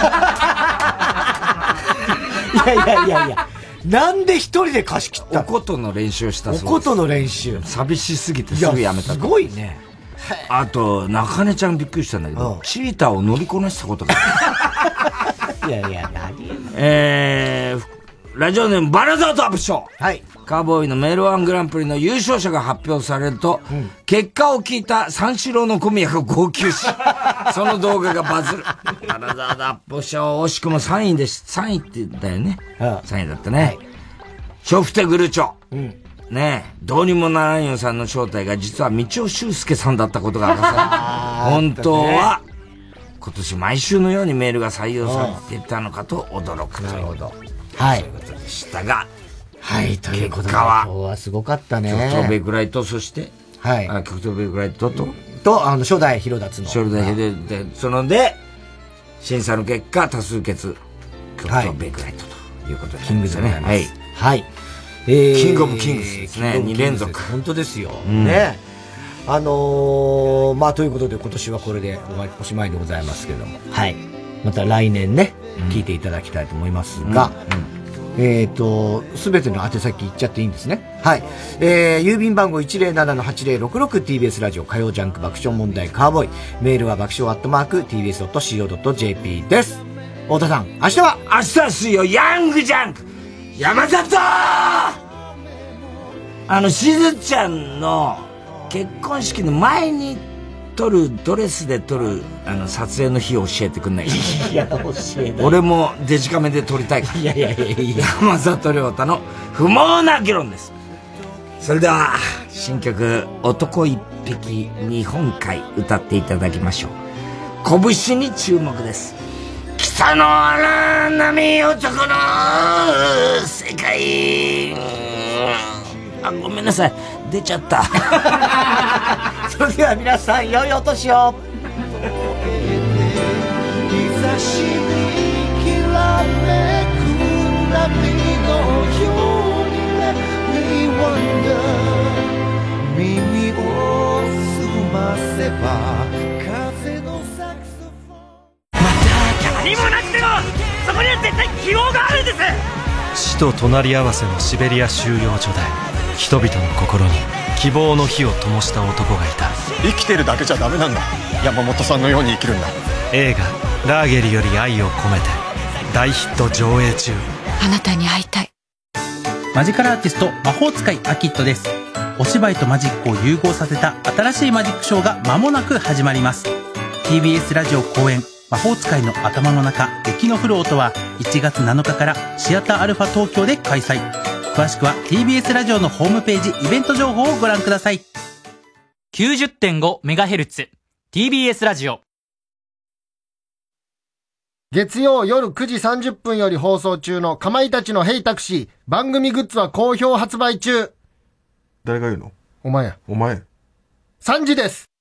やいやいやいや。なんで一人で貸し切ったの？ おことの練習をしたそうです。 おことの練習。 寂しすぎてすぐやめた。 すごいね。 あと、中根ちゃんびっくりしたんだけど、チーターを乗りこなしたことがいやいや、何えー、ラジオネームバラザートアップショー。 はい。 カーボーイのメールワングランプリの優勝者が発表されると、うん、結果を聞いた三四郎の小宮が号泣し、その動画がバズる。バラザートアップショー、惜しくもさんいです。さんいって言ったよね。ああさんいだったね。はい、ショフテグルチョ。うんねえ、どうにもならんよさんの正体が実は道尾修介さんだったことが明かされ、本当は、今年毎週のようにメールが採用されていたのかと驚くという。なるほど。 はい。 ということでしたが、 はい、ということで、今日はすごかったね。 極東ベイクライト、そして、はい。極東ベイクライトと、 と、あの、初代広達の。 初代広達で、そので、審査の結果、多数決、極東ベイクライトということで、 キングでございます。 はい。 はい。 えー、キングオブキングスですね。に連続。 本当ですよ。うん、ね。あのー、まあ、ということで今年はこれでおしまいでございますけども。はい。また来年ね、うん、聞いていただきたいと思いますが、うんうん、えっ、ー、と、すべての宛先言っちゃっていいんですね。はい。えー、郵便番号 いちまるななのはちまるろくろく ティービーエス ラジオ火曜ジャンク爆笑問題カーボーイ。メールは爆笑アットマーク ティービーエスドットシーオードットジェーピー です。太田さん、明日は明日は水曜ヤングジャンク山里あの、しずちゃんの結婚式の前に撮る、ドレスで撮る、あの、撮影の日を教えてくんないかいや、教えない。 俺もデジカメで撮りたいから。 いやいやいやいや。 山里亮太の不毛な議論です。それでは、新曲、男一匹日本海歌っていただきましょう。拳に注目です。北の荒波男の世界。あ、ごめんなさい。出ちゃった。 それでは皆さん、良いお年を。 日差しにきらめく波のように Let me wonder 耳を澄ませば風のサクソフォンまた何もなくてもそこには絶対希望があるんです。 死と隣り合わせのシベリア収容所で人々の心に希望の火を灯した男がいた。 生きてるだけじゃダメなんだ。山本さんのように生きるんだ。 映画ラーゲリより愛を込めて大ヒット上映中。 あなたに会いたい。 マジカルアーティスト魔法使いアキットです。お芝居とマジックを融合させた新しいマジックショーが間もなく始まります。 ティービーエス ラジオ公演魔法使いの頭の中雪の降る音はいちがつなのかからシアターアルファ東京で開催。詳しくは ティービーエス ラジオのホームページイベント情報をご覧ください。 きゅうじゅってんごメガヘルツ ティービーエス ラジオ。 月曜夜くじさんじゅっぷんより放送中のかまいたちのヘイタクシー番組グッズは好評発売中。 誰が言うの？ お前や。 お前。 さんじです。